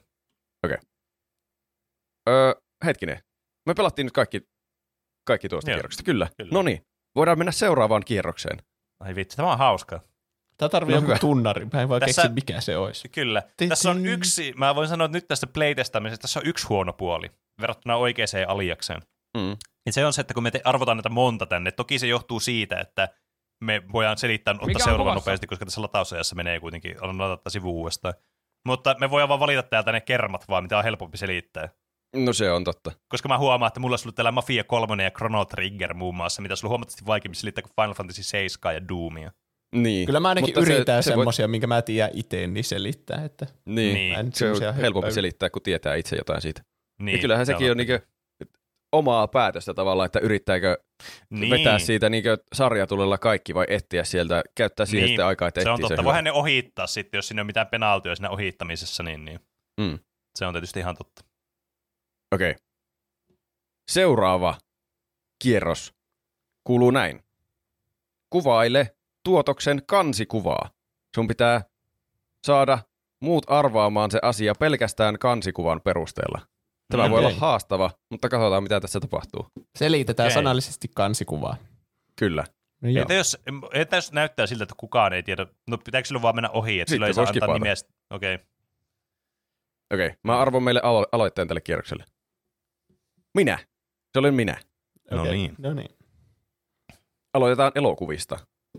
Hetkinen. Me pelattiin nyt kaikki tuosta Joo, kierroksesta. Kyllä. kyllä. No niin. Voidaan mennä seuraavaan kierrokseen. Ai vitsi, tämä on hauskaa. Tää tarvii No joku hyvä. tunnari. Mä en voi Tässä- keksiä, mikä se olisi. Kyllä. Tässä on yksi, mä voin sanoa, että nyt tästä playtestaamisesta tässä on yksi huono puoli verrattuna oikeaan aliakseen. Mm. Ja se on se, että kun me arvotaan näitä monta tänne, toki se johtuu siitä, että me voidaan selittää, Mikä ottaa on seuraavan kuvassa? nopeasti, koska tässä latausajassa menee kuitenkin, on ladattaa sivu uudestaan. Mutta me voidaan vaan valita täältä ne kermat vaan, mitä on helpompi selittää. No se on totta. Koska mä huomaan, että mulla olisi ollut täällä Mafia 3 ja Chrono Trigger muun muassa, mitä olisi ollut huomattavasti vaikeampi selittää kuin Final Fantasy 7 ja Doomia. Niin. Kyllä mä ainakin Mutta se- yritän se voi- semmosia, minkä mä tiedän itse, niin selittää. Että Niin. Niin. mä en Se on semmosia helpompi hyppäy- selittää, kun tietää itse jotain siitä. Niin, Ja kyllähän sekin on niinkö omaa päätöstä tavallaan, että yrittääkö vetää siitä niinkö sarjatulella kaikki vai etsiä sieltä, käyttää siihen sitten aikaa, että se on etsii totta. sen Voihan ne ohittaa sitten, jos siinä on mitään penaltyä siinä ohittamisessa, niin Mm. se on tietysti ihan totta. Okei. Seuraava kierros kuuluu näin. Kuvaile tuotoksen kansikuvaa. Sun pitää saada muut arvaamaan se asia pelkästään kansikuvan perusteella. Tämä voi Okei. olla haastava, mutta katsotaan mitä tässä tapahtuu. Selitetään Okei. sanallisesti kansikuvaa. Kyllä. No joo. Entä jos näyttää siltä, että kukaan ei tiedä, no pitääkö silloin vaan mennä ohi, että Sitten silloin ei saa voi antaa skipata. nimeä. Okei. Okei, mä arvon meille aloitteen tälle kierrokselle. Minä. Se olen minä. No Okei. niin. No niin. Aloitetaan elokuvista.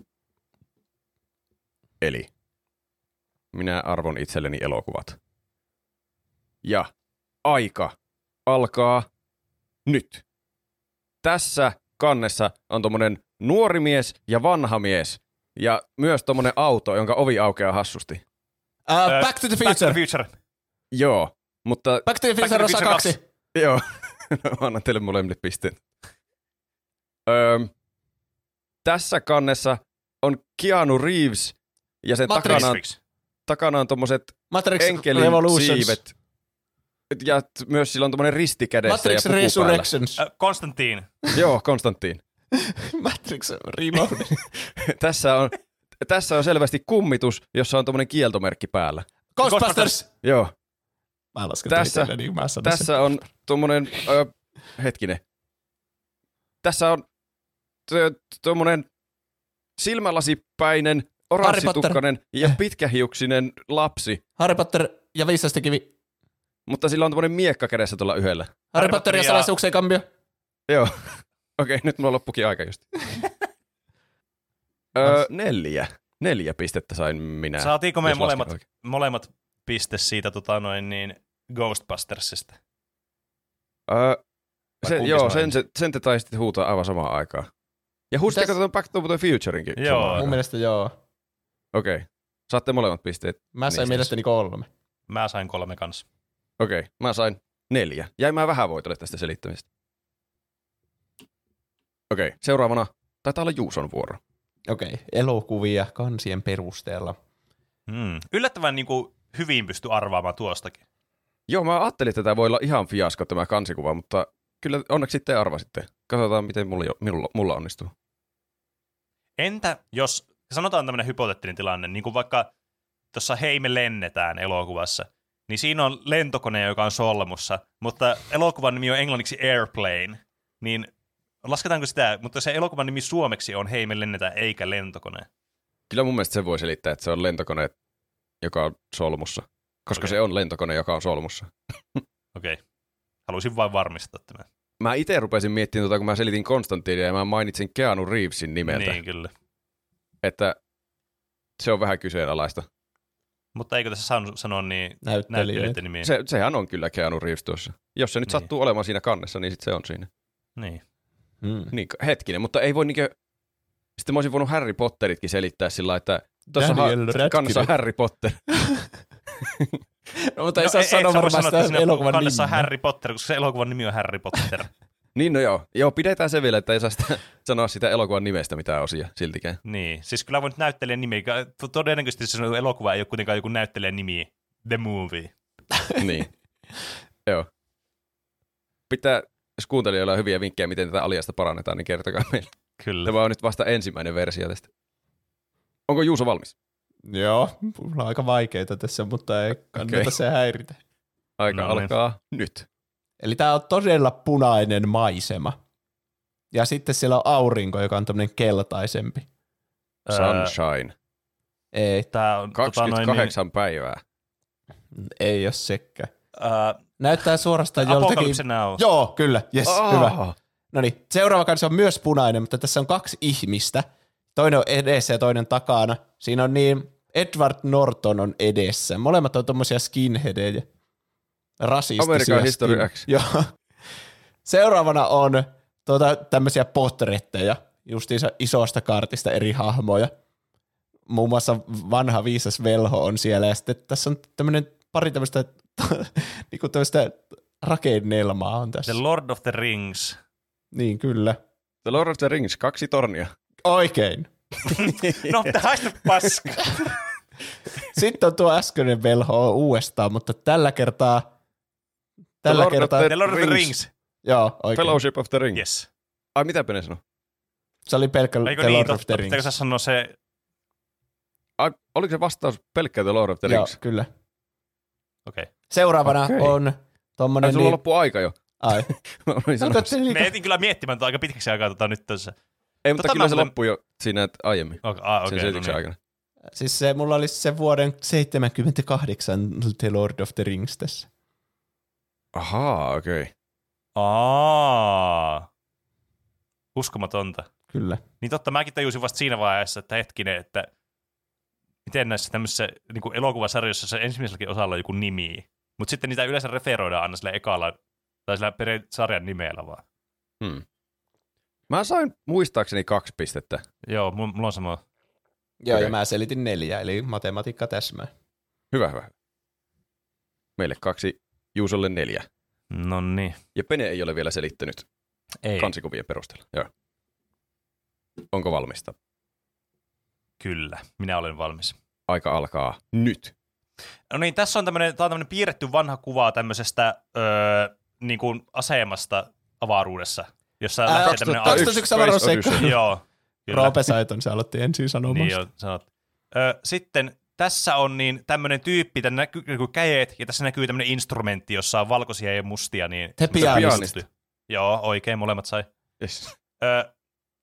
Eli minä arvon itselleni elokuvat. Ja aika alkaa nyt. Tässä kannessa on tommonen nuori mies ja vanha mies. Ja myös tommonen auto, jonka ovi aukeaa hassusti. Back to the Back to Future. the Future. Joo, mutta Back to the Back to Future the osa Future 2. joo, mä annan teille molemmille pisteen. Tässä kannessa on Keanu Reeves ja sen Matrix. takana on tommoset Matrix enkelin Revolutions. siivet. Ja myös sillä on tommonen risti kädessä Matrix ja puku Resurrections. Konstantin. päällä. Joo, Konstantin. Matrix Reloaded. Tässä on selvästi kummitus, jossa on tommonen kieltomerkki päällä. Ghostbusters. Joo. Mä lasken Tässä- itselleni, niin mä sanon sen. Tässä on tommonen, hetkinen. Tässä on tommonen silmälasipäinen oranssitukkainen ja pitkähiuksinen lapsi, Harry Potter ja Viisasten kivi. mutta sillä on tommonen miekka kädessä tuolla yhdellä. Harry Potter ja salaisuuksien kambio. Joo. Okei, nyt mulla loppukin aika just. 4 pistettä sain minä. Saatiinko me jos lasken oikein. molemmat piste siitä Ghostbustersista? Sen te taisitte huutaa aivan samaan aikaan. Ja huusitteko tuon Back to the Futureinkin? Joo. Mun mielestä joo. Okei. Saatte molemmat pisteet. Mä sain niistä. mielestäni 3. Mä sain 3 kanssa. Okei, mä sain 4. Jäi mä vähän voitolle tästä selittämistä. Okei, seuraavana taitaa olla Juuson vuoro. Okei, elokuvia kansien perusteella. Yllättävän niin kuin, hyvin pysty arvaamaan tuostakin. Joo, mä ajattelin, että tämä voi olla ihan fiasko tämä kansikuva, mutta kyllä onneksi sitten arvasitte. Katsotaan, miten mulla onnistuu. Entä jos, sanotaan tämmöinen hypoteettinen tilanne, niin kuin vaikka tuossa Hei me lennetään elokuvassa, niin siinä on lentokone, joka on solmussa, mutta elokuvan nimi on englanniksi Airplane, niin lasketaanko sitä, mutta se elokuvan nimi suomeksi on Hei me lennetään eikä lentokone. Kyllä mun mielestä se voi selittää, että se on lentokone, joka on solmussa. Koska se on lentokone, joka on solmussa. Okei. Haluaisin vain varmistaa tämän. Mä itse rupesin miettimään, kun mä selitin Konstantinia ja mä mainitsin Keanu Reevesin nimeltä. Niin, kyllä. Että se on vähän kyseenalaista. Mutta eikö tässä saanut sanoa niin Näyttelijöitä nimiä? Sehän on kyllä Keanu Reeves tuossa. Jos se nyt sattuu olemaan siinä kannessa, niin sitten se on siinä. Niin. Niin, hetkinen, mutta ei voi niinkö... Sitten mä olisin voinut Harry Potteritkin selittää sillä, että tuossa kannassa on Harry Potter. No, mutta ei saa sanoa varmaan sitä elokuvan kannessa nimiä. Harry Potter, koska se elokuvan nimi on Harry Potter. Niin, no joo. Joo, pidetään se vielä, että ei saa sitä sanoa sitä elokuvan nimestä mitään osia siltikään. Niin, siis kyllä voin näyttelijän nimi. Todennäköisesti se elokuva ei ole kuitenkaan joku näyttelijän nimi. The Movie. Niin. Joo. Pitää, jos kuuntelijoilla on hyviä vinkkejä, miten tätä aliasta parannetaan, niin kertokaa meille. Kyllä. Tämä on nyt vasta ensimmäinen versio tästä. Onko Juuso valmis? Joo, mulla on aika vaikeita tässä, mutta ei kannata se häiritä. Aika alkaa nyt. Eli tää on todella punainen maisema. Ja sitten siellä on aurinko, joka on tämmöinen keltaisempi. Sunshine. Ei, Tää on 28 päivää. ei ole sekään. Näyttää suorastaan joltakin... Apocalypse Now. Joo, kyllä. Yes, hyvä. No niin, seuraava kanssa on myös punainen, mutta tässä on 2 ihmistä. Toinen on edessä ja toinen takana. Siinä on niin, Edward Norton on edessä. Molemmat on tommosia skinheadejä. Rasistisia. American History X. Joo. Seuraavana on tämmöisiä portretteja, justiinsa isosta kaartista eri hahmoja. Muun muassa vanha viisas velho on siellä, ja sitten tässä on pari tämmöistä niinku tämmöistä rakennelmaa on tässä. The Lord of the Rings. Niin, kyllä. The Lord of the Rings, 2 tornia. Oikein. No, haista paska. Sitten on tuo äskeinen velho uudestaan, mutta tällä kertaa... The Lord of the Rings. Joo, oikein. Fellowship of the Ring. Yes. Ai, mitä Pene sanoi? Se oli pelkkä Eikö The niin, Lord of the totta? Rings. Pitääkö sä sanoa se... Ai, oliko se vastaus pelkkä The Lord of the Joo, Rings? kyllä. Okei. Seuraavana on tommonen... Ai, sulla loppuu aika jo. Ai. Me etin kyllä miettimään aika pitkäksi aikaa nyt tässä. Ei, mutta kyllä se loppui jo siinä aiemmin. Sen selityksen aikana. Siis mulla oli se vuoden 78 The Lord of the Rings tässä. Ahaa, okei. Uskomatonta. Kyllä. Niin totta, mäkin tajusin vasta siinä vaiheessa, että hetkinen, että miten näissä tämmöisissä niin elokuvasarjoissa se ensimmäiselläkin osalla on joku nimi, mutta sitten niitä yleensä referoidaan aina sillä ekalla tai sillä sarjan nimellä vaan. Mä sain muistaakseni 2 pistettä. Joo, mulla on sama. Joo, ja mä selitin 4, eli matematiikka täsmää. Hyvä. Meille 2, Juusolle 4. Noniin. Ja Pene ei ole vielä selittänyt kansikuvien perusteella. Joo. Onko valmista? Kyllä, minä olen valmis. Aika alkaa nyt. No niin, tässä on tämmöinen piirretty vanha kuva tämmöisestä niin kuin asemasta avaruudessa, jossa lähtee tämmöinen... 2001 avaruusseikka. Joo. Roope Saiton, se aloitti ensin sanomasta. Niin joo, sanot. Sitten tässä on niin tämmöinen tyyppi, tänne näkyy kädet, ja tässä näkyy tämmöinen instrumentti, jossa on valkoisia ja mustia. Niin The Pianist. Joo, oikein, molemmat sai. Yes.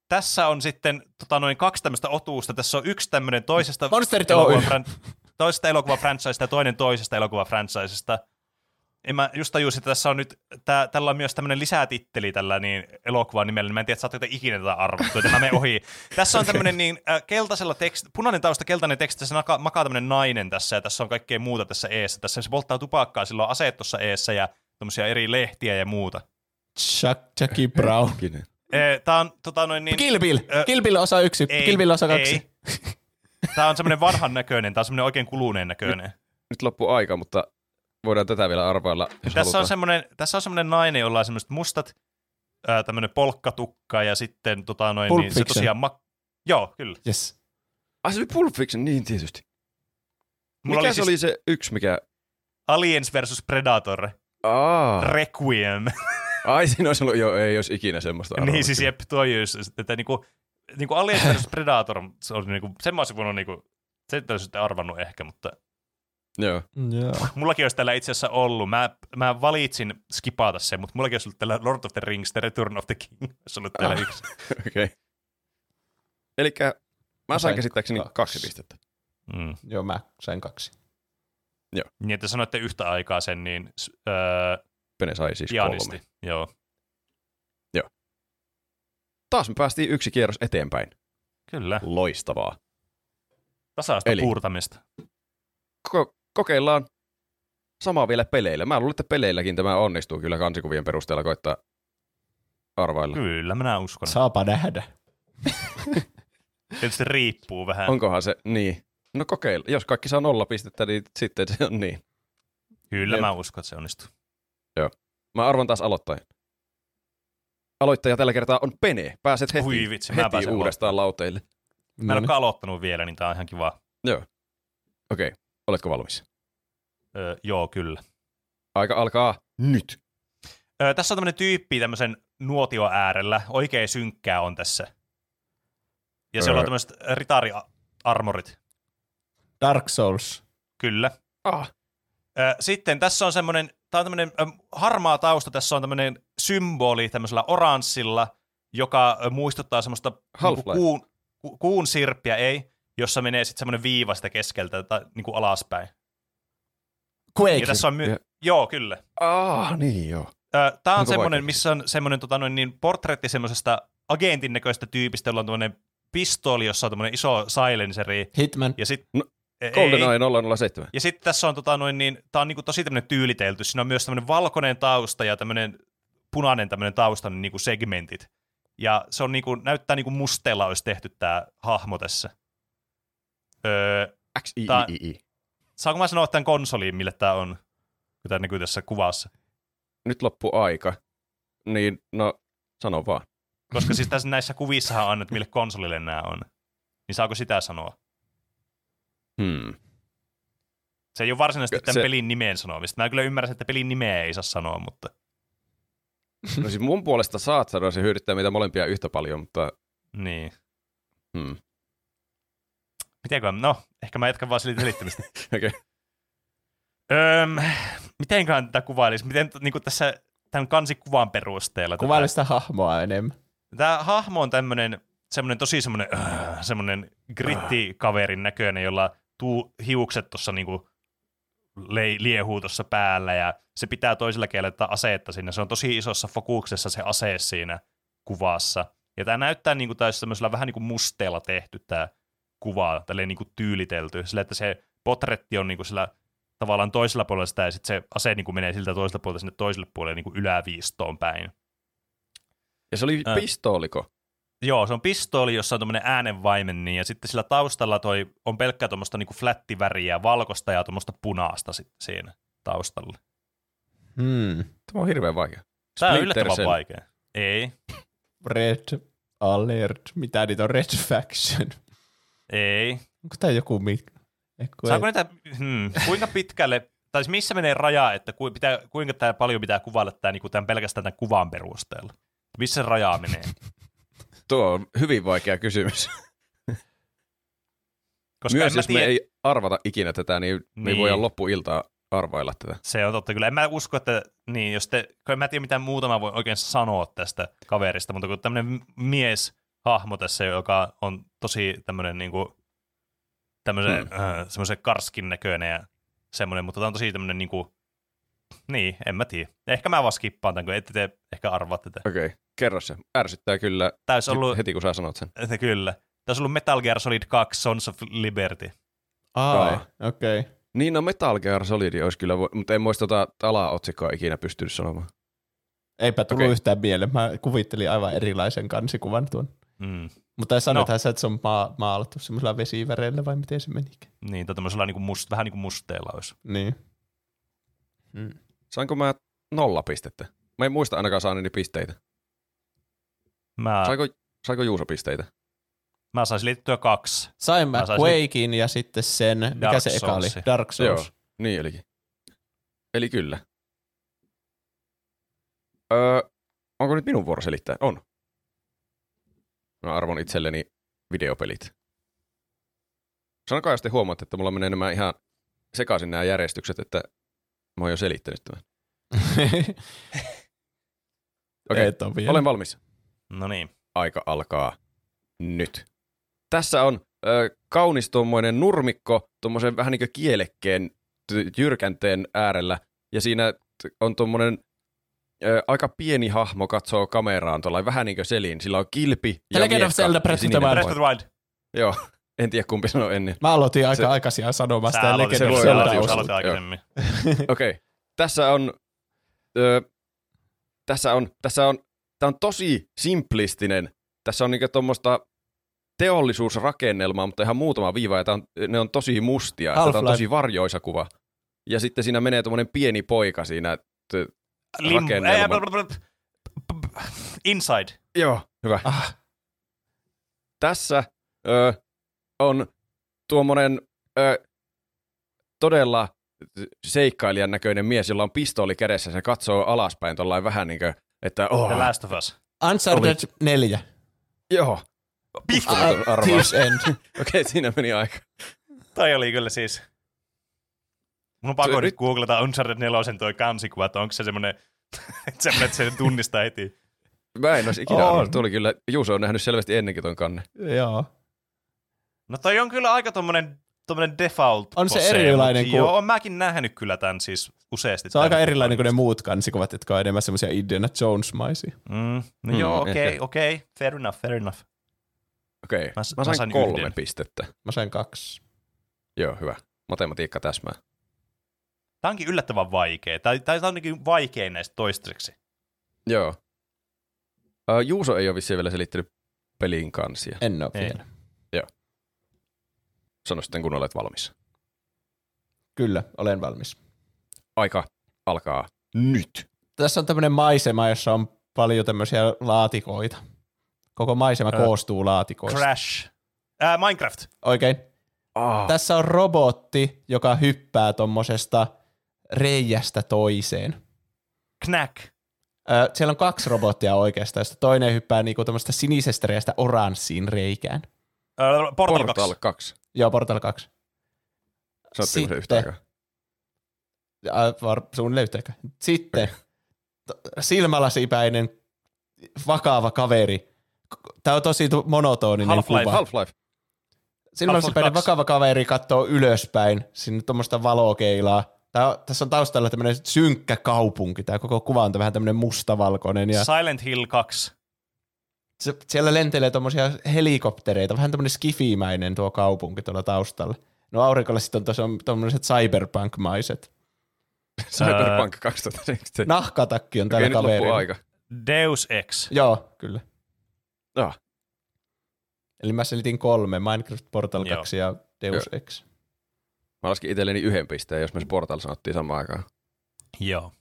tässä on sitten noin 2 tämmöistä otuusta. Tässä on yksi tämmöinen Monsterit Oy. toisesta elokuvafranchisesta ja toinen toisesta elokuvafranchisesta. Mä just tajusin, että tässä on nyt, tällä on myös tämmöinen lisätitteli tällä niin elokuvan nimellä, niin mä en tiedä, saatteko te ikinä tätä arvottua, että mä menen ohi. Tässä on tämmöinen niin keltaisella punainen tausta, keltainen teksti, tässä makaa tämmöinen nainen tässä, ja tässä on kaikkea muuta tässä eessä. Tässä se polttaa tupakkaa, sillä on aseet tuossa eessä, ja tämmöisiä eri lehtiä ja muuta. Jackie Brown. Tää on Kill Bill. Kill Bill osa 1, Kill Bill osa 2. Tää on semmoinen vanhan näköinen, tää on semmoinen oikein kuluneen näköinen. Nyt loppuu aika, mutta voidaan tätä vielä arvailla, jos tässä on semmoinen nainen, jolla on semmoiset mustat tämmöinen polkkatukka ja sitten Pulp se tosiaan joo, kyllä. Yes. Se oli Pulp Fiction, niin tietysti. Mikä se oli se yksi, mikä... Aliens vs. Predator. Requiem. Ai, siinä olisi ollut, ei olisi ikinä semmoista arvaa. Niin, siis jep, tuo just, että niinku Aliens vs. Predator, se oli niinku, sen mä olisin voinut niinku, sen olisi sitten arvannut ehkä, mutta... Joo. Mullakin olisi tällä itse asiassa ollut. Mä valitsin skipata sen, mutta mullakin olisi ollut tällä Lord of the Rings, The Return of the King. Olisi ollut täällä yksi. Okei. Elikkä mä sain käsittääkseni 2 pistettä. Joo, mä sain 2. Joo. Niin, että sanoitte yhtä aikaa sen, niin... Pene sai siis pianisti. 3. Joo. Taas me päästiin yksi kierros eteenpäin. Kyllä. Loistavaa. Tasaista puurtamista. Kokeillaan samaa vielä peleillä. Mä luulen, että peleilläkin tämä onnistuu kyllä kansikuvien perusteella koittaa arvailla. Kyllä, minä uskon. Saapa nähdä. Tietysti riippuu vähän. Onkohan se niin? No kokeilla. Jos kaikki saa 0 pistettä, niin sitten se on niin. Kyllä, mä uskon, että se onnistuu. Joo. Mä arvon taas aloittajan. Aloittaja tällä kertaa on Pene. Pääset heti uudestaan lauteille. Mä en ole aloittanut vielä, niin tää on ihan kiva. Joo. Okei. Oletko valmis? Joo, kyllä. Aika alkaa nyt. Tässä on tämmöinen tyyppi tämmöisen nuotio äärellä. Oikein synkkää on tässä. Ja siellä on tämmöiset ritari-armorit. Dark Souls. Kyllä. Sitten tässä on semmoinen, tää on tämmöinen harmaa tausta, tässä on tämmöinen symboli tämmöisellä oranssilla, joka muistuttaa semmoista kuun sirppiä, jossa menee sitten semmoinen viiva sitä keskeltä tai niinku alaspäin. Quake. Ja tässä on joo, kyllä. Niin joo. Tää on semmoinen, missä on semmoinen portretti semmoisesta agentin näköistä tyypistä, jolla on tämmöinen pistooli, jossa on tämmöinen iso silenceri. Hitman. Ja sit, GoldenEye 007. Ja sitten tässä on tää on niinku tosi tämmöinen tyylitelty. Siinä on myös tämmöinen valkoinen tausta ja tämmöinen punainen tämmöinen taustan niinku segmentit. Ja se on niinku, näyttää niinku musteella olisi tehty tää hahmo tässä. XIII. Saanko mä sanoa tämän konsoliin, mille tää on, kun tää näkyy tässä kuvassa? Nyt loppu aika. Niin, no, sano vaan. Koska siis tässä näissä kuvissahan on, että mille konsolille nämä on. Niin saako sitä sanoa? Se ei ole varsinaisesti tämän pelin nimeen sanomista. Mä kyllä ymmärrän, että pelin nimeä ei saa sanoa, mutta... No siis mun puolesta saat sanoa, se hyödyttää meitä molempia yhtä paljon, mutta... Niin. Mitenkö? No, ehkä mä jatkan vaan selittämistä. Okei. Mitenköhän tätä kuvailisi? Miten niin tässä tämän kansikuvan perusteella? Kuvaile sitä hahmoa enemmän. Tämä hahmo on semmoinen tosi semmoinen grittikaverin näköinen, jolla hiukset tuossa niinku liehuu tuossa päällä ja se pitää toisella kielellä aseetta sinne. Se on tosi isossa fokuksessa se ase siinä kuvassa. Ja tämä näyttää niinku taisi semmoisella vähän niinku musteella tehty tämä kuva, tälleen niinku tyylitelty. Sillä, että se potretti on niinku sillä tavallaan toisella puolella sitä ja sitten se ase niinku menee siltä toiselta puolelta sinne toiselle puolelle niinku yläviistoon päin. Ja se oli pistooliko? Joo, se on pistooli, jossa on tuommoinen äänenvaimen, niin, ja sitten sillä taustalla on pelkkää tuommoista niinku flättiväriä, valkoista ja tuommoista punaista sitten siinä taustalla. Tämä on hirveän vaikea. Tämä on yllättävän vaikea. Ei. Red Alert. Mitä niitä on? Red Faction. Ei. Onko tämä joku Saako niitä, kuinka pitkälle, tai siis missä menee raja, että kuinka tämä paljon pitää kuvailla tämän pelkästään tämän kuvan perusteella? Missä raja menee? Tuo on hyvin vaikea kysymys. Koska myös jos me ei arvata ikinä tätä, niin me ei voida loppuiltaa arvailla tätä. Se on totta kyllä. En mä usko, että niin, jos en mä tiedä mitään muuta mä voin oikein sanoa tästä kaverista, mutta kun tämmöinen mies hahmo tässä, joka on tosi tämmöinen niinku, semmoisen karskin näköinen ja semmoinen, mutta tämä on tosi tämmöinen niinku, niin, en mä tiedä. Ehkä mä vaan skippaan tämän, kun ette te ehkä arvaa tätä. Okei, kerro se. Ärsyttää kyllä heti, kun sä sanot sen. Kyllä. Tämä olisi ollut Metal Gear Solid 2 Sons of Liberty. Okei. Niin, no Metal Gear Solid olisi kyllä, mutta en muista alaotsikkoa ikinä pystynyt sanomaan. Eipä tullut yhtään mieleen. Mä kuvittelin aivan erilaisen kansikuvan tuon. Mutta sanoithan sä, että se on maalattu semmoisella vesiväreillä vai miten se menikään? Niin, tai tämmöisellä niinku vähän niin kuin musteella olisi. Niin. Sainko mä 0 pistettä? Mä en muista ainakaan saaneeni pisteitä. Saiko Juuso pisteitä? Mä saisin liittyä 2. Sain mä Quakein ja sitten sen, mikä se eka oli? Dark Souls. Joo, niin olikin. Eli kyllä. Onko nyt minun vuoro selittää? On. Mä arvon itselleni videopelit. Sanokaa, jos te huomaatte, että mulla menee nämä ihan sekaisin nämä järjestykset, että mä oon jo selittänyt tämän. Okei, olen valmis. No niin. Aika alkaa nyt. Tässä on kaunis tuommoinen nurmikko, tuommoisen vähän niin kuin kielekkeen jyrkänteen äärellä, ja siinä on tuommoinen aika pieni hahmo katsoo kameraan tuolla vähän niin kuin Selin. Sillä on kilpi ja Legend of Zelda Breath of the Wild. Joo, en tiedä kumpi sanoi ennen. Mä aloitin aika aikaisin sanomaan sitä Legend of Zelda aikaisemmin. Okei. Tämä on tosi simplistinen. Tässä on niinku tuommoista teollisuusrakennelmaa, mutta ihan muutama viiva, ja ne on tosi mustia. Tämä on tosi varjoisa kuva. Ja sitten siinä menee tuommoinen pieni poika siinä rakennelman. Inside. Joo, hyvä. Tässä on tuommoinen todella seikkailijan näköinen mies, jolla on pistooli kädessä. Se katsoo alaspäin tuollain vähän niin kuin, että The Last of Us. Uncharted 4. Joo. Thief's End. Okei, siinä meni aika. Toi oli kyllä siis. Mun on pakko nyt googlata Uncharted 4 toi kansikuva, että onko se semmoinen, että se tunnistaa heti. Mä en olisi ikinä arvannut. Tuli kyllä, Juuso on nähnyt selvästi ennenkin ton kanne. Joo. No toi on kyllä aika tommonen default. On se erilainen kuin... Joo, on mäkin nähnyt kyllä tämän siis useasti. Se on aika erilainen kuin ne muut kansikuvat, jotka on enemmän semmoisia Indiana Jones-maisia. No joo, okei. Fair enough. Okei, mä sain 3 pistettä. Mä sain 2. Joo, hyvä. Matematiikka täsmää. Tää onkin yllättävän vaikea. Tää on ainakin vaikein näistä toistaiseksi. Joo. Juuso ei ole vissiin vielä selittänyt pelin kansia. En ole vielä. Joo. Sano sitten, kun olet valmis. Kyllä, olen valmis. Aika alkaa nyt. Tässä on tämmöinen maisema, jossa on paljon tämmöisiä laatikoita. Koko maisema koostuu laatikoista. Crash. Minecraft. Oikein. Tässä on robotti, joka hyppää tommosesta reiästä toiseen. Knack. Siellä on 2 robottia oikeastaan, josta toinen hyppää niinku tommosesta sinisestä reiästä oranssiin reikään. Portal 2. Joo, Portal 2. Sanottiinko se yhtä aikaa? Suunnilleen yhtä aikaa. Sitten silmälasipäinen vakava kaveri. Tämä on tosi monotoninen kuva. Half-Life. Silmälasipäinen vakava kaveri katsoo ylöspäin sinne tuommoista valokeilaa. Tässä on taustalla tämmöinen synkkä kaupunki. Tämä koko kuva on vähän tämmöinen mustavalkoinen. Ja Silent Hill 2. Siellä lentelee tuommoisia helikoptereita. Vähän tämmöinen skifimäinen tuo kaupunki tuolla taustalla. No aurinkolla sitten on tuommoiset cyberpunk-maiset. Cyberpunk 2070. Nahkatakki on täällä kaverilla. Aika. Deus Ex. Joo, kyllä. No. Eli mä selitin 3, Minecraft, Portal 2 ja Deus Ex. Mä laskin itselleni 1 pisteen, jos me Portal sanottiin samaan aikaan. Joo.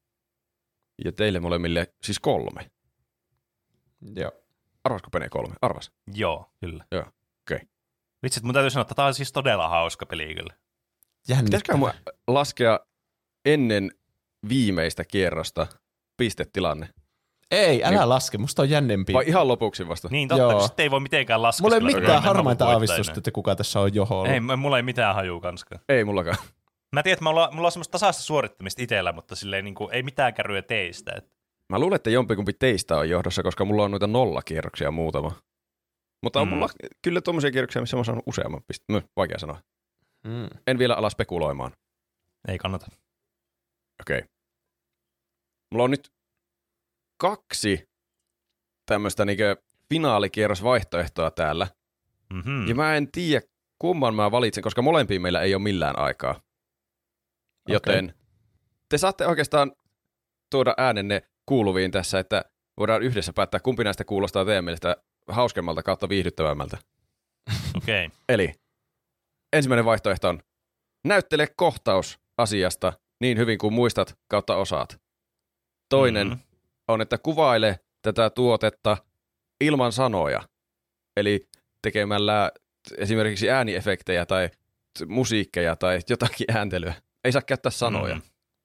Ja teille molemmille siis 3. Joo. Arvasko Pene 3? Arvas. Joo, kyllä. Joo, okei. Vitsit, mun täytyy sanoa, että tää on siis todella hauska peli kyllä. Pitäisikö mun laskea ennen viimeistä kierrosta pistetilanne? Ei, älä laske, musta on jännempi. Vai ihan lopuksi vasta? Niin totta, sitten ei voi mitenkään laskea. Mulla ei mitään harmainta aavistusta, että kuka tässä on joholla. Ei, mulla ei mitään hajua kanskaan. Ei mullakaan. Mä tiedän, että mulla on semmoista tasaista suorittamista itsellä, mutta silleen niin kuin, ei mitään kärryä teistä. Mä luulen, että jompikumpi teistä on johdossa, koska mulla on noita 0 kierroksia muutama. Mutta on mulla kyllä tuommoisia kierroksia, missä mä oon saanut useamman pisteen. Vaikea sanoa. En vielä ala spekuloimaan. Ei kannata. Okei. Mulla on nyt 2 tämmöistä niinkö finaalikierrosvaihtoehtoa täällä. Mm-hmm. Ja mä en tiedä, kumman mä valitsen, koska molempiin meillä ei ole millään aikaa. Joten te saatte oikeastaan tuoda äänenne kuuluviin tässä, että voidaan yhdessä päättää, kumpi näistä kuulostaa teidän mielestä hauskemmalta kautta viihdyttävämmältä. Okei. Eli ensimmäinen vaihtoehto on näyttele kohtaus asiasta niin hyvin kuin muistat kautta osaat. Toinen on, että kuvaile tätä tuotetta ilman sanoja. Eli tekemällä esimerkiksi ääniefektejä tai musiikkeja tai jotakin ääntelyä. Ei saa käyttää sanoja.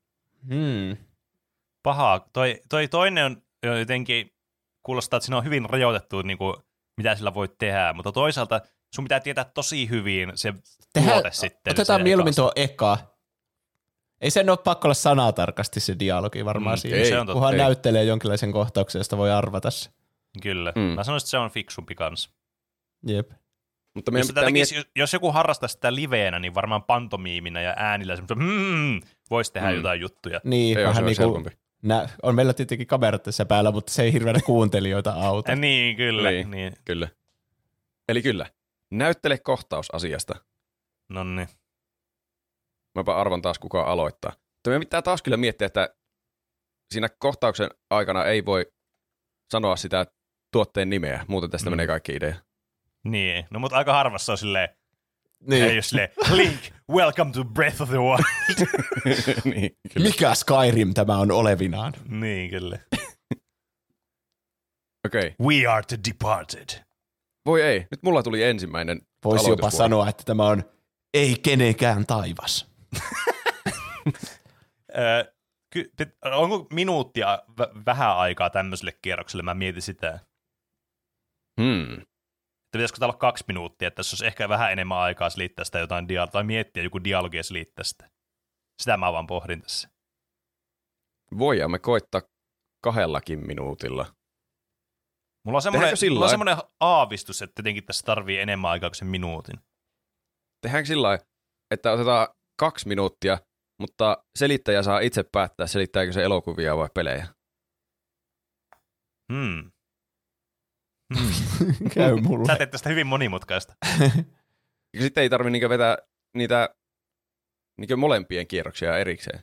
Pahaa. Toi toinen on jotenkin, kuulostaa, että siinä on hyvin rajoitettu, niin kuin, mitä sillä voi tehdä, mutta toisaalta sun pitää tietää tosi hyvin se tuote sitten. Otetaan mieluummin tuo eka. Ei sen ole pakko olla sanatarkasti se dialogi varmaan siinä. Ei, se on kunhan näyttelee jonkinlaisen kohtauksen, josta voi arvata se. Kyllä. Mä sanoisin, että se on fiksumpi kanssa. Jep. Mutta jos joku harrastaa sitä liveenä, niin varmaan pantomiiminä ja äänillä voisi tehdä jotain juttuja. Niin, vähän niin kuin on meillä tietenkin kamerat tässä päällä, mutta se ei hirveänä kuuntelijoita auta. Niin, kyllä. Niin. Kyllä. Eli kyllä, näyttele kohtaus asiasta. Noniin. Mäpä arvon taas, kuka aloittaa. Mutta meidän pitää taas kyllä miettiä, että siinä kohtauksen aikana ei voi sanoa sitä tuotteen nimeä, muuten tästä menee kaikki idea. Niin, no mutta aika harvassa on silleen, ei jos silleen, Link, welcome to Breath of the Wild. Niin, mikä Skyrim tämä on olevinaan? Niin, kyllä. Okei. We are the departed. Voi ei, nyt mulla tuli ensimmäinen voisi jopa sanoa, että tämä on ei kenenkään taivas. Onko minuuttia vähän aikaa tämmöiselle kierrokselle? Mä mietin sitä. Että pitäisikö olla 2 minuuttia, että tässä olisi ehkä vähän enemmän aikaa selittää sitä jotain tai miettiä joku dialogia selittää sitä. Sitä mä vaan pohdin tässä. Voidaan me koittaa 2 minuutilla. Mulla on semmoinen aavistus, että jotenkin tässä tarvii enemmän aikaa kuin sen minuutin. Tehdäänkö sillä lailla, että otetaan 2 minuuttia, mutta selittäjä saa itse päättää, selittääkö se elokuvia vai pelejä? Käy mulle. Sä teet tästä hyvin monimutkaista. Sitten ei tarvitse vetää niitä molempien kierroksia erikseen.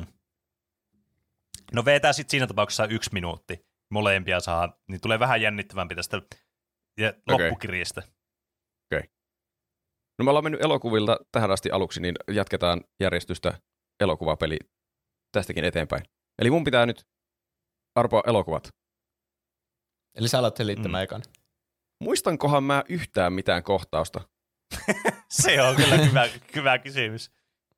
No vetää sitten siinä tapauksessa 1 minuutti. Molempia saa, niin tulee vähän jännittävämpi tästä loppukirjasta. Okei. No me ollaan mennyt elokuvilta tähän asti aluksi, niin jatketaan järjestystä elokuvapeli tästäkin eteenpäin. Eli mun pitää nyt arpoa elokuvat. Eli sä alat selittämään ekan. Muistankohan mä yhtään mitään kohtausta? Se on kyllä hyvä kysymys.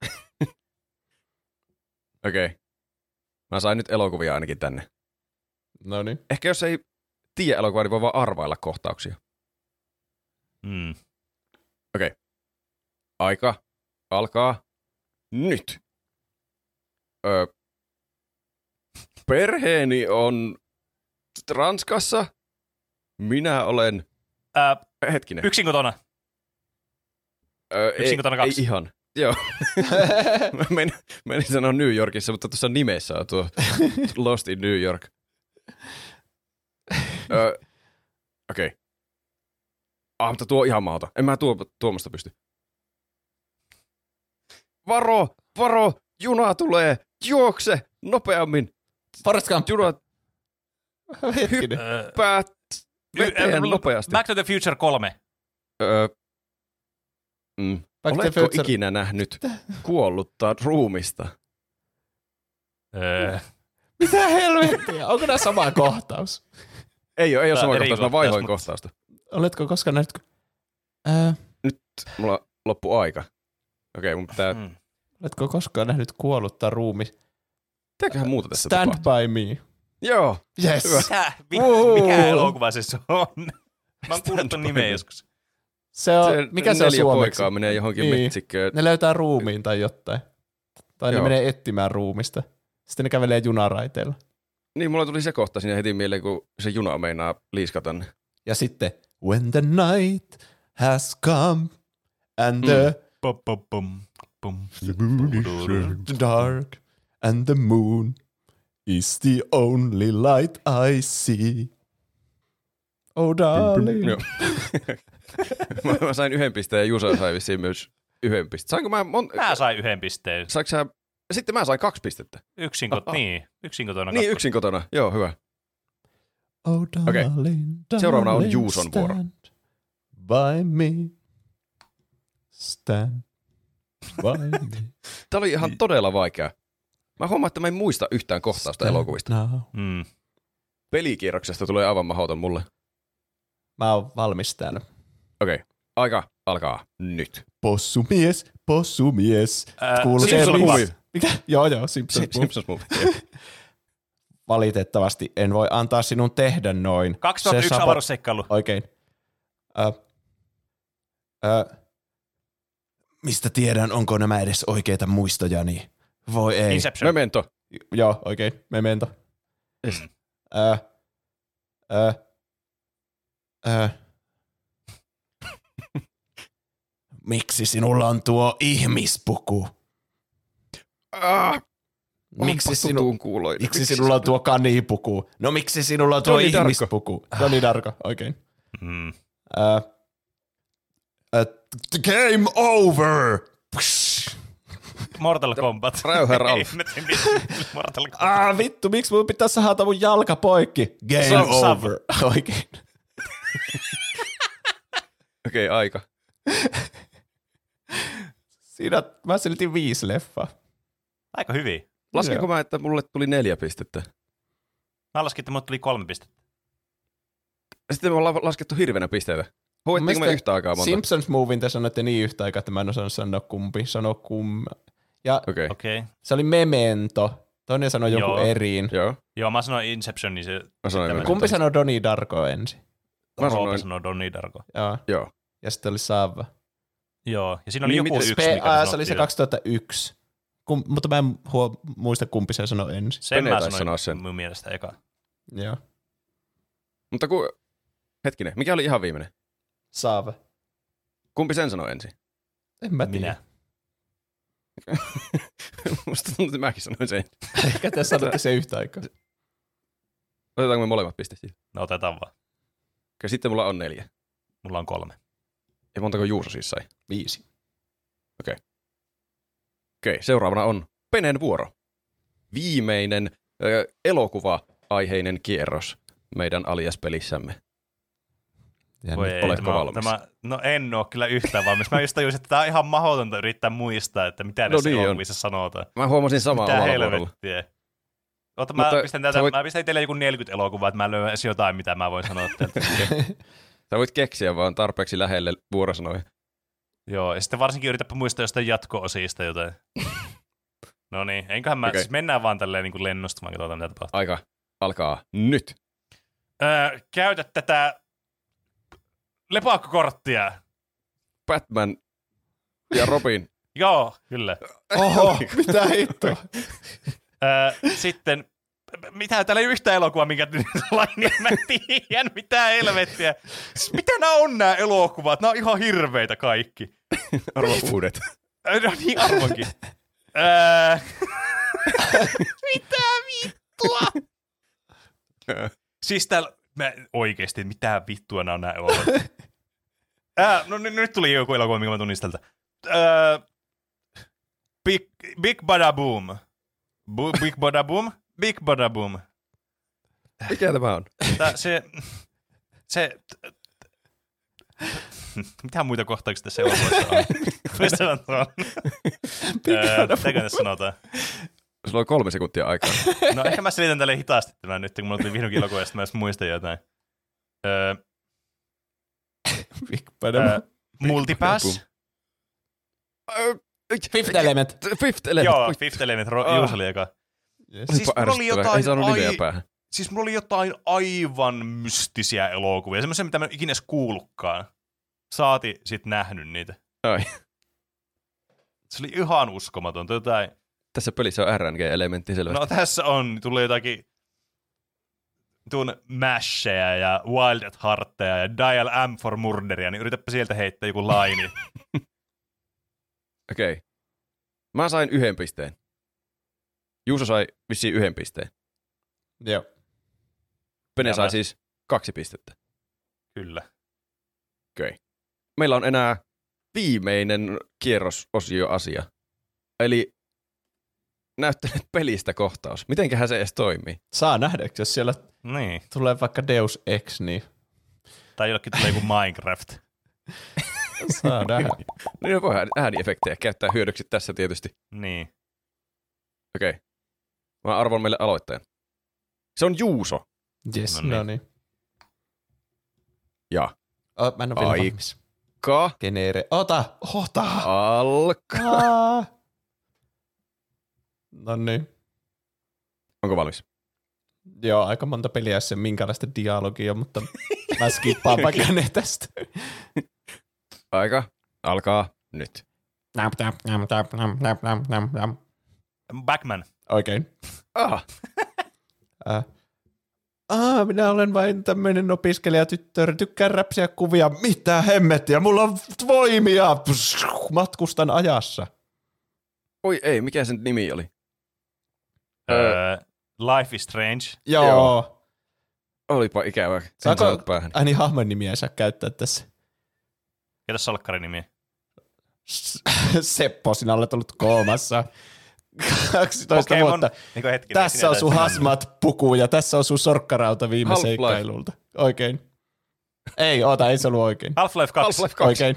Okei. Mä sain nyt elokuvia ainakin tänne. No niin. Ehkä jos ei tiedä elokuvaa, niin voi vaan arvailla kohtauksia. Okei. Aika alkaa nyt. Perheeni on Ranskassa. Minä olen... Hetkinen. Yksin kotona. Yksin kotona 2. Ei ihan. Joo. Menin sanoa New Yorkissa, mutta tuossa nimessä on tuo Lost in New York. Okei. Mutta tuo on ihan mahdoton. En mä tuomasta pysty. Varo! Juna tulee! Juokse! Nopeammin! Forrest Gump. Juna... Hetkinen. Hyppäät veteen nopeasti. Back to the Future 3. Oletko ikinä nähnyt kuollutta ruumista? Mitä helvettiä? Onko nämä sama kohtaus? Ei ole sama kohtaus, mä vaihoin kohtausta. Oletko koskaan nähnyt... Nyt mulla loppu aika. Okei, mun pitää... Oletko koskaan nähnyt kuollutta ruumista? Mitäköhän muuta tässä Stand tapahtuu? by me. Joo. Yes. Mikä elokuva se on? Mä oon kuullut ton nimeä joskus. Se on, mikä se on 4 suomeksi? poikaa menee johonkin metsikköön. Ne löytää ruumiin tai jotain. Tai ne menee etsimään ruumista. Sitten ne kävelee junaraiteilla. Niin, mulla tuli se kohta siinä heti mieleen, kun se juna meinaa liiskata ne. Ja sitten when the night has come and the moon is dark and the moon is the only light I see. Oh darling. Joo. Mä sain 1 pisteen ja Juuso sai vissiin myös 1 pisteen. Sainko mä Mä sain 1 pisteen. Sainko sä... Sitten mä sain 2 pistettä. Yksin kotona. Niin, yksin kotona. Joo, hyvä. Oh darling, Seuraavana on darling, Juuson vuoro. stand by me. Stand by me. Tää oli ihan todella vaikea. Mä huomaan, että mä en muista yhtään kohtausta elokuvista. Now. Pelikierroksesta tulee aivan mahdoton mulle. Mä oon valmis täällä. Okei, aika alkaa nyt. Possumies. Simpsons movie. Mitä? Joo, Simpsons movie. Valitettavasti en voi antaa sinun tehdä noin. 2001 avaruusseikkailu. Oikein. Mistä tiedän, onko nämä edes oikeita muistojani? Voi ei. Inception. Memento. Joo, oikein. Memento. Yes. Miksi sinulla on tuo ihmispuku? Miksi sinulla on tuo kanipuku? No miksi sinulla on tuo Donnie Darko. ihmispuku? Donnie Darko, oikein. Game over! Mortal Kombat. Räyhä Ralph. Mortal Kombat. Vittu, miksi mun pitää sahata mun jalka poikki? Game over. Oikein. Okei, aika. Siinä mä selitin 5 leffaa. Aika hyvin. Laskenko mä, että mulle tuli 4 pistettä? Mä laskin, että mulle tuli 3 pistettä. Sitten me ollaan laskettu hirveänä pisteitä. Hoittiinko me yhtä aikaa monta? Simpsons Movin te sanoitte niin yhtä aikaa, että mä en osannut sanoa kumpi. Ja Okei. se oli Memento. Toinen sanoi joku eriin. Joo. Mä sanoin Inception, niin se... Mä sanoin Memento. Kumpi sanoi Donnie Darko ensin? Mä Roope sanoi Donnie Darko. Joo. Ja sitten oli Saava. Joo, ja siinä oli Niin, joku miten- yksi, mikä Se oli se 2001. Mutta mä en muista, kumpi se sanoi ensin. Sen Pene mä taisi sanoa sanoin sen. mun mielestä eka. Joo. Mutta hetkinen, mikä oli ihan viimeinen? Saava. Kumpi sen sanoi ensin? En mä tiedä. Minä. Musta tuntuu, että mäkin sanoin sen. Ehkä te sanotte se yhtä aikaa. Otetaanko me molemmat pisteet siitä? No otetaan vaan. Okei, sitten mulla on 4. Mulla on 3. Ja montako Juuso siis sai? 5. Okei, seuraavana on Penen vuoro. Viimeinen elokuva-aiheinen kierros meidän alias-pelissämme. Voi ei, Oletko valmis? No en oo kyllä yhtään valmis. Mä just tajusin, että tää on ihan mahdotonta yrittää muistaa, että mitä näissä niin elokuvissa sanotaan. Mä huomasin samaa Mitä omalla vuorolla. helvettiä. Ota, Mutta mä pistän teille joku 40 elokuvaa, että mä löydän edes jotain, mitä mä voin sanoa teiltä. Sä voit keksiä vaan tarpeeksi lähelle vuorosanoja. Joo, ja sitten varsinkin yritäpä muistaa jostain jatko-osista jotain. No niin, enköhän mä, Okei. siis mennään vaan tälleen niin kuin lennostamaan, katsotaan mitä tapahtuu. Aika alkaa nyt. Käytä tätä lepakkokorttia. Batman ja Robin. Joo, kyllä. Oho, mitä hittoa? Sitten, mitä täällä ei yhtään elokuvaa, minkä lainia mä tiedän, mitä helvettiä. Siis mitä nämä on nämä elokuvat? Nämä on ihan hirveitä kaikki. Arvo uudet. No niin, arvonkin. Mitä vittua? Siis täällä, oikeesti, mitä vittua nämä on nämä elokuvat? No nyt tuli joku elokuva, minkä mä tunnistin tältä. Big Bada Boom. Big Bada Boom? Big Bada Boom. Mikä tämä on? Mitä muita kohtauksia tässä elokuvassa on? Mistä on tuon? Mitäkö tässä sanotaan? Sulla on 3 sekuntia aikaa. No ehkä mä selitän tälle hitaasti tämän nyt, kun mulla tuli vihdoinkin elokuva, ja sitten mä muistan jotain. Multipass. Fifth Element. Fifth Element. Joo, Fifth Element. Juus oli eka. Yes. Siis mulla oli jotain ei saanut nimeä päähän. Siis mulla oli jotain aivan mystisiä elokuvia. Semmoisia, mitä mä en ikinä edes kuullutkaan. Saati sit nähnyt niitä. Ai. Se oli ihan uskomatonta. Jotain. Tässä pelissä on RNG-elementti selvästi. No tässä on. Tulee jotakin tuun Masheja ja Wild at Heartteja ja Dial M for Murderia, niin yritäpä sieltä heittää joku laini. Okei. Mä sain 1 pisteen. Juuso sai vissiin 1 pisteen. Joo. Pene sai siis 2 pistettä. Kyllä. Okei. Meillä on enää viimeinen kierrososio-asia. Eli näyttänyt pelistä kohtaus. Mitenköhän se edes toimii? Saa nähdä, jos siellä Niin. tulee vaikka Deus Ex, niin Tai jollekin tulee joku Minecraft. saa nähdä. Niin voi ääniefektejä käyttää hyödyksi tässä tietysti. Niin. Okei. Mä arvon meille aloittajan. Se on Juuso. Yes, No niin. no niin. Ja Mä en ole vielä valmis. Genere. Ota! alkaa. No niin. Onko valmis? Joo, aika monta peliä se minkälaista dialogia, mutta mä skippaan vaikka ne tästä. Aika alkaa nyt. Backman. Oikein. Aha. Minä olen vain tämmöinen opiskelijatyttö, tykkään räpsiä kuvia. Mitä hemmettiä, mulla on voimia. Matkustan ajassa. Oi ei, mikä sen nimi oli? Life is Strange. Joo. Olipa ikävä. Saako ääni hahmon nimiä saa käyttää tässä? Ketä salkkarin nimi? Seppo, sinä olet ollut koomassa 12 Pokemon. vuotta. Niin hetki, Tässä on sun Hazmat-puku ja tässä on sun sorkkarauta viime Half-Life. seikkailulta. Oikein. Ei, ei se ollut oikein. Half-Life 2. Half-Life 2. Oikein.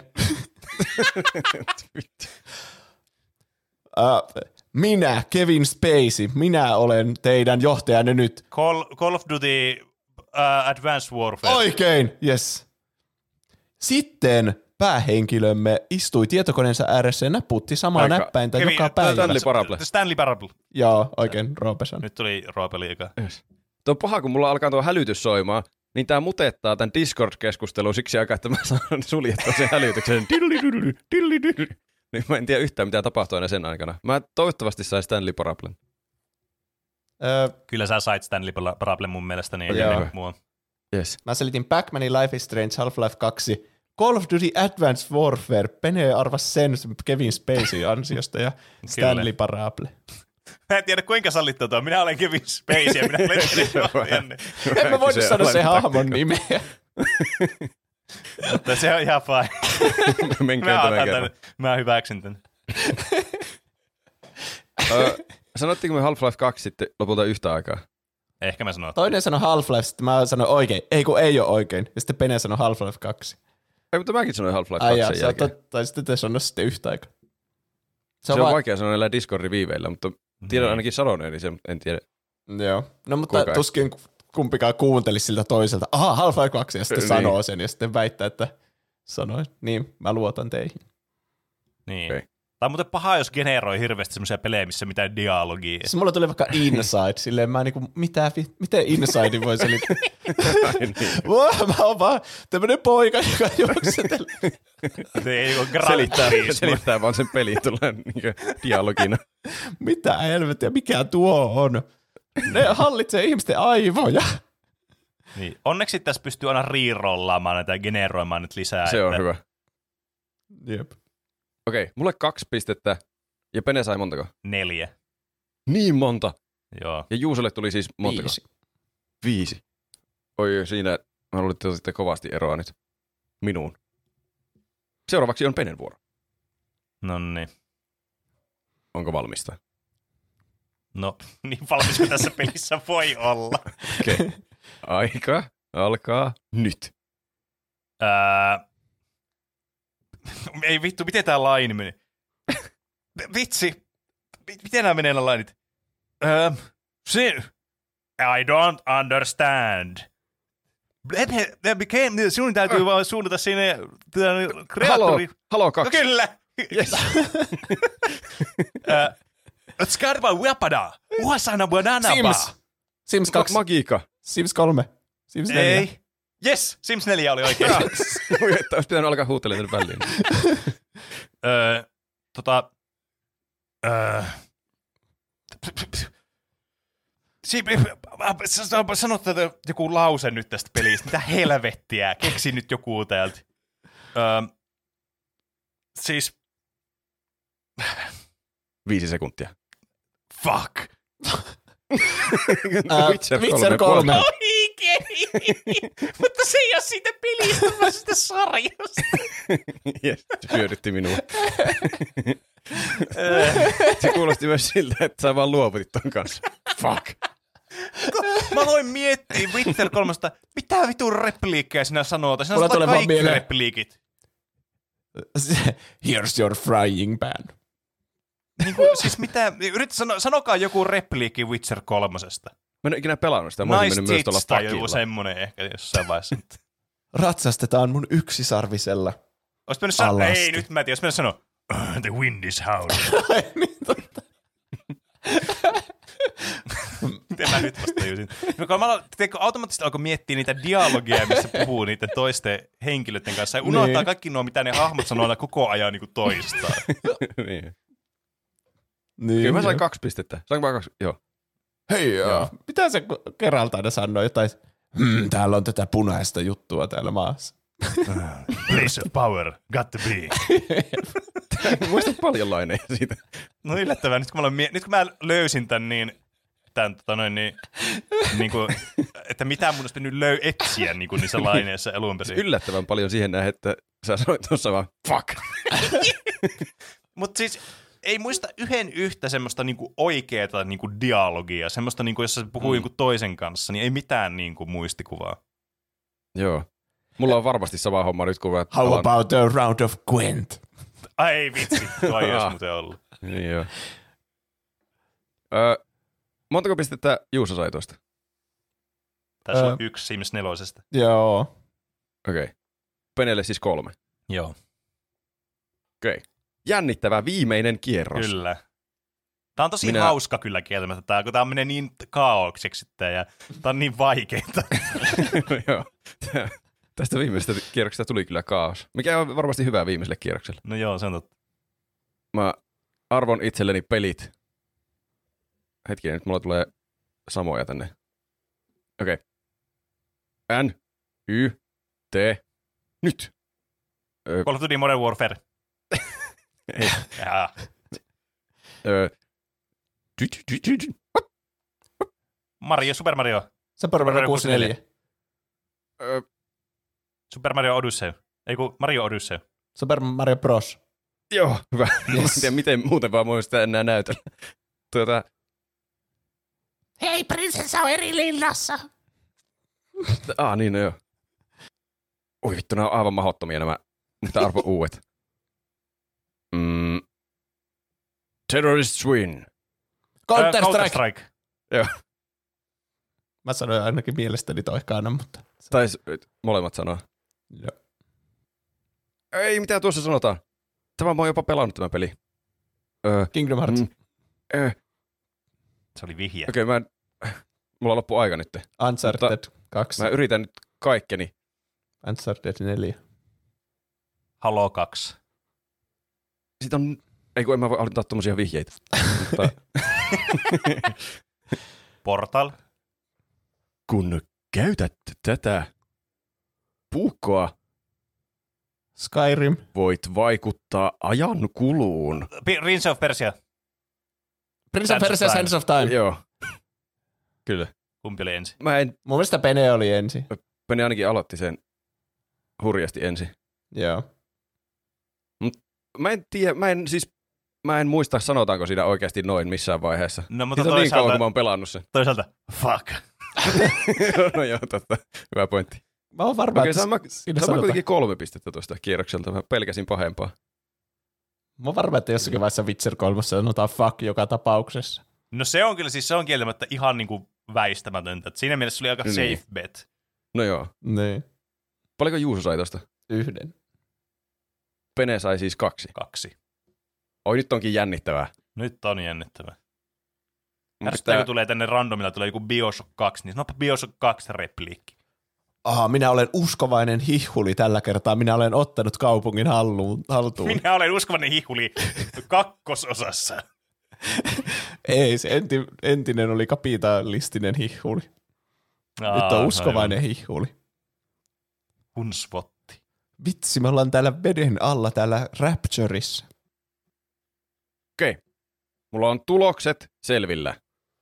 Minä, Kevin Spacey, minä olen teidän johtajanne nyt. Call of Duty Advanced Warfare. Oikein, yes. Sitten päähenkilömme istui tietokoneensa ääressä ja naputti samaa Aika. näppäintä Kevin- joka päivä. Stanley Parable. Stanley Parable. Joo, oikein, Roopesan. Nyt tuli Roope liikaa. Tuo on paha, kun mulla alkaa tuo hälytys soimaan, niin tää mutettaa tämän Discord-keskustelun siksi aikaa, että mä saan suljettua sen hälytyksen. Niin mä en tiedä yhtään, mitä tapahtuu aina sen aikana. Mä toivottavasti sain Stanley Parablen. Kyllä sä sait Stanley Parable mun mielestä niin Joo. ennen mua. Yes. Mä selitin Pac-Manin Life is Strange, Half-Life 2, Call of Duty Advanced Warfare, Pene arvasi sen Kevin Spacey ansiosta ja Stanley Parable. Mä en tiedä kuinka sallittua tuo. Minä olen Kevin Spacey ja minä olen Janne. En mä voinut sanoa se hahmon nimeä. Mutta se on ihan fine. Menkää tämän kerran. Mä hyväksyn tän. Sanottiinko me Half-Life 2 sitten lopulta yhtä aikaa? Ehkä mä sanon. Toinen sanoi Half-Life, sitten mä sanoin oikein. Ei kun ei ole oikein. Ja sitten Pene sanoi Half-Life 2. Ei, mutta mäkin sanoin Half-Life 2 Ai sen jälkeen. tai sitten te sanoitte sitten yhtä aikaa. Se on vaikea sanoa näillä Discordin viiveillä, mutta tiedän ainakin sanoneeni sen, en tiedä. Joo, no mutta Kuinka? tuskin kumpikaan kuuntelisi siltä toiselta. Aha, Half-Life 2 ja sitten Niin. sanoo sen ja sitten väittää, että sanoi. Niin, mä luotan teihin. Niin. Okei. Tämä on muuten paha, jos generoi hirveästi semmoisia pelejä, missä mitään dialogia. Siis mulla tuli vaikka Inside, silleen mä niinku, miten Inside voi selittää? Niin. Mä oon vaan tämmönen poika, joka juoksetelee. Se ei ole Gran Turismo. Selittää vaan sen pelin tulee niin dialogina. Mitä helvettiä, mikä tuo on? Ne hallitsee ihmisten aivoja. Niin. Onneksi tässä pystyy aina rerollaamaan näitä ja generoimaan nyt lisää. Se on että... hyvä. Jep. Okei, mulle 2 pistettä. Ja Pene sai montako? 4. Niin monta. Joo. Ja Juusolle tuli siis montako? 5. Oi, siinä mä luulin, että otitte kovasti eroa nyt minuun. Seuraavaksi on Penen vuoro. Noniin. Onko valmista? No, niin valmis kuin tässä pelissä voi olla. Okei. Aika alkaa nyt. Ei vittu, miten tää laini meni? Vitsi. Miten nämä menee nämä lainit? I don't understand. Sinun täytyy vaan suunnata sinne kreatori. Halo 2. No kyllä. Yes. Skarpa weapada. Uasana banana. Sims 2. Magiikka. Sims 3. Sims 4. Ei. Yes, Sims 4 oli oikein. Voi, että olisi pitänyt alkaa huutelemaan väliin. Sanot joku lause nyt tästä pelistä. Mitä helvettiä? Keksi nyt joku täältä. Siis... 5 sekuntia. Fuck. Witcher 3. Oikein! Mutta se ei ole siitä pelistä, vaan siitä sarjasta. Yes, se hyödytti minua. Se kuulosti myös siltä, että sä vaan luovutit ton kanssa. Fuck. Mä aloin miettiä Witcher 3, mitä vitun repliikkejä sinä sanoo. Sinä Mulla tulee sanoo vaan kaikki mieleen. repliikit. Here's your frying pan. Niin kuin, siis mitä, sanokaa joku repliikki Witcher 3. Mä en ole ikinä pelannut sitä. Mä olisin Nice mennyt myös tuolla tits tai joku takilla. semmonen ehkä jossain vaiheessa. Ratsastetaan mun yksisarvisella. Olis mennyt sanoa, Alasti. ei nyt mä en tiedä, olis mennyt sanoa, the wind is howling. Niin totta. Miten mä nyt vasta tajusin? No, mä automaattisesti alkoi miettiä niitä dialogeja, missä puhuu niiden toisten henkilöiden kanssa. Ja unohtaa Niin. kaikki nuo, mitä ne hahmot sanoo aina koko ajan niin kuin toistaan. Niin. Niin, Kyllä mä sain joo. 2 pistettä. Saanko mä 2? Joo. Hei joo. Mitä se Geralt aina sanoo? Jotain, täällä on tätä punaista juttua täällä maassa. Place of power, got to be. Muistat paljon laineja siitä. No yllättävää, nyt kun mä löysin tän niin kuin, että mitä mun olisi pitänyt etsiä niin kuin niissä laineissa alun perin. Yllättävän paljon siihen näin, että sä sanoit tuossa vaan fuck. Mutta siis ei muista yhtä semmoista niinku oikeeta niinku dialogia, semmoista, niinku, jossa puhuu jonkun toisen kanssa, niin ei mitään niinku muistikuvaa. Joo. Mulla on varmasti sama homma nyt, kun mä How about a round of Gwent? Ai vitsi, tuo ei olisi muuten ollut. Niin joo. Montako pistettä Juuso sai tuosta? Tässä on 1 Sims 4. Joo. Okei. Okay. Penelle siis 3. Joo. Okei. Okay. Jännittävä viimeinen kierros. Kyllä. Tämä on tosi hauska kyllä kieltämättä, kun tämä menee niin kaaokseksi sitten, ja tämä on niin vaikeaa. Joo. Tästä viimeisestä kierroksesta tuli kyllä kaos. Mikä on varmasti hyvä viimeiselle kierrokselle. No joo, se on totta. Mä arvon itselleni pelit. Hetki, nyt mulla tulee samoja tänne. Okei. Okay. N, Y, T, nyt. Call of Duty Modern Warfare. Ei. Jaa. Mario, Super Mario. Super Mario 64. Super Mario Odyssey. Ei kun Mario Odyssey. Super Mario Bros. Joo, hyvä. Yes. Mä en tiedä, miten muuten vaan voi sitä enää näytellä. Hei, prinsessa on eri linnassa. Niin, no joo. Oi vittu, nämä on aivan mahdottomia nämä. Nyt arvo uudet. Terrorist Win. Counter-Strike. Joo. Mä sanoin ainakin mielestäni toikkaana, mutta... Taisi molemmat sanoa. Joo. Ei, mitä tuossa sanotaan? Tämä mä oon jopa pelannut tämä peli. Kingdom Hearts. Se oli vihje. Okei, mulla loppuu aika nyt. Uncharted 2. Mä yritän nyt kaikkeni. Uncharted 4. Halo 2. Siitä on... Ei kun en mä voi antaa tommosia vihjeitä. Mutta... Portal. Kun käytät tätä puukkoa, Skyrim. voit vaikuttaa ajan kuluun. Prince of Persia. Prince of Sands of Persia, Time. Sands of Time. Joo. Kyllä. Kumpi oli ensin? Mun mielestä Pene oli ensin. Pene ainakin aloitti sen hurjasti ensin. Joo. Mä en tiedä, mä en muista, sanotaanko siinä oikeasti noin missään vaiheessa. No, mutta Siitä on niin kauan, kun mä oon pelannut sen. toisaalta, fuck. No joo, totta. Hyvä pointti. Mä oon varma, Okei, että saan mä siinä sanotaan. kuitenkin 3 pistettä tuosta kierrokselta. Mä pelkäsin pahempaa. Mä oon varma, että jossakin vaiheessa Witcher 3 sanotaan fuck joka tapauksessa. No se on kyllä, siis se on kieltämättä ihan niinku väistämätöntä. Et siinä mielessä se oli aika Niin. safe bet. No joo. Niin. Paljonko Juuso sai tosta? 1. Pene sai siis 2. 2. Oi, nyt onkin jännittävää. Nyt on jännittävää. Mutta Ärsyttää, kun tulee tänne randomilla, tulee joku Bioshock 2, niin sanoppa Bioshock 2 repliikki. Minä olen uskovainen hihuli tällä kertaa. Minä olen ottanut kaupungin haltuun. Minä olen uskovainen hihuli kakkososassa. Ei, se entinen oli kapitalistinen hihuli. Nyt on uskovainen hihuli. Hunsvotti. Vitsi, me ollaan täällä veden alla täällä Raptureissa. Okei. Mulla on tulokset selvillä.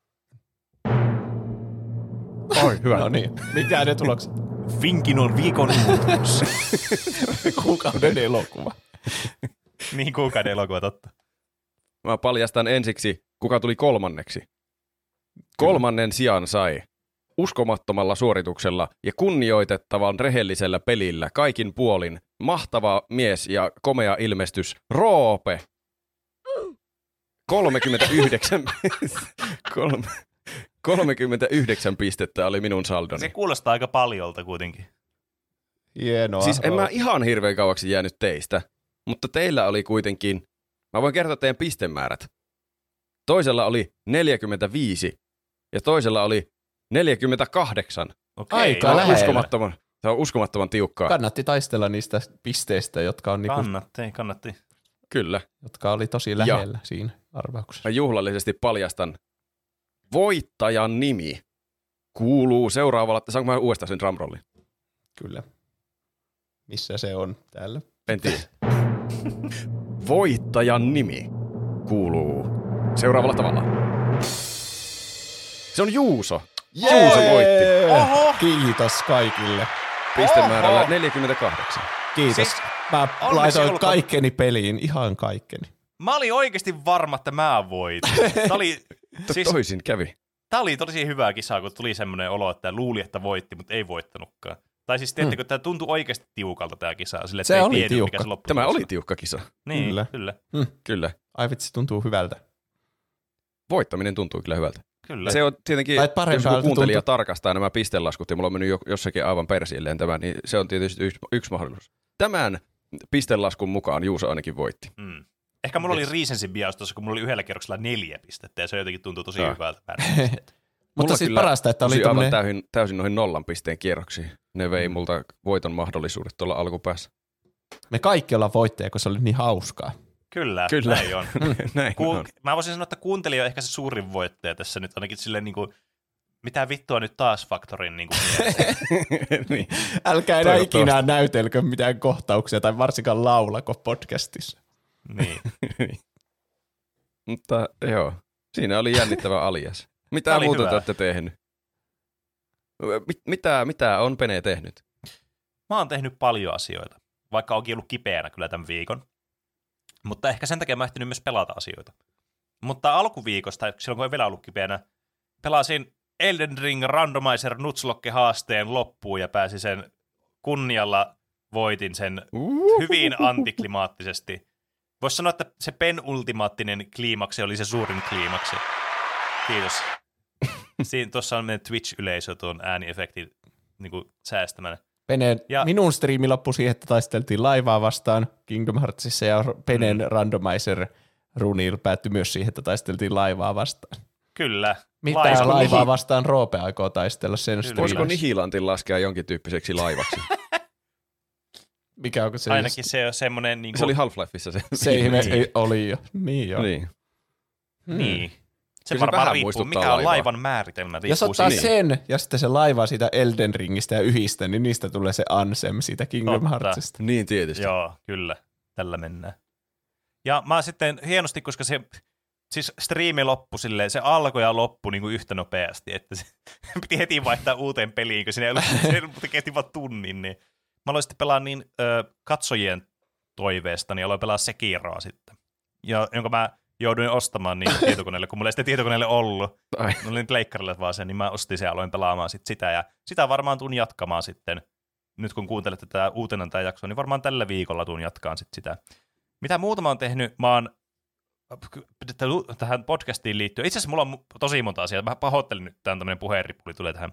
Oi, hyvä. No niin, mikä ne tulokset? Vinkin on viikon muutos. Kuukauden elokuva. Niin, kuukauden elokuva, totta. Mä paljastan ensiksi, kuka tuli kolmanneksi. Kolmannen sijan sai uskomattomalla suorituksella ja kunnioitettavan rehellisellä pelillä kaikin puolin mahtava mies ja komea ilmestys Roope. 39 pistettä oli minun saldoni. Se kuulostaa aika paljolta kuitenkin. Hienoa. Siis en mä ihan hirveän kauaksi jäänyt teistä, mutta teillä oli kuitenkin, mä voin kertoa teidän pistemäärät. Toisella oli 45 ja toisella oli 48. Okei. Aika Tämä on lähellä. Se on uskomattoman tiukkaa. Kannatti taistella niistä pisteistä, jotka on niinku, Kannatti. Kyllä. jotka oli tosi lähellä siinä arvauksessa. Mä juhlallisesti paljastan. Voittajan nimi kuuluu seuraavalla. Saanko mä uudestaan sen drumrollin? Kyllä. Missä se on täällä? En tiedä. Voittajan nimi kuuluu seuraavalla tavalla. Se on Juuso. Juuso voitti. Oho! Kiitos kaikille. Pistemäärällä 48. Kiitos. Siis, Mä onneksi laitoin olkoon. kaikkeni peliin, ihan kaikkeni. Mä olin oikeasti varma, että mä voitin. Toisin kävi. Tää oli tosi hyvä kisa, kun tuli semmoinen olo, että luuli, että voitti, mutta ei voittanutkaan. Tai siis tiedättekö, tämä tuntui oikeasti tiukalta tämä kisa. Sille, Se ei oli tiennyt, tiukka. mikä se lopputulos Tämä on. oli tiukka kisa. Niin, Kyllä. kyllä. Kyllä. Ai vitsi, tuntuu hyvältä. Voittaminen tuntuu kyllä hyvältä. Kyllä. Se on tietenkin, Tai jos parempaa, joku kuuntelija tuntuu. tarkastaa nämä pistelaskut ja mulla on mennyt jossakin aivan persilleen tämä, niin se on tietysti yksi mahdollisuus. Tämän pistelaskun mukaan Juuso ainakin voitti. Ehkä mulla oli recency bias tuossa, kun mulla oli yhdellä kierroksella 4 pistettä, ja se jotenkin tuntuu tosi hyvältä. Mutta siis kyllä parasta, että oli aivan tommonen... täysin noihin 0 pisteen kierroksiin. Ne vei multa voiton mahdollisuudet tuolla alkupäässä. Me kaikki ollaan voittajia, kun se oli niin hauskaa. Kyllä, Kyllä. näin on. Näin on. Mä voisin sanoa, että kuuntelija on ehkä se suurin voittaja tässä nyt, ainakin silleen niin kuin, mitä vittua nyt taas Faktorin niin kuin niin. Älkää enää Toivottavasti. ikinä näytelkö mitään kohtauksia tai varsinkaan laulako podcastissa. niin. Mutta joo, siinä oli jännittävä alias. Tää Mitä oli muuta hyvä. te olette tehnyt? Mitä on Pene tehnyt? Mä oon tehnyt paljon asioita, vaikka onkin ollut kipeänä kyllä tämän viikon. Mutta ehkä sen takia mä oon ehtinyt myös pelata asioita. Mutta alkuviikosta, silloin kun en vielä ollut kipeänä, pelasin Elden Ring Randomizer Nuzlocke-haasteen loppuun ja pääsin sen kunnialla, voitin sen hyvin antiklimaattisesti. Voisi sanoa, että se penultimaattinen kliimaksi oli se suurin kliimaksi. Kiitos. Tuossa on meidän Twitch-yleisö tuon ääniefektin niin kuin säästämänä. Penen, minun striimi loppui siihen, että taisteltiin laivaa vastaan Kingdom Heartsissa ja Penen randomizer runil päättyi myös siihen, että taisteltiin laivaa vastaan. Kyllä. Mitä laivaa vastaan Roope aikoo taistella sen Kyllä. striimissä? Voisiko Nihilantin laskea jonkin tyyppiseksi laivaksi? Mikä onko se? Ainakin se on semmoinen... Niin kuin... Se oli Half-Lifeissa se. Se oli jo. Niin jo. Niin. Niin. Se Kyllä se varmaan vähän riippuu, muistuttaa mikä on laivaa. laivan määritelmä. Jos ottaa sen ja sitten se laiva siitä Elden Ringistä ja yhdistä, niin niistä tulee se Ansem siitä Kingdom Heartsista. Niin tietysti. Joo, kyllä. Tällä mennään. Ja mä sitten hienosti, koska se siis striimi loppui silleen, se alkoi ja loppui niin kuin yhtä nopeasti, että se piti heti vaihtaa uuteen peliin, kun siinä ei ollut, se kesti vaan tunnin. Niin. Mä aloin sitten pelaa niin katsojien toiveesta, niin aloin pelaa Sekiroa sitten, jonka mä jouduin ostamaan niin tietokoneelle, kun mulla ei sitä tietokoneelle ollut. Ai. Mulla oli pleikkarille vaan sen, niin mä ostin sen ja aloin pelaamaan sit sitä. Ja sitä varmaan tuun jatkamaan sitten. Nyt kun kuuntelette tätä uutena tämä jakso, niin varmaan tällä viikolla tuun jatkaan sit sitä. Mitä muuta mä oon tehnyt? Mä oon tähän podcastiin liittyen. Itse asiassa mulla on tosi monta asiaa. Mä pahoittelin nyt, tämän tämmöinen puheenripuli tulee tähän.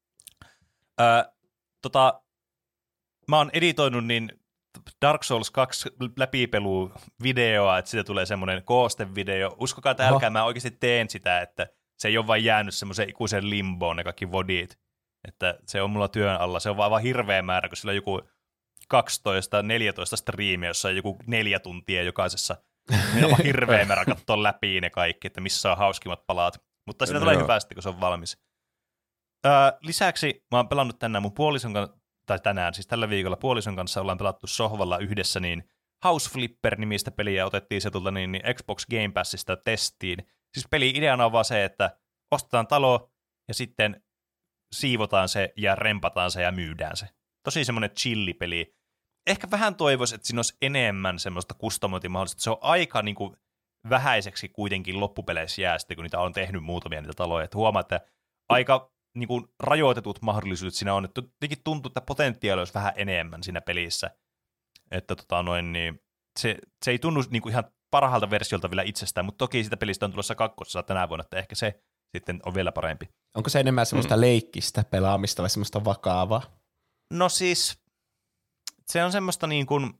Mä oon editoinut niin Dark Souls 2 läpipelu-videoa, että siitä tulee semmoinen koostevideo. Uskokaa, että älkää, mä oikeasti teen sitä, että se ei ole vain jäänyt semmoiseen ikuisen limboon ne kaikki vodit. Että se on mulla työn alla. Se on vaan hirveä määrä, kun sillä on joku 12-14 striimiä, jossa on joku 4 tuntia jokaisessa. On hirveä määrä katsoa läpi ne kaikki, että missä on hauskimmat palat. Mutta siinä tulee hyvä sitten, kun se on valmis. Lisäksi mä oon pelannut tänään mun puolison kanssa, tai tänään, siis tällä viikolla puolison kanssa ollaan pelattu sohvalla yhdessä, niin House Flipper-nimistä peliä otettiin se tulta niin Xbox Game Passista testiin. Siis peli ideana on vaan se, että ostetaan talo ja sitten siivotaan se ja rempataan se ja myydään se. Tosi semmoinen chillipeli. Ehkä vähän toivoisi, että siinä olisi enemmän semmoista kustomointimahdollisuutta. Se on aika niin kuin vähäiseksi kuitenkin loppupeleissä jää sitten, kun niitä on tehnyt muutamia niitä taloja. Että huomaa, että aika niin kuin rajoitetut mahdollisuudet siinä on. Että jotenkin tuntuu, että potentiaalia olisi vähän enemmän siinä pelissä. Että niin se ei tunnu niin kuin ihan parhaalta versiolta vielä itsestään, mutta toki sitä pelistä on tulossa kakkossa tänä vuonna, että ehkä se sitten on vielä parempi. Onko se enemmän semmoista leikkistä pelaamista vai semmoista vakavaa? No siis, se on semmoista niin kuin,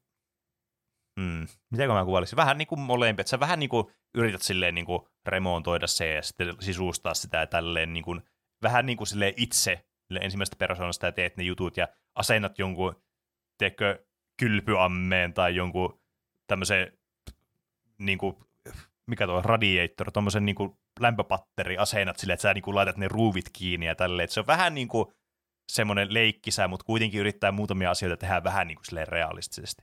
miten mä kuvailisin, vähän niin kuin molempia, että sä vähän niin kuin yrität silleen niin kuin remontoida se ja sitten sisustaa sitä ja tälleen niin kuin, vähän niin kuin silleen itse ensimmäistä persoonasta ja teet ne jutut ja asennat jonkun, teekö kylpyammeen tai jonkun tämmöisen, niin kuin, mikä tuo radiator, tommosen niin kuin lämpöpatteri asennat silleen, että sä niin kuin laitat ne ruuvit kiinni ja tälleen, että se on vähän niin kuin semmoinen leikkisä, mutta kuitenkin yrittää muutamia asioita tehdä vähän niin kuin silleen realistisesti.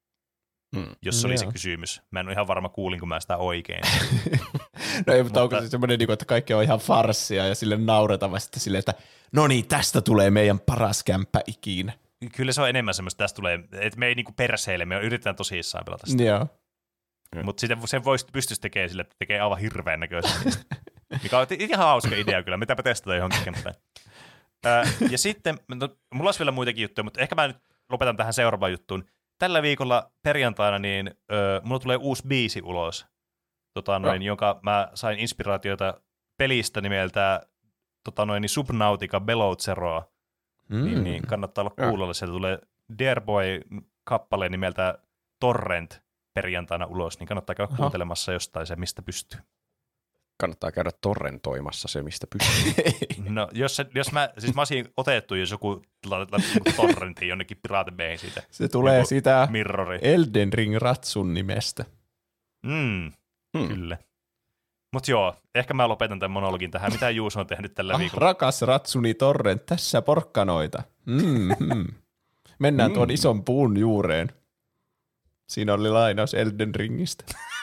Jos se oli se kysymys. Mä en ole ihan varma, kuulinko mä sitä oikein. No ei, mutta onko se semmoinen, että kaikki on ihan farssia ja sille nauretaan vai sitten silleen, että no niin, tästä tulee meidän paras kämppä ikinä. Kyllä se on enemmän semmoista, tästä tulee, että me ei niinku perseile, me yritetään tosissaan pelata sitä. Joo. Mutta sen pystyisi tekemään sille, että tekee aivan hirveän näköisesti. Mikä on ihan hauska idea kyllä, mitäpä testata johonkin kämppään. Ja sitten, mulla olisi vielä muitakin juttuja, mutta ehkä mä nyt lopetan tähän seuraavaan juttuun. Tällä viikolla perjantaina niin mulla tulee uusi biisi ulos, jonka mä sain inspiraatiota pelistä nimeltä niin Subnautica Below Zeroa. Niin kannattaa olla kuulolla. Sieltä tulee Dear Boy-kappale nimeltä Torrent perjantaina ulos, niin kannattaa käydä kuuntelemassa jostain se, mistä pystyy. Kannattaa käydä torrentoimassa se, mistä pystyy. No, jos mä olisin otettu, jos joku torrentiin jonnekin Pirate Bayin siitä. Se tulee joku sitä mirrori. Elden Ring Ratsun nimestä. Kyllä. Mutta joo, ehkä mä lopetan tämän monologin tähän. Mitä Juuso on tehnyt tällä viikolla? Rakas Ratsuni Torrent, tässä porkkanoita. Mennään tuon ison puun juureen. Siinä oli lainaus Elden Ringistä.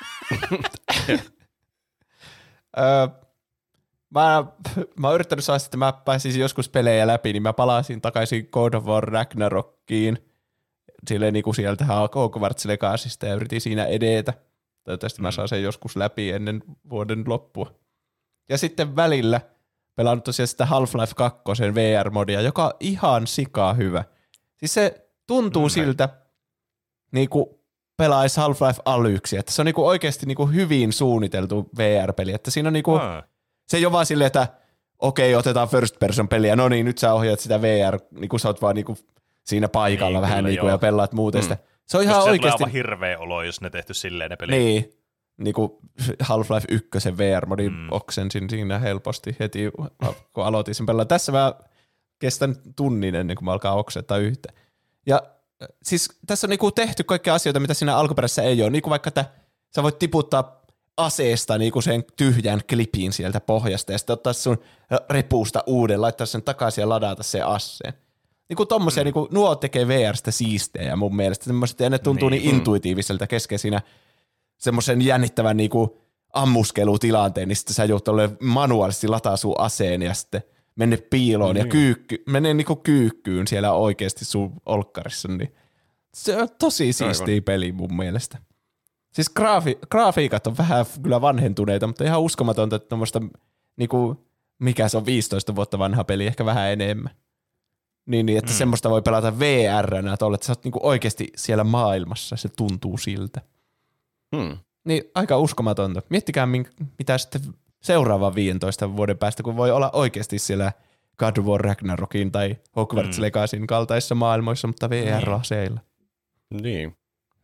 Mä oon yrittänyt saada, että mä pääsisin joskus pelejä läpi, niin mä palasin takaisin God of War Ragnarokkiin, silleen niin kuin sieltä Hogwarts Legacysta ja yritin siinä edetä. Toivottavasti mä saan sen joskus läpi ennen vuoden loppua. Ja sitten välillä pelannut tosiaan sitä Half-Life 2 VR-modia, joka on ihan sikaa hyvä. Siis se tuntuu siltä, niin kuin pelaisi Half-Life Alyxia, että se on niinku oikeasti niinku hyvin suunniteltu VR-peli, että siinä on niinku, se ei ole vaan silleen, että okei, otetaan first person peliä, no niin, nyt sä ohjaat sitä VR, niinku sä oot vaan niinku siinä paikalla niin, vähän niinku ja pelaat muuten sitä. Se on ihan oikeasti. Se on hirveä olo, jos ne tehty silleen ne pelit. Niin, niinku Half-Life 1 VR-modin oksensin siinä helposti heti, kun aloitin sen pelaa. Tässä mä kestän tunnin ennen kuin mä alkaa oksettaa yhtä. Ja siis tässä on niinku tehty kaikkia asioita, mitä siinä alkuperäisessä ei ole. Niinku vaikka, että sä voit tiputtaa aseesta niinku sen tyhjän klipin sieltä pohjasta ja sitten ottaa sun repuusta uuden, laittaa sen takaisin ja ladata sen asseen. Niinku tommosia, niinku, nuo tekee VRstä siistejä mun mielestä. Semmoiset, ja ne tuntuu niin intuitiiviselta kesken siinä semmoisen jännittävän niinku ammuskelutilanteen, niin sitten sä joudut manuaalisesti lataa sun aseen ja sitten mene piiloon ja mene niinku kyykkyyn siellä oikeasti sun olkkarissa, niin se on tosi siistiä peli mun mielestä. Siis graafiikat on vähän kyllä vanhentuneita, mutta ihan uskomatonta, että tommoista niinku, mikä se on 15 vuotta vanha peli, ehkä vähän enemmän. Niin että semmoista voi pelata VR-nä, että sä oot niinku oikeasti siellä maailmassa, se tuntuu siltä. Niin aika uskomatonta. Miettikää, mitä sitten seuraavan 15 vuoden päästä, kun voi olla oikeasti siellä God of War Ragnarokin tai Hogwarts Legacyn kaltaisissa maailmoissa, mutta VR-aseilla. Niin.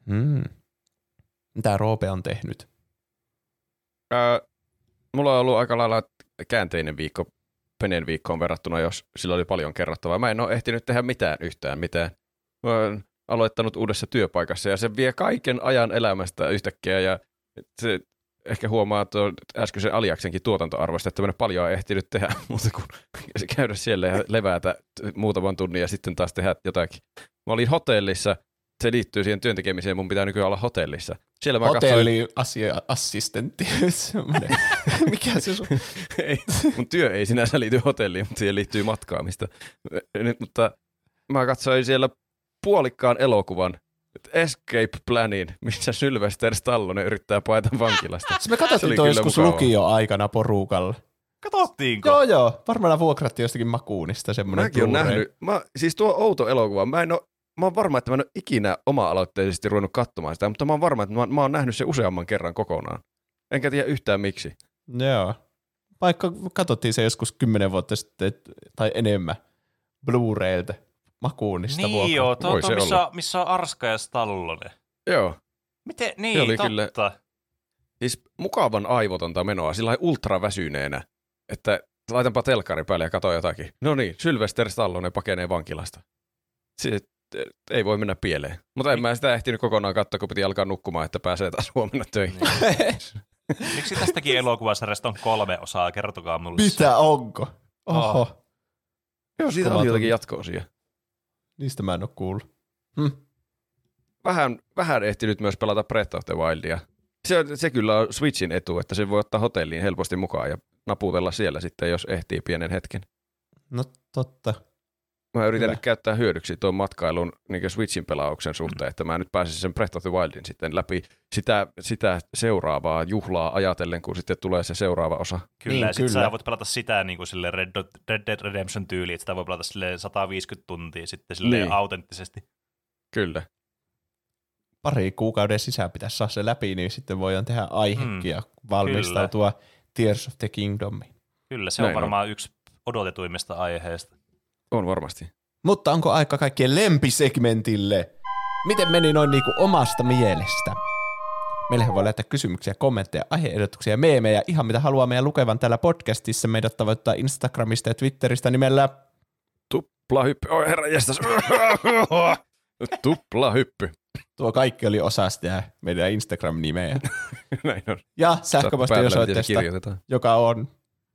Mitä Roope on tehnyt? Mulla on ollut aika lailla käänteinen viikko Penen viikkoon verrattuna, jos sillä oli paljon kerrottavaa. Mä en ole ehtinyt tehdä yhtään mitään. Mä oon aloittanut uudessa työpaikassa ja se vie kaiken ajan elämästä yhtäkkiä ja Se ehkä huomaa tuon äskeisen Aliaksenkin tuotantoarvosta, että mä en paljon ehtinyt tehdä, mutta kun käydä siellä ja levätä muutaman tunnin ja sitten taas tehdä jotakin. Mä olin hotellissa, se liittyy siihen työntekemiseen, mun pitää nykyään olla hotellissa. Siellä mä Hotelli-assistentti. Mikä se on? Ei, mun työ ei sinänsä liity hotelliin, mutta siihen liittyy matkaamista. Mutta mä katsoin siellä puolikkaan elokuvan, Escape Planin, missä Sylvester Stallone yrittää paeta vankilasta. Me katsottiin toi joskus lukio-aikana porukalla. Katsottiinko? Joo. Varmaan vuokrattiin jostakin Makuunista semmoinen Mäkin on nähnyt. Siis tuo outo elokuva, mä oon varma, että mä en ole ikinä oma-aloitteisesti ruvennut katsomaan sitä, mutta mä oon varma, että mä oon nähnyt sen useamman kerran kokonaan. Enkä tiedä yhtään miksi. Joo. Vaikka katsottiin se joskus 10 vuotta sitten tai enemmän Blu-rayltä Makuunista niin joo, missä on Arska ja Stallone. Joo. Miten? Niin, totta. Kyllä, siis mukavan aivotonta menoa, sillä ultraväsyneenä, että laitanpa telkkari päälle ja katso jotakin. No niin, Sylvester Stallone pakenee vankilasta. Ei voi mennä pieleen. Mutta en mä sitä ehtinyt kokonaan katsoa, kun piti alkaa nukkumaan, että pääsee taas huomenna töihin. Miksi tästäkin elokuvasarjasta on 3 osaa? Kertokaa mulle. Mitä onko? Oho. Joo, siitä oli jotakin jatko-osia. Niistä mä en ole kuullut. Vähän ehtinyt myös pelata Breath of the Wildia. Se kyllä on Switchin etu, että se voi ottaa hotelliin helposti mukaan ja naputella siellä sitten, jos ehtii pienen hetken. No totta. Mä yritän nyt käyttää hyödyksi tuon matkailun niin Switchin pelauksen suhteen, että mä nyt pääsisin sen Breath of the Wildin sitten läpi sitä seuraavaa juhlaa ajatellen, kun sitten tulee se seuraava osa. Kyllä, ja sitten sä voit pelata sitä niin kuin sille Red Dead Redemption tyyliin, että sitä voi pelata sille 150 tuntia sitten sille autenttisesti. Kyllä. Pari kuukauden sisään pitäisi saada se läpi, niin sitten voidaan tehdä aihekin ja valmistautua Tears of the Kingdomiin. Kyllä, se on varmaan yksi odotetuimmista aiheista. On varmasti. Mutta onko aika kaikkien lempisegmentille? Miten meni noin niinku omasta mielestä? Meillähän voi laittaa kysymyksiä, kommentteja, aihe-ehdotuksia ja meemejä, ihan mitä haluaa meidän lukevan täällä podcastissa. Meidät tavoittaa Instagramista ja Twitteristä nimellä Tuplahyppy. Oi herra jestas. Tuplahyppy. Tuo kaikki oli osa sitä meidän Instagram-nimeä. Näin on. Ja sähköpostiosoitteesta, joka on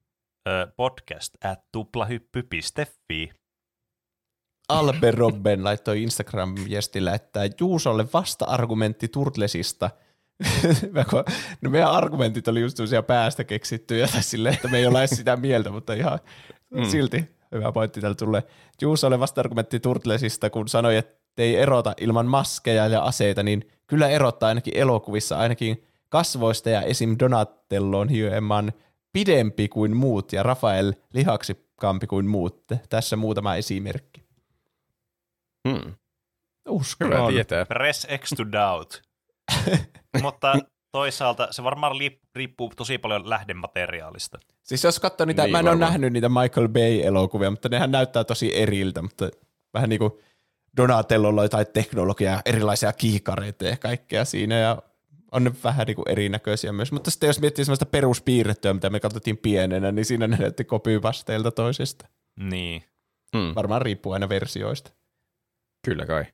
podcast@tuplahyppy.fi. Albe Robben laittoi Instagram-viestillä, että Juusolle vasta-argumentti Turtlesista. No meidän argumentit oli just sellaisia päästä keksittyjä tai silleen, että me ei olla edes sitä mieltä, mutta ihan silti hyvä pointti tällä tulee. Juusolle vasta-argumentti Turtlesista, kun sanoi, että ei erota ilman maskeja ja aseita, niin kyllä erottaa ainakin elokuvissa, ainakin kasvoista ja esim. Donatello on hieman pidempi kuin muut ja Rafael lihaksikampi kuin muut. Tässä muutama esimerkki. Uskon. Hyvä tietää. Press X to doubt. Mutta toisaalta se varmaan riippuu tosi paljon lähdemateriaalista. Siis jos katsoo niitä, niin, mä en ole nähnyt niitä Michael Bay-elokuvia, mutta nehän näyttää tosi eriltä, mutta vähän niin kuin Donatellolla on jotain teknologiaa, erilaisia kiikareita ja kaikkea siinä, ja on ne vähän niin kuin erinäköisiä myös. Mutta sitten jos miettii sellaista peruspiirrettyä, mitä me katsottiin pienenä, niin siinä ne näytti copy-pasteilta toisesta. Niin. Varmaan riippuu aina versioista. Kyllä kai.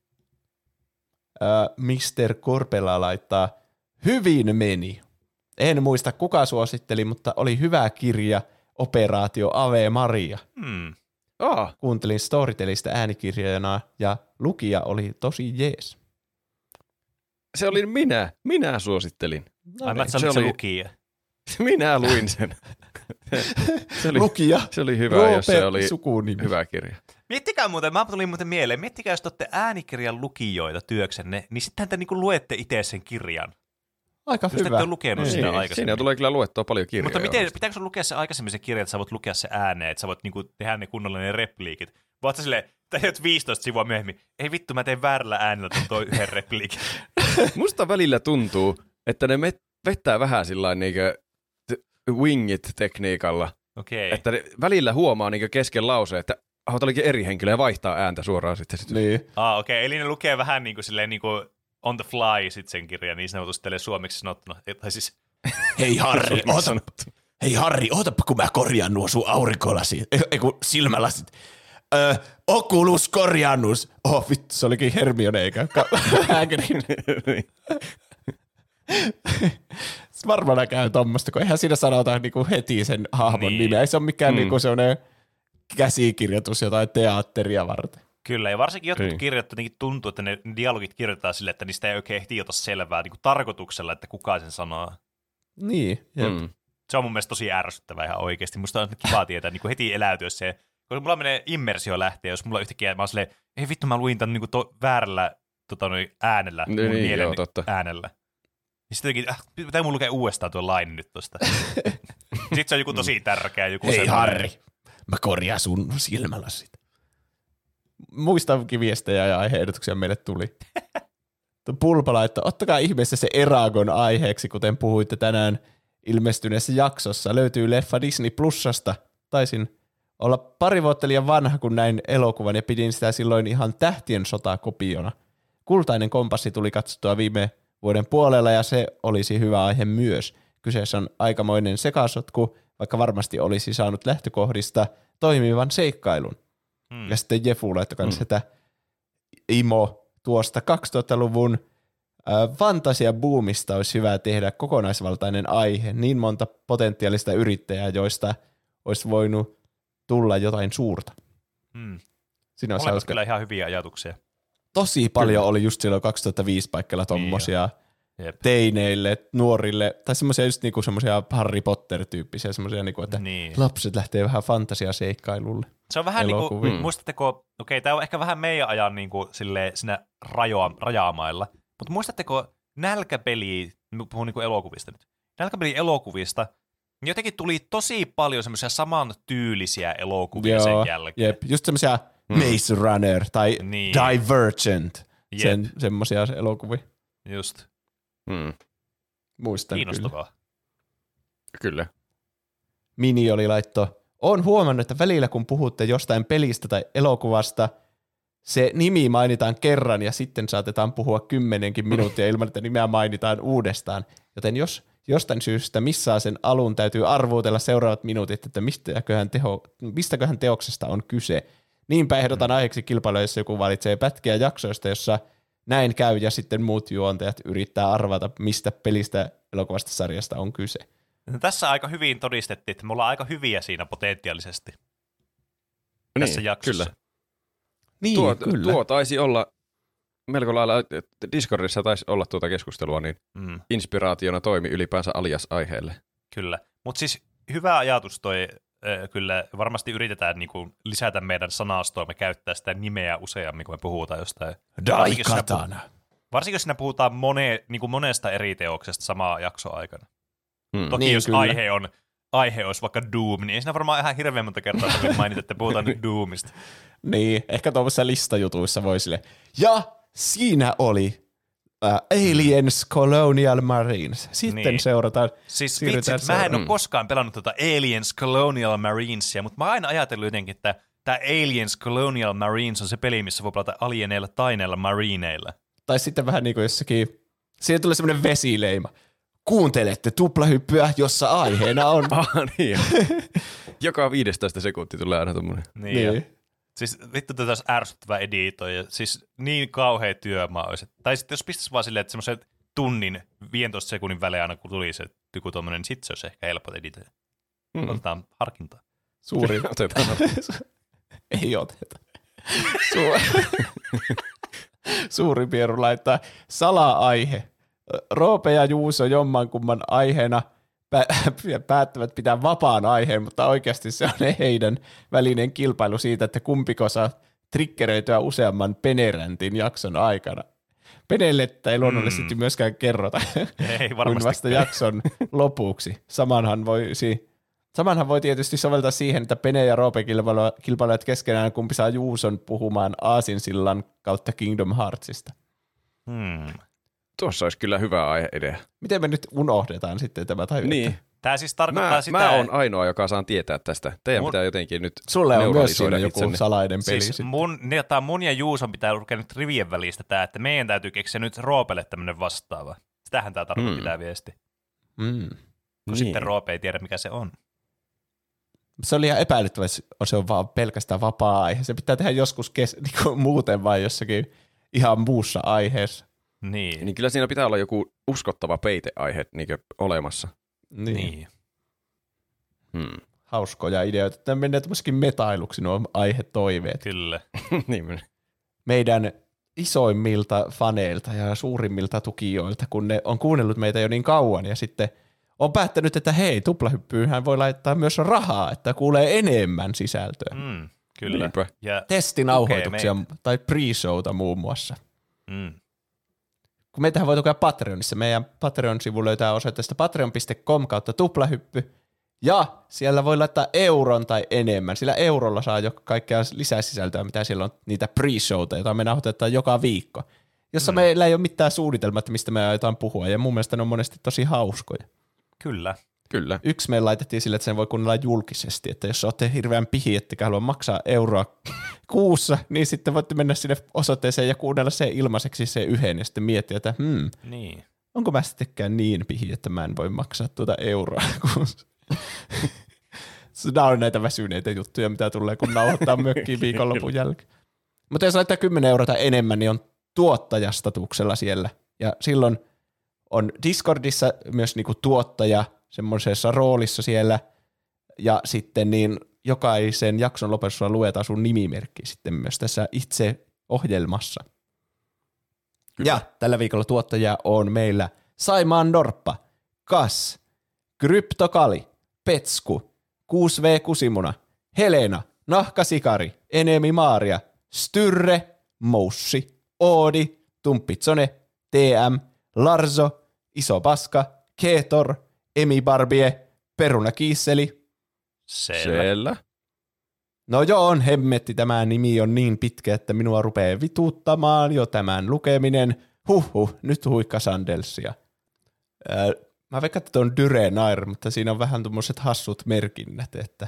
Mr. Korpela laittaa, hyvin meni. En muista kuka suositteli, mutta oli hyvä kirja, Operaatio Ave Maria. Kuuntelin Storytelista äänikirjana ja lukija oli tosi jees. Se oli minä. Minä suosittelin. Se lukija. Minä luin sen. Se oli, lukija. Se oli hyvä, jos se oli sukunimi. Hyvä kirja. Miettikää muuten, mä tulin muuten mieleen, miettikää jos te olette äänikirjan lukijoita työksenne, niin sittenhän te niinku luette itse sen kirjan. Aika just hyvä. Ette ole lukenut sitä aikaisemmin. Siinä tulee kyllä luettua paljon kirjoja. Mutta pitääkö sun lukea se aikaisemmin se kirja, että sä voit lukea se ääneen, että sä voit niinku tehdä ne kunnollinen repliikit? Voit sä silleen, tehdät 15 sivua myöhemmin, ei vittu mä teen väärällä äänellä toi yhden repliikin. Musta välillä tuntuu, että ne vettää vähän sillain niinkö wingit-tekniikalla. Okei. Että ne välillä huomaa niinkö kesken lauseen, että olikin eri henkilö ja vaihtaa ääntä suoraan sitten. Niin. Okei. Eli ne lukee vähän niin kuin silleen niin kuin on the fly sit sen kirjan, niin sanotusti suomeksi sanottuna. Tai siis Hei Harri, ootapa kun mä korjaan nuo sun aurinkolasit. Ei kun silmälasit. Oculus Corjanus. Vittu, se olikin Hermione eikä Hagrid. varmaan käy tommoista, kun eihän siinä sanota niinku heti sen hahmon nimeä. Ei se ole mikään niinku sellainen käsikirjoitus jotain teatteria varten. Kyllä, ja varsinkin jotkut kirjat jotenkin tuntuu, että ne dialogit kirjoitetaan sille, että niistä ei oikein heti ota selvää niin kuin tarkoituksella, että kuka sen sanoo. Niin, Se on mun mielestä tosi ärsyttävää ihan oikeasti. Musta on kiva tietää niin kuin heti eläytyä se. Koska mulla menee immersio lähtee, jos mulla yhtäkkiä mä oon silleen, ei vittu mä luin tämän niin kuin väärällä äänellä, mun mielen äänellä. Ja sitten jotenkin, pitää mun lukea uudestaan tuon lain nyt tosta. Sitten se on joku tosi tärkeä. Joku hei Harri, mä korjaan sun silmälasit. Muistakin viestejä ja aihe-ehdotuksia meille tuli. Pulpala, että ottakaa ihmeessä se Eragon aiheeksi, kuten puhuitte tänään ilmestyneessä jaksossa. Löytyy leffa Disney Plusasta. Taisin olla pari vuotta liian vanha, kun näin elokuvan ja pidin sitä silloin ihan Tähtien sota-kopiona. Kultainen kompassi tuli katsottua viime vuoden puolella ja se olisi hyvä aihe myös. Kyseessä on aikamoinen sekasotku, vaikka varmasti olisi saanut lähtökohdista toimivan seikkailun. Ja sitten Jefu laittoi kanssa, että Imo tuosta 2000-luvun fantasiabuumista olisi hyvä tehdä kokonaisvaltainen aihe. Niin monta potentiaalista yrittäjää, joista olisi voinut tulla jotain suurta. Siinä on molemmat kyllä ihan hyviä ajatuksia. Tosi paljon oli just silloin 2005 paikalla tommosia teineille, nuorille, tai semmoisia just niinku semmoisia Harry Potter-tyyppisiä, semmoisia niinku, että lapset lähtee vähän fantasiaseikkailulle. Se on vähän niinku, muistatteko, tää on ehkä vähän meidän ajan niinku silleen siinä rajaamailla, mutta muistatteko nälkäpeliä, puhun niinku elokuvista nyt, nälkäpeli-elokuvista, jotenkin tuli tosi paljon semmoisia samantyylisiä elokuvia sen jälkeen. Jep, just semmoisia Maze Runner tai Divergent, semmoisia elokuvia. Just. Muistan kiinnostavaa. Kyllä. Mini oli laitto. Oon huomannut, että välillä kun puhutte jostain pelistä tai elokuvasta, se nimi mainitaan kerran ja sitten saatetaan puhua 10 minuuttia ilman, että nimeä mainitaan uudestaan. Joten jos jostain syystä missaa sen alun, täytyy arvuutella seuraavat minuutit, että mistäköhän teoksesta on kyse. Niinpä ehdotan aiheeksi kilpailua, jos joku valitsee pätkiä jaksoista, jossa näin käy ja sitten muut juontajat yrittää arvata, mistä pelistä elokuvasta sarjasta on kyse. No, tässä aika hyvin todistettiin, että me ollaan aika hyviä siinä potentiaalisesti. Tässä jaksossa. Kyllä. Niin, tuo taisi olla melko lailla, Discordissa taisi olla tuota keskustelua, niin inspiraationa toimi ylipäänsä alias-aiheelle. Kyllä, mutta siis hyvä ajatus toi, kyllä varmasti yritetään niinku lisätä meidän sanastoa, me käyttää sitä nimeä useammin, kun me puhutaan jostain. Daikatana. Varsinkin jos siinä puhutaan niinku monesta eri teoksesta samaa jaksoaikana. Toki niin, jos aihe olisi vaikka Doom, niin ei siinä varmaan ihan hirveän monta kertaa mainita, että puhutaan nyt Doomista. Niin, ehkä tuollaisissa listajutuissa voi sille. Ja siinä oli Aliens Colonial Marines. Sitten seurataan. Siis vitsit, mä en ole koskaan pelannut tuota Aliens Colonial Marinesia, mutta mä oon aina ajatellut jotenkin, että tämä Aliens Colonial Marines on se peli, missä voi pelata alieneilla tai näillä marineilla. Tai sitten vähän niin kuin jossakin, siihen tulee semmoinen vesileima. Kuuntelette tuplahyppyä, jossa aiheena on. Niin. Joka 15 sekunti tulee aina tommoinen. Niin. Siis vittu tätä olisi ärsyttävää editoida. Siis niin kauhea työmaa olisi. Tai sitten jos pistäisi vaan silleen, että semmoisen tunnin 15 sekunnin välein aina kun tuli se joku tommoinen, niin sitten se olisi ehkä helppo editoida. Otetaan harkintaa. Suuri. Otetaan. Ei oteta. Suuri Pieru laittaa sala-aihe. Roope ja Juuso jommankumman aiheena päättävät pitää vapaan aiheen, mutta oikeasti se on heidän välinen kilpailu siitä, että kumpiko saa triggeröityä useamman peneräntin jakson aikana. Penellettä ei luonnollisesti myöskään kerrota kuin vasta jakson lopuksi. Samanhan voi tietysti soveltaa siihen, että Pene ja Roope kilpailevat keskenään, kumpi saa Juuson puhumaan Aasinsillan kautta Kingdom Heartsista. Tuossa olisi kyllä hyvä aihe-idea. Miten me nyt unohdetaan sitten tämä tai niin. Tämä siis tarkoittaa sitä... Mä oon ainoa, joka saan tietää tästä. Teidän pitää jotenkin nyt sulle on myös siinä joku salainen peli. Siis mun ja Juuson pitää lukea nyt rivien välistä tämä, että meidän täytyy keksiä nyt Roopelle tämmöinen vastaava. Sitähän tämä tarkoittaa tämä viesti. Kun sitten Roope ei tiedä, mikä se on. Se oli ihan epäilyttävä, se on vaan pelkästään vapaa-aihe. Se pitää tehdä joskus muuten vai jossakin ihan muussa aiheessa. Niin. kyllä siinä pitää olla joku uskottava peiteaihe olemassa. Niin. Hauskoja ideoita. Tämä menee tämmöisikin metailuksi nuo aihetoiveet. Kyllä. Niin. Meidän isoimmilta faneilta ja suurimmilta tukijoilta, kun ne on kuunnellut meitä jo niin kauan ja sitten on päättänyt, että hei, Tuplahyppyyhän voi laittaa myös rahaa, että kuulee enemmän sisältöä. Kyllä. Niinpä. Ja Testinauhoituksia tai pre-showta muun muassa. Kun meitähän voi tukea Patreonissa. Meidän Patreon-sivu löytää osoitteesta patreon.com/tuplahyppy. Ja siellä voi laittaa euron tai enemmän. Sillä eurolla saa jo kaikkea lisäsisältöä, mitä siellä on niitä pre-showta, joita me nauhoitetaan joka viikko. Jossa meillä ei ole mitään suunnitelmaa, että mistä me aiotaan puhua. Ja mun mielestä ne on monesti tosi hauskoja. Kyllä. Yksi me laitettiin sille, että sen voi kuunnella julkisesti. Että jos olette hirveän pihi, ettekä halua maksaa euroa kuussa, niin sitten voitte mennä sinne osoitteeseen ja kuunnella sen ilmaiseksi se yhden. Ja sitten miettiä, että Niin. onko mä sittenkään niin pihi, että mä en voi maksaa tuota euroa kuussa. Nämä on näitä väsyneitä juttuja, mitä tulee, kun nauhoittaa mökkiin viikonlopun jälkeen. Mutta jos laittaa 10 euroa tai enemmän, niin on tuottajastatuksella siellä. Ja silloin on Discordissa myös niinku tuottaja semmoisessa roolissa siellä. Ja sitten niin jokaisen jakson lopussa luetaan sun nimimerkki sitten myös tässä itse ohjelmassa. Kyllä. Ja tällä viikolla tuottaja on meillä Saimaan Norppa, Kas, Kryptokali, Petsku, 6V Kusimuna, Helena, Nahkasikari, Enemi Maaria, Styrre, Moussi, Oodi, Tumppitsone, TM, Larzo, Iso Paska, Keetor, Emi Barbie, Peruna Kiisseli. Siellä. No joo, on hemmetti. Tämä nimi on niin pitkä, että minua rupeaa vituuttamaan jo tämän lukeminen. Nyt huikka Sandelsia. Mä veikkaan, että on Dyrenair, mutta siinä on vähän tuommoiset hassut merkinnät, että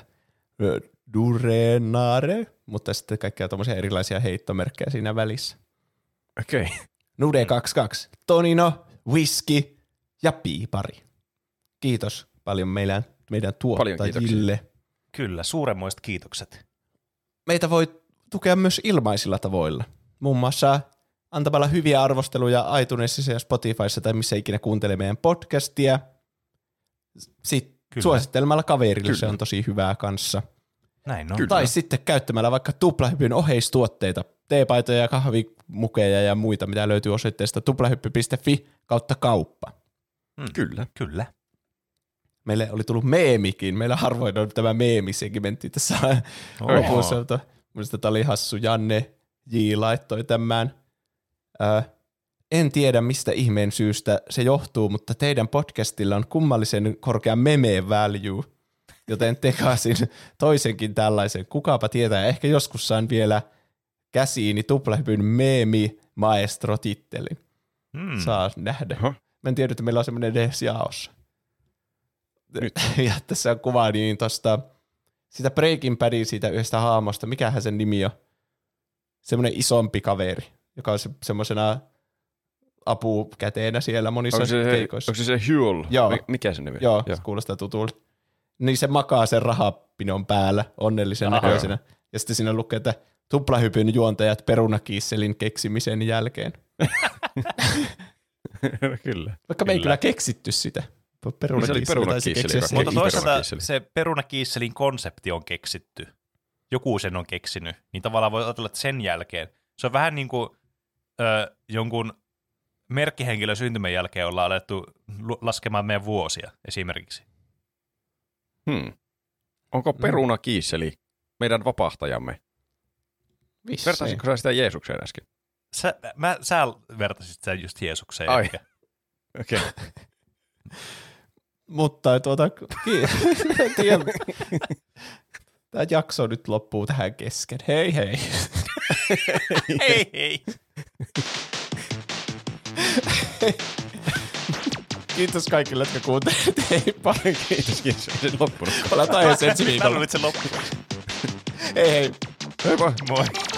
Durenare, mutta sitten kaikkia tuommoisia erilaisia heittomerkkejä siinä välissä. Okei. Nude 22, Tonino, Whisky ja Piipari. Kiitos paljon meidän tuottajille. Kyllä, suuremmoiset kiitokset. Meitä voi tukea myös ilmaisilla tavoilla. Muun muassa antamalla hyviä arvosteluja iTunesissa ja Spotifyssa tai missä ikinä kuuntelee meidän podcastia. Sitten suosittelemalla kaverille, se on tosi hyvää kanssa. Näin on. Kyllä. Tai sitten käyttämällä vaikka Tuplahyppyn oheistuotteita, teepaitoja ja kahvimukeja ja muita, mitä löytyy osoitteesta tuplahyppy.fi/kauppa. Kyllä. Meille oli tullut meemikin. Meillä harvoin on tämä meemisegmentti tässä lopussa. Mielestäni tämä oli hassu. Janne J. laittoi tämän. En tiedä, mistä ihmeen syystä se johtuu, mutta teidän podcastilla on kummallisen korkea meme-value, joten tekasin toisenkin tällaisen. Kukapa tietää, ehkä joskus saan vielä käsiini Tuplahypyn meemi-maestro-tittelin. Saa nähdä. Mä en tiedä, että meillä on semmoinen edes jaossa. Nyt. Ja tässä on kuva niin tosta, sitä Breaking Badin siitä yhdestä haamosta, mikähän sen nimi on? Semmoinen isompi kaveri, joka on semmoisena apukäteenä siellä monissa keikoissa. Onko se Huel? Joo. Mikä se nimi? Joo, se kuulostaa tutulta. Niin se makaa sen rahapinon päällä onnellisen näköisenä. Ja sitten siinä lukee, että Tuplahypyn juontajat perunakiisselin keksimisen jälkeen. Kyllä. Vaikka me ei kyllä keksitty sitä. Perunakiisseli. Mutta toisaalta se perunakiisselin konsepti on keksitty. Joku sen on keksinyt. Niin tavallaan voi ajatella, että sen jälkeen. Se on vähän niin kuin jonkun merkkihenkilön syntymän jälkeen ollaan alettu laskemaan meidän vuosia esimerkiksi. Onko perunakiisseli meidän vapahtajamme? Vertaisitko sä sitä Jeesukseen äsken? Sä vertaisit sitä just Jeesukseen. Ai, okei. Mutta tämä jakso nyt loppuu tähän kesken. Hei hei. Hei hei. Kiitos kaikille, jotka kuuntelivat. Heippa. Kiitos. Se loppunut. Palataan ensi viikolla. Mä luulen, että se loppuu. Hei hei. Heippa. Moi.